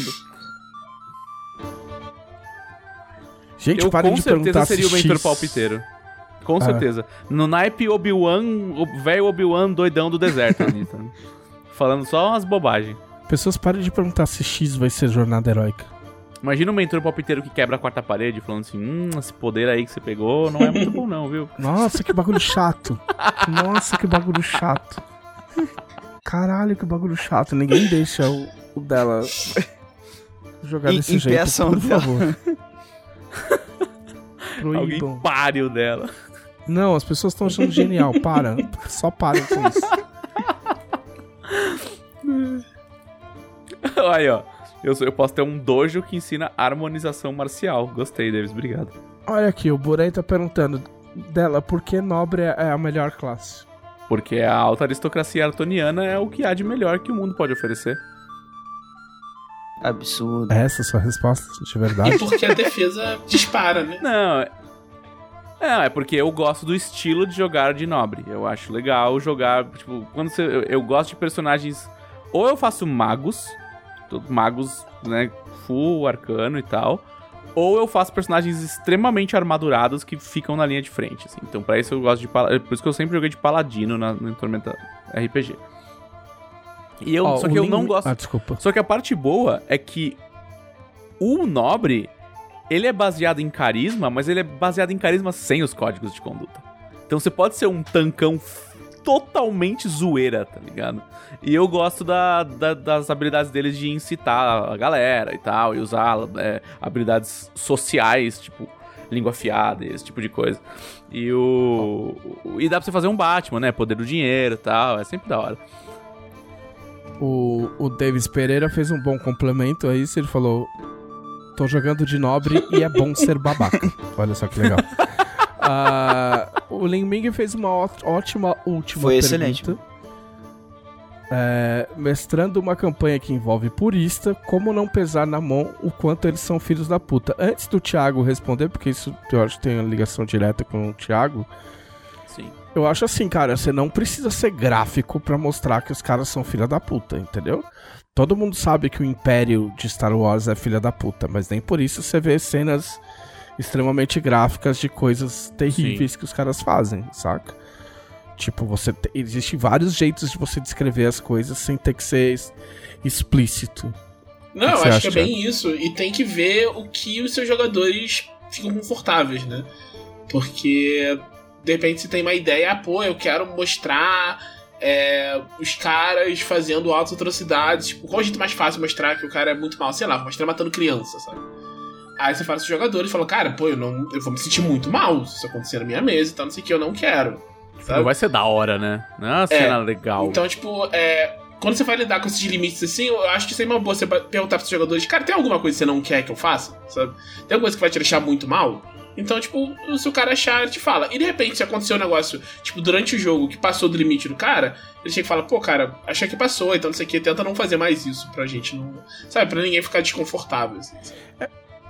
Gente, Eu parem com de certeza perguntar seria o se mentor X- palpiteiro. Com Ah. certeza. No naipe Obi-Wan, o velho Obi-Wan doidão do deserto ali, tá? Falando só umas bobagens. Pessoas parem de perguntar se X vai ser jornada heróica. Imagina um mentor palpiteiro que quebra a quarta parede falando assim, hum, esse poder aí que você pegou não é muito bom não, viu? Nossa, que bagulho chato. Nossa, que bagulho chato. Caralho, que bagulho chato. Ninguém deixa o, o dela jogar Im- desse jeito, impeçam por dela. favor. Alguém Proíbam. pare o dela. Não, as pessoas estão achando genial. Para. Só parem com isso. Aí, ó. Eu, sou- eu posso ter um dojo que ensina harmonização marcial. Gostei, Davis. Obrigado. Olha aqui, o Burei tá perguntando dela por que nobre é a melhor classe. Porque a alta aristocracia artoniana é o que há de melhor que o mundo pode oferecer. Absurdo. Essa é a sua resposta, de verdade? E porque a defesa dispara, né? Não, é... Não, é porque eu gosto do estilo de jogar de nobre. Eu acho legal jogar, tipo, quando você... Eu, eu gosto de personagens... Ou eu faço magos, magos, né, full arcano e tal, ou eu faço personagens extremamente armadurados que ficam na linha de frente, assim. Então, pra isso eu gosto de... Por isso que eu sempre joguei de paladino na, no Tormenta R P G. E eu, oh, só que eu Lin... não gosto... Ah, desculpa. Só que a parte boa é que o nobre, ele é baseado em carisma, mas ele é baseado em carisma sem os códigos de conduta. Então você pode ser um tancão totalmente zoeira, tá ligado? E eu gosto da, da, das habilidades deles de incitar a galera e tal, e usar é, habilidades sociais, tipo língua afiada, esse tipo de coisa. E o... E dá pra você fazer um Batman, né? Poder do dinheiro e tal, é sempre da hora. O, o Davis Pereira fez um bom complemento a isso, ele falou: tô jogando de nobre e é bom ser babaca. Olha só que legal. uh, o Lin Ming fez uma ó- ótima última Foi pergunta. excelente. É, mestrando uma campanha que envolve purista, como não pesar na mão o quanto eles são filhos da puta? Antes do Thiago responder, porque isso eu acho que tem uma ligação direta com o Thiago. Sim. Eu acho assim, cara, você não precisa ser gráfico pra mostrar que os caras são filha da puta, entendeu? Todo mundo sabe que o Império de Star Wars é filha da puta, mas nem por isso você vê cenas extremamente gráficas de coisas terríveis Sim. que os caras fazem, saca? Tipo, você te... existem vários jeitos de você descrever as coisas sem ter que ser explícito. Não, eu acho acha, que é bem isso. E tem que ver o que os seus jogadores ficam confortáveis, né? Porque, de repente, você tem uma ideia, ah, pô, eu quero mostrar é, os caras fazendo altas atrocidades. Tipo, qual é o jeito mais fácil de mostrar que o cara é muito mal? Sei lá, vou mostrar matando criança, sabe? Aí você fala com os jogadores e fala, cara, pô, eu, não, eu vou me sentir muito mal se isso acontecer na minha mesa e tal, não sei o que, eu não quero. Sabe? Não vai ser da hora, né? Não é uma cena é, legal. Então, tipo, é, quando você vai lidar com esses limites assim, eu acho que seria uma boa você perguntar pros jogadores, cara, tem alguma coisa que você não quer que eu faça? Sabe? Tem alguma coisa que vai te deixar muito mal? Então, tipo, se o cara achar, ele te fala. E de repente, se acontecer um negócio, tipo, durante o jogo que passou do limite do cara, ele chega e fala, pô, cara, achei que passou, então não sei o que, tenta não fazer mais isso pra gente não. Sabe, pra ninguém ficar desconfortável, assim. É,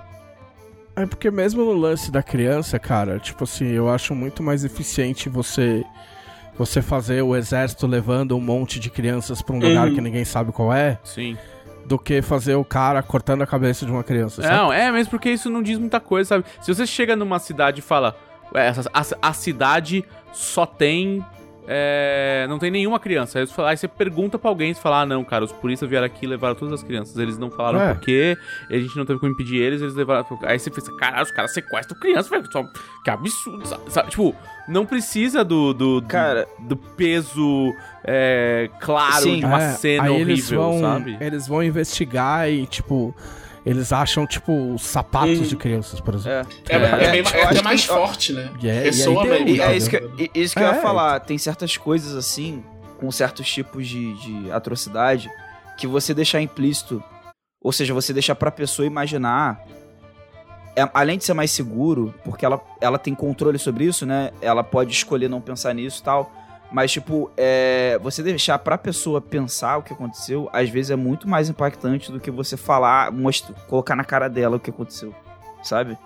é porque mesmo no lance da criança, cara, tipo assim, eu acho muito mais eficiente você. Você fazer o exército levando um monte de crianças pra um uhum. lugar que ninguém sabe qual é. Sim. Do que fazer o cara cortando a cabeça de uma criança, sabe? Não, é mesmo porque isso não diz muita coisa, sabe? Se você chega numa cidade e fala, ué, a, a, a cidade só tem... É, não tem nenhuma criança. Aí você, fala, aí você pergunta pra alguém e fala, ah, não, cara, os polícias vieram aqui e levaram todas as crianças. Eles não falaram é. por quê, a gente não teve como impedir eles, eles levaram... Aí você pensa, caralho, os caras sequestram crianças, velho. Que absurdo, sabe? sabe? Tipo, não precisa do, do, cara, do, do peso é, claro sim. de uma é, cena aí horrível, eles vão, sabe? Eles vão investigar e, tipo... Eles acham, tipo, sapatos Hum. de crianças, por exemplo. É, é, é, é, bem, é até mais que, forte, né? E é, Pessoa e aí mesmo. deu, É isso que, isso que É. eu ia falar. Tem certas coisas, assim, com certos tipos de, de atrocidade, que você deixar implícito, ou seja, você deixar pra pessoa imaginar, é, além de ser mais seguro, porque ela, ela tem controle sobre isso, né? Ela pode escolher não pensar nisso e tal. Mas, tipo, é, você deixar pra pessoa pensar o que aconteceu, às vezes é muito mais impactante do que você falar, mostrar, colocar na cara dela o que aconteceu, sabe?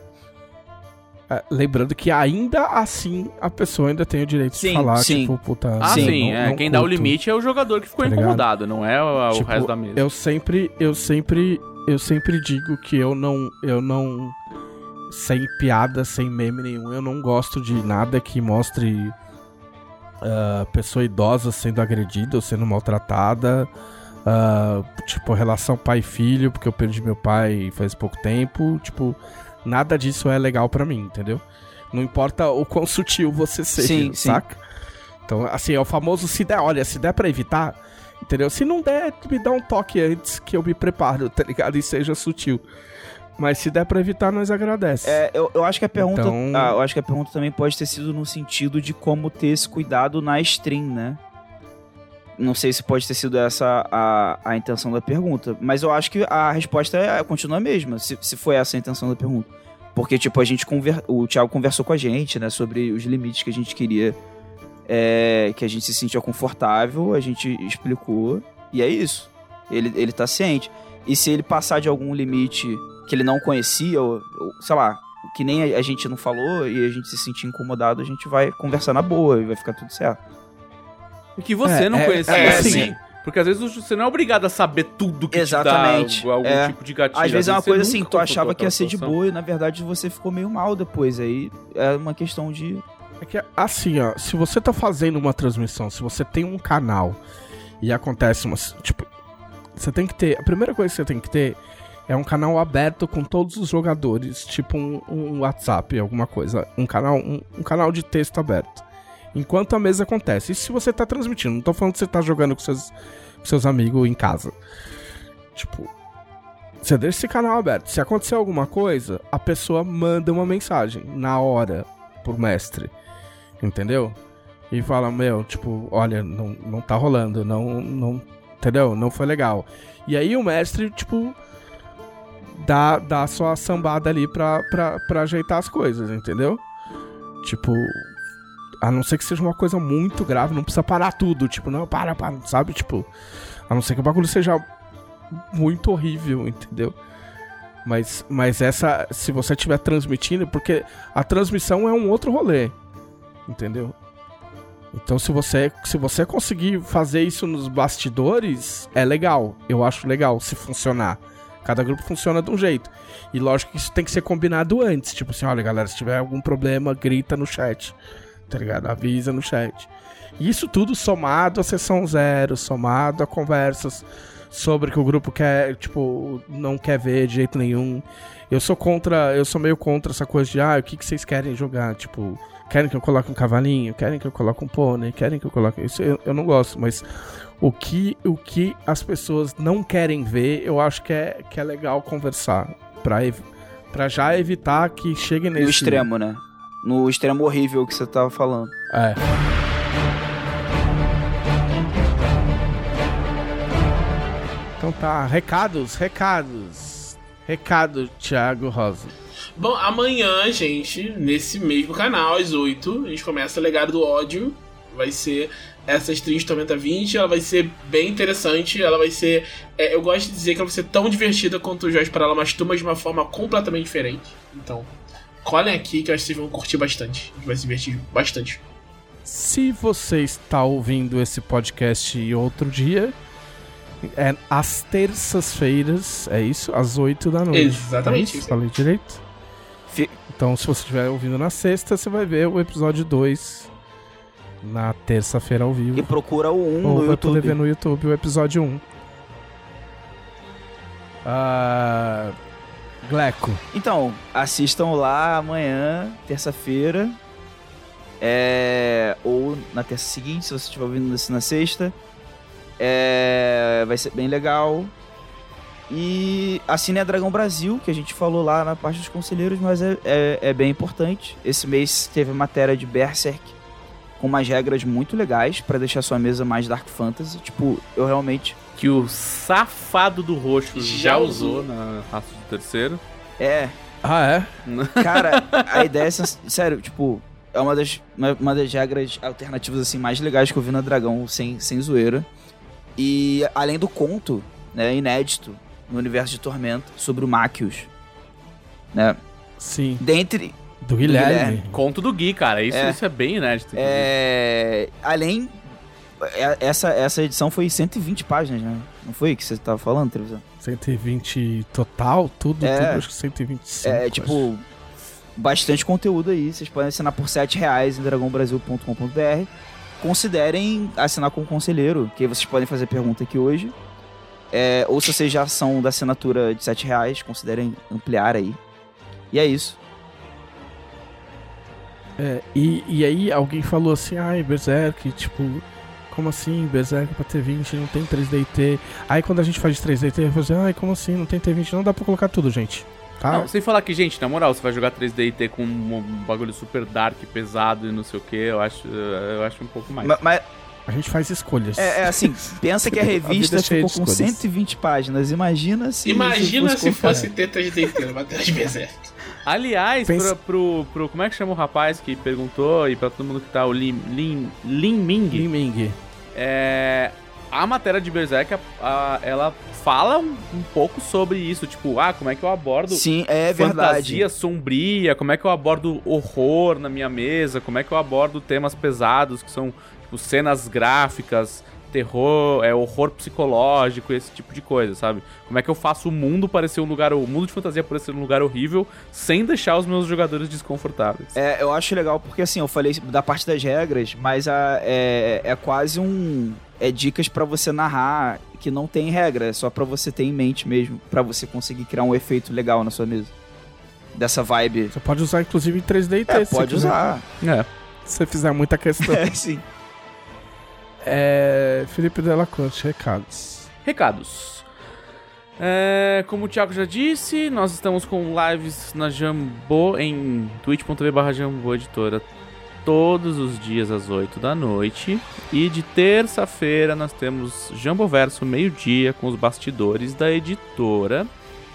É, lembrando que ainda assim a pessoa ainda tem o direito Sim, de falar, sim. tipo, puta... Ah, não- sim, não- é. não Quem dá o curto. limite é o jogador que ficou Tá ligado? incomodado, não é o, o Tipo, resto da mesa. Eu sempre, eu sempre, eu sempre digo que eu não, eu não, sem piada, sem meme nenhum, eu não gosto de nada que mostre uh, pessoa idosa sendo agredida ou sendo maltratada, uh, tipo, relação pai e filho, porque eu perdi meu pai faz pouco tempo, tipo, nada disso é legal pra mim, entendeu? Não importa o quão sutil você seja, Sim, saca? Então, assim, é o famoso se der, olha, se der pra evitar, entendeu? Se não der, me dá um toque antes que eu me preparo, tá ligado? E seja sutil. Mas se der pra evitar, nós agradece. É, eu, eu acho que a pergunta, Então- ah, eu acho que a pergunta também pode ter sido no sentido de como ter esse cuidado na stream, né? Não sei se pode ter sido essa a, a intenção da pergunta, mas eu acho que a resposta é, continua a mesma, se, se foi essa a intenção da pergunta. Porque, tipo, a gente conver, o Thiago conversou com a gente, né, sobre os limites que a gente queria, é, que a gente se sentia confortável, a gente explicou, e é isso. Ele, ele tá ciente. E se ele passar de algum limite que ele não conhecia, ou, ou sei lá, que nem a, a gente não falou e a gente se sentir incomodado, a gente vai conversar na boa e vai ficar tudo certo. E que você É, não é, conhecia, é, assim. sim. Porque às vezes você não é obrigado a saber tudo que Exatamente. te dá algum É. tipo de gatilho. Às vezes é uma você coisa assim, nunca tu achava confrontou que ia ser de aquela boa e na verdade você ficou meio mal depois. Aí é uma questão de... É que, assim, ó, se você tá fazendo uma transmissão, se você tem um canal e acontece uma... Tipo, você tem que ter... A primeira coisa que você tem que ter é um canal aberto com todos os jogadores, tipo um, um WhatsApp, alguma coisa. Um canal, um, um canal de texto aberto. Enquanto a mesa acontece. E se você tá transmitindo? Não tô falando que você tá jogando com seus, com seus amigos em casa. Tipo, você deixa esse canal aberto. Se acontecer alguma coisa, a pessoa manda uma mensagem na hora pro mestre. Entendeu? E fala, meu, tipo, olha, não, não tá rolando, não, não, entendeu? Não foi legal. E aí o mestre, tipo, dá, dá a sua sambada ali pra, pra, pra ajeitar as coisas, entendeu? Tipo, a não ser que seja uma coisa muito grave, não precisa parar tudo, tipo, não, para, para, sabe? Tipo, a não ser que o bagulho seja muito horrível, entendeu? Mas, mas essa, se você estiver transmitindo, porque a transmissão é um outro rolê. Entendeu? Então se você, se você conseguir fazer isso nos bastidores, é legal. Eu acho legal se funcionar. Cada grupo funciona de um jeito. E lógico que isso tem que ser combinado antes. Tipo assim, olha galera, se tiver algum problema, grita no chat. Tá ligado? Avisa no chat. E isso tudo somado à sessão zero, somado a conversas sobre que o grupo quer, tipo, não quer ver de jeito nenhum. Eu sou contra, eu sou meio contra essa coisa de, ah, o que, que vocês querem jogar? Tipo... Querem que eu coloque um cavalinho? Querem que eu coloque um pônei? Querem que eu coloque... Isso eu, eu não gosto, mas o que, o que as pessoas não querem ver, eu acho que é, que é legal conversar. Pra, ev... pra já evitar que chegue nesse... No extremo, né? No extremo horrível que você tava falando. É. Então tá, recados, recados. Recado, Thiago Rosa. Bom, amanhã, gente, nesse mesmo canal, às oito, a gente começa o Legado do Ódio. Vai ser essa stream de Tormenta vinte, ela vai ser bem interessante, ela vai ser... É, eu gosto de dizer que ela vai ser tão divertida quanto o Jorge Parala, mas turmas de uma forma completamente diferente. Então, colhem aqui que eu acho que vocês vão curtir bastante. A gente vai se divertir bastante. Se você está ouvindo esse podcast outro dia, é às terças-feiras, é isso? Às oito da noite. Exatamente. É isso? Falei direito? Então, se você estiver ouvindo na sexta, você vai ver o episódio dois na terça-feira ao vivo. E procura o um Ou no vai YouTube. poder ver no YouTube o episódio um. Ah, Gleco. Então, assistam lá amanhã, terça-feira. É... Ou na terça seguinte, se você estiver ouvindo isso na sexta. É... Vai ser bem legal. E assine a Dragão Brasil, que a gente falou lá na parte dos conselheiros, mas é, é, é bem importante. Esse mês teve matéria de Berserk, com umas regras muito legais pra deixar sua mesa mais Dark Fantasy. Tipo, eu realmente... Que o safado do roxo já, Já usou usou. na raça do terceiro. É, Ah, é? cara, a ideia é... sens- Sério, tipo, é uma das, uma, uma das regras alternativas, assim, mais legais que eu vi na Dragão, sem, sem zoeira. E, além do conto, né, inédito, no universo de Tormenta, sobre o Machios, né? Sim. Dentre... Do Guilherme. Guilherme. Conto do Gui, cara. Isso é, É. isso é bem inédito. inclusive. É... Além... é- Essa, essa edição foi cento e vinte páginas, né? Não foi que você tava falando, televisão? cento e vinte total, tudo, É. tudo, acho que cento e vinte e cinco. É, acho. tipo, bastante conteúdo aí. Vocês podem assinar por sete reais em dragão brasil ponto com ponto b r. Considerem assinar com o conselheiro, que aí vocês podem fazer pergunta aqui hoje. É, ou se vocês já são da assinatura de sete reais, considerem ampliar aí. E é isso. É, e, e aí alguém falou assim, ai, Berserk, tipo, como assim, Berserk pra T vinte, não tem três D T. Aí quando a gente faz de três D T, eu falo assim, ai, como assim, não tem T vinte, não dá pra colocar tudo, gente. Tá? Não, sem falar que, gente, na moral, você vai jogar três D T com um bagulho super dark, pesado e não sei o que, eu acho, eu acho um pouco mais. Ma- Mas, A gente faz escolhas. é, é assim, pensa que a revista A vida é cheia ficou de com escolhas. cento e vinte páginas. Imagina se. Imagina se colocar- fosse ter três D T no Batalha de Berserk. Aliás, Pensa- pro, pro, pro- como é que chama o rapaz que perguntou, e pra todo mundo que tá, o Lin, Lin, Lin Ming, Ling Ming. é, a matéria de Berserk, a, a, ela fala um, um pouco sobre isso. Tipo, ah, como é que eu abordo Sim, é fantasia verdade. sombria, como é que eu abordo horror na minha mesa, como é que eu abordo temas pesados, que são tipo, cenas gráficas, terror, é, horror psicológico, esse tipo de coisa, sabe? Como é que eu faço o mundo parecer um lugar, o mundo de fantasia parecer um lugar horrível, sem deixar os meus jogadores desconfortáveis. É, eu acho legal porque, assim, eu falei da parte das regras, mas a, é, é quase um... É dicas pra você narrar que não tem regra, é só pra você ter em mente mesmo, pra você conseguir criar um efeito legal na sua mesa. Dessa vibe. Você pode usar, inclusive, em três D e T. É, se pode você usar. É. Se você fizer muita questão. É, sim. É, Felipe Della Corte, recados. Recados. É, como o Thiago já disse, nós estamos com lives na Jambô, em twitch.tv barra Jambô Editora, todos os dias às oito da noite. E de terça-feira nós temos Jamboverso meio-dia com os bastidores da editora.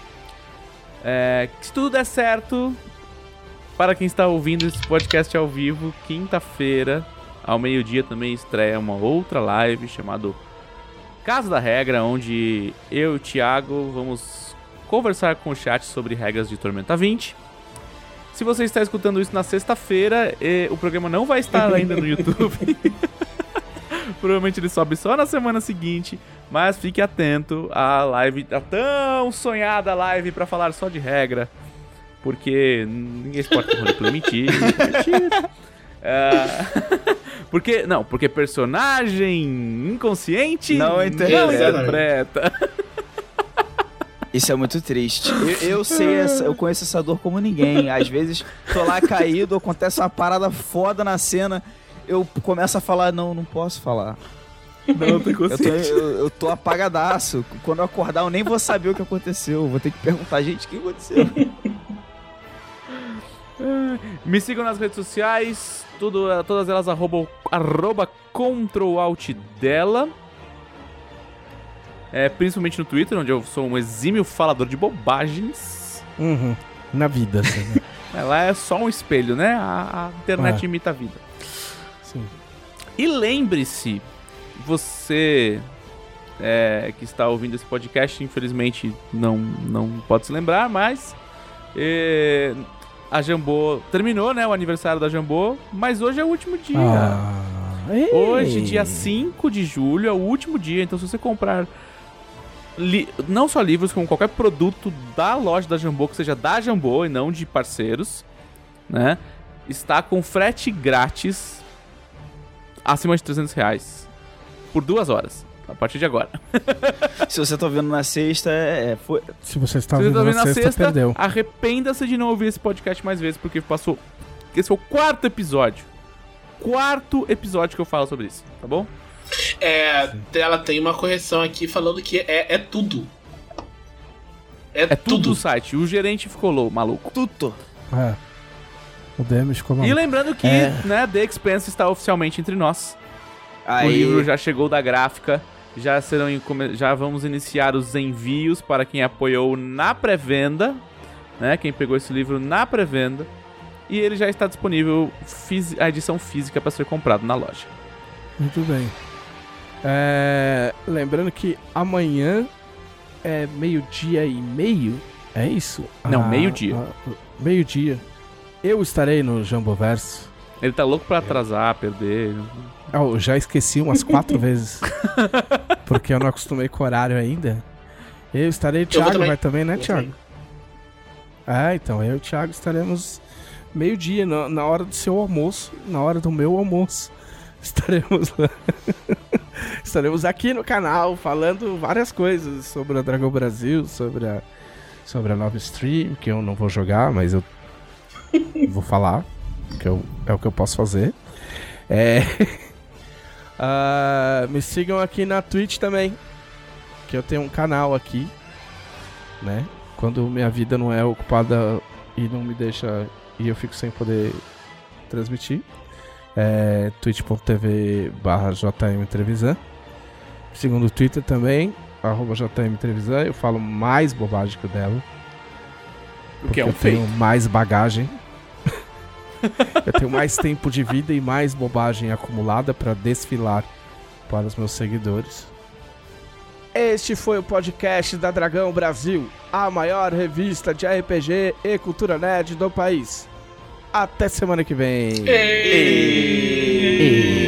É, se tudo der certo, para quem está ouvindo esse podcast ao vivo, quinta-feira, ao meio-dia, também estreia uma outra live chamada Casa da Regra, onde eu e o Thiago vamos conversar com o chat sobre regras de Tormenta vinte. Se você está escutando isso na sexta-feira, eh, o programa não vai estar ainda no YouTube. Provavelmente ele sobe só na semana seguinte, mas fique atento à live, a tão sonhada live para falar só de regra, porque ninguém se pode correr pelo mentira. mentira. Uh, porque, não, porque personagem inconsciente Não não interpreta. interpreta. Isso é muito triste. Eu, eu sei, essa, eu conheço essa dor como ninguém. Às vezes tô lá caído, acontece uma parada foda na cena, eu começo a falar, não, não posso falar. Não, tem Eu tô, consciente. eu, eu tô apagadaço. Quando eu acordar, eu nem vou saber o que aconteceu. Eu vou ter que perguntar, gente, o que aconteceu? Me sigam nas redes sociais, tudo, todas elas arroba, arroba Control Alt dela. É, principalmente no Twitter, onde eu sou um exímio falador de bobagens. Uhum. Na vida, assim, né? Ela é só um espelho, né? A, a internet É. imita a vida. Sim. E lembre-se, você é, que está ouvindo esse podcast, infelizmente não, não pode se lembrar, mas é, a Jambô terminou, né? O aniversário da Jambô, mas hoje é o último dia. Ah, ei. Hoje, dia cinco de julho, é o último dia. Então, se você comprar li- não só livros, como qualquer produto da loja da Jambô, que seja da Jambô e não de parceiros, né? Está com frete grátis acima de trezentos reais por duas horas, a partir de agora. Se você tá vendo na sexta, é, foi... Se você está Se você ouvindo tá na vendo na sexta, sexta, perdeu. arrependa-se de não ouvir esse podcast mais vezes, porque passou... Esse é o quarto episódio. Quarto episódio que eu falo sobre isso, tá bom? É, ela tem uma correção aqui falando que é, é tudo. É, É tudo tudo. do site. O gerente ficou louco, maluco. Tudo. É. O D M ficou E maluco. lembrando que, É. né, The Expanse está oficialmente entre nós. Aí, O livro já chegou da gráfica, já serão encome- já vamos iniciar os envios para quem apoiou na pré-venda, né? Quem pegou esse livro na pré-venda, e ele já está disponível fisi- a edição física para ser comprado na loja. Muito bem. É, lembrando que amanhã é meio-dia e meio, é isso? Não, Ah, meio-dia. ah, meio-dia. Eu estarei no Jamboverso. Ele tá louco para atrasar, perder. Ah, eu já esqueci umas quatro vezes. Porque eu não acostumei com o horário ainda. Eu estarei, o vou Thiago também. vai também, né, Eu Thiago? Ah, então eu e o Thiago estaremos meio-dia, na, na hora do seu almoço, na hora do meu almoço. Estaremos lá. Estaremos aqui no canal falando várias coisas sobre a Dragão Brasil, sobre a, sobre a nova stream, que eu não vou jogar, mas eu vou falar, que eu, é o que eu posso fazer. É... Ah, me sigam aqui na Twitch também, que eu tenho um canal aqui, né? Quando minha vida não é ocupada e não me deixa, e eu fico sem poder transmitir, é twitch.tv barra jmtrevisan. Segundo o Twitter também, arroba jmtrevisan. Eu falo mais bobagem que o dela, O que é um eu tenho feito. mais bagagem. Eu tenho mais tempo de vida e mais bobagem acumulada pra desfilar para os meus seguidores. Este foi o podcast da Dragão Brasil, a maior revista de R P G e cultura nerd do país. Até semana que vem. Ei. Ei.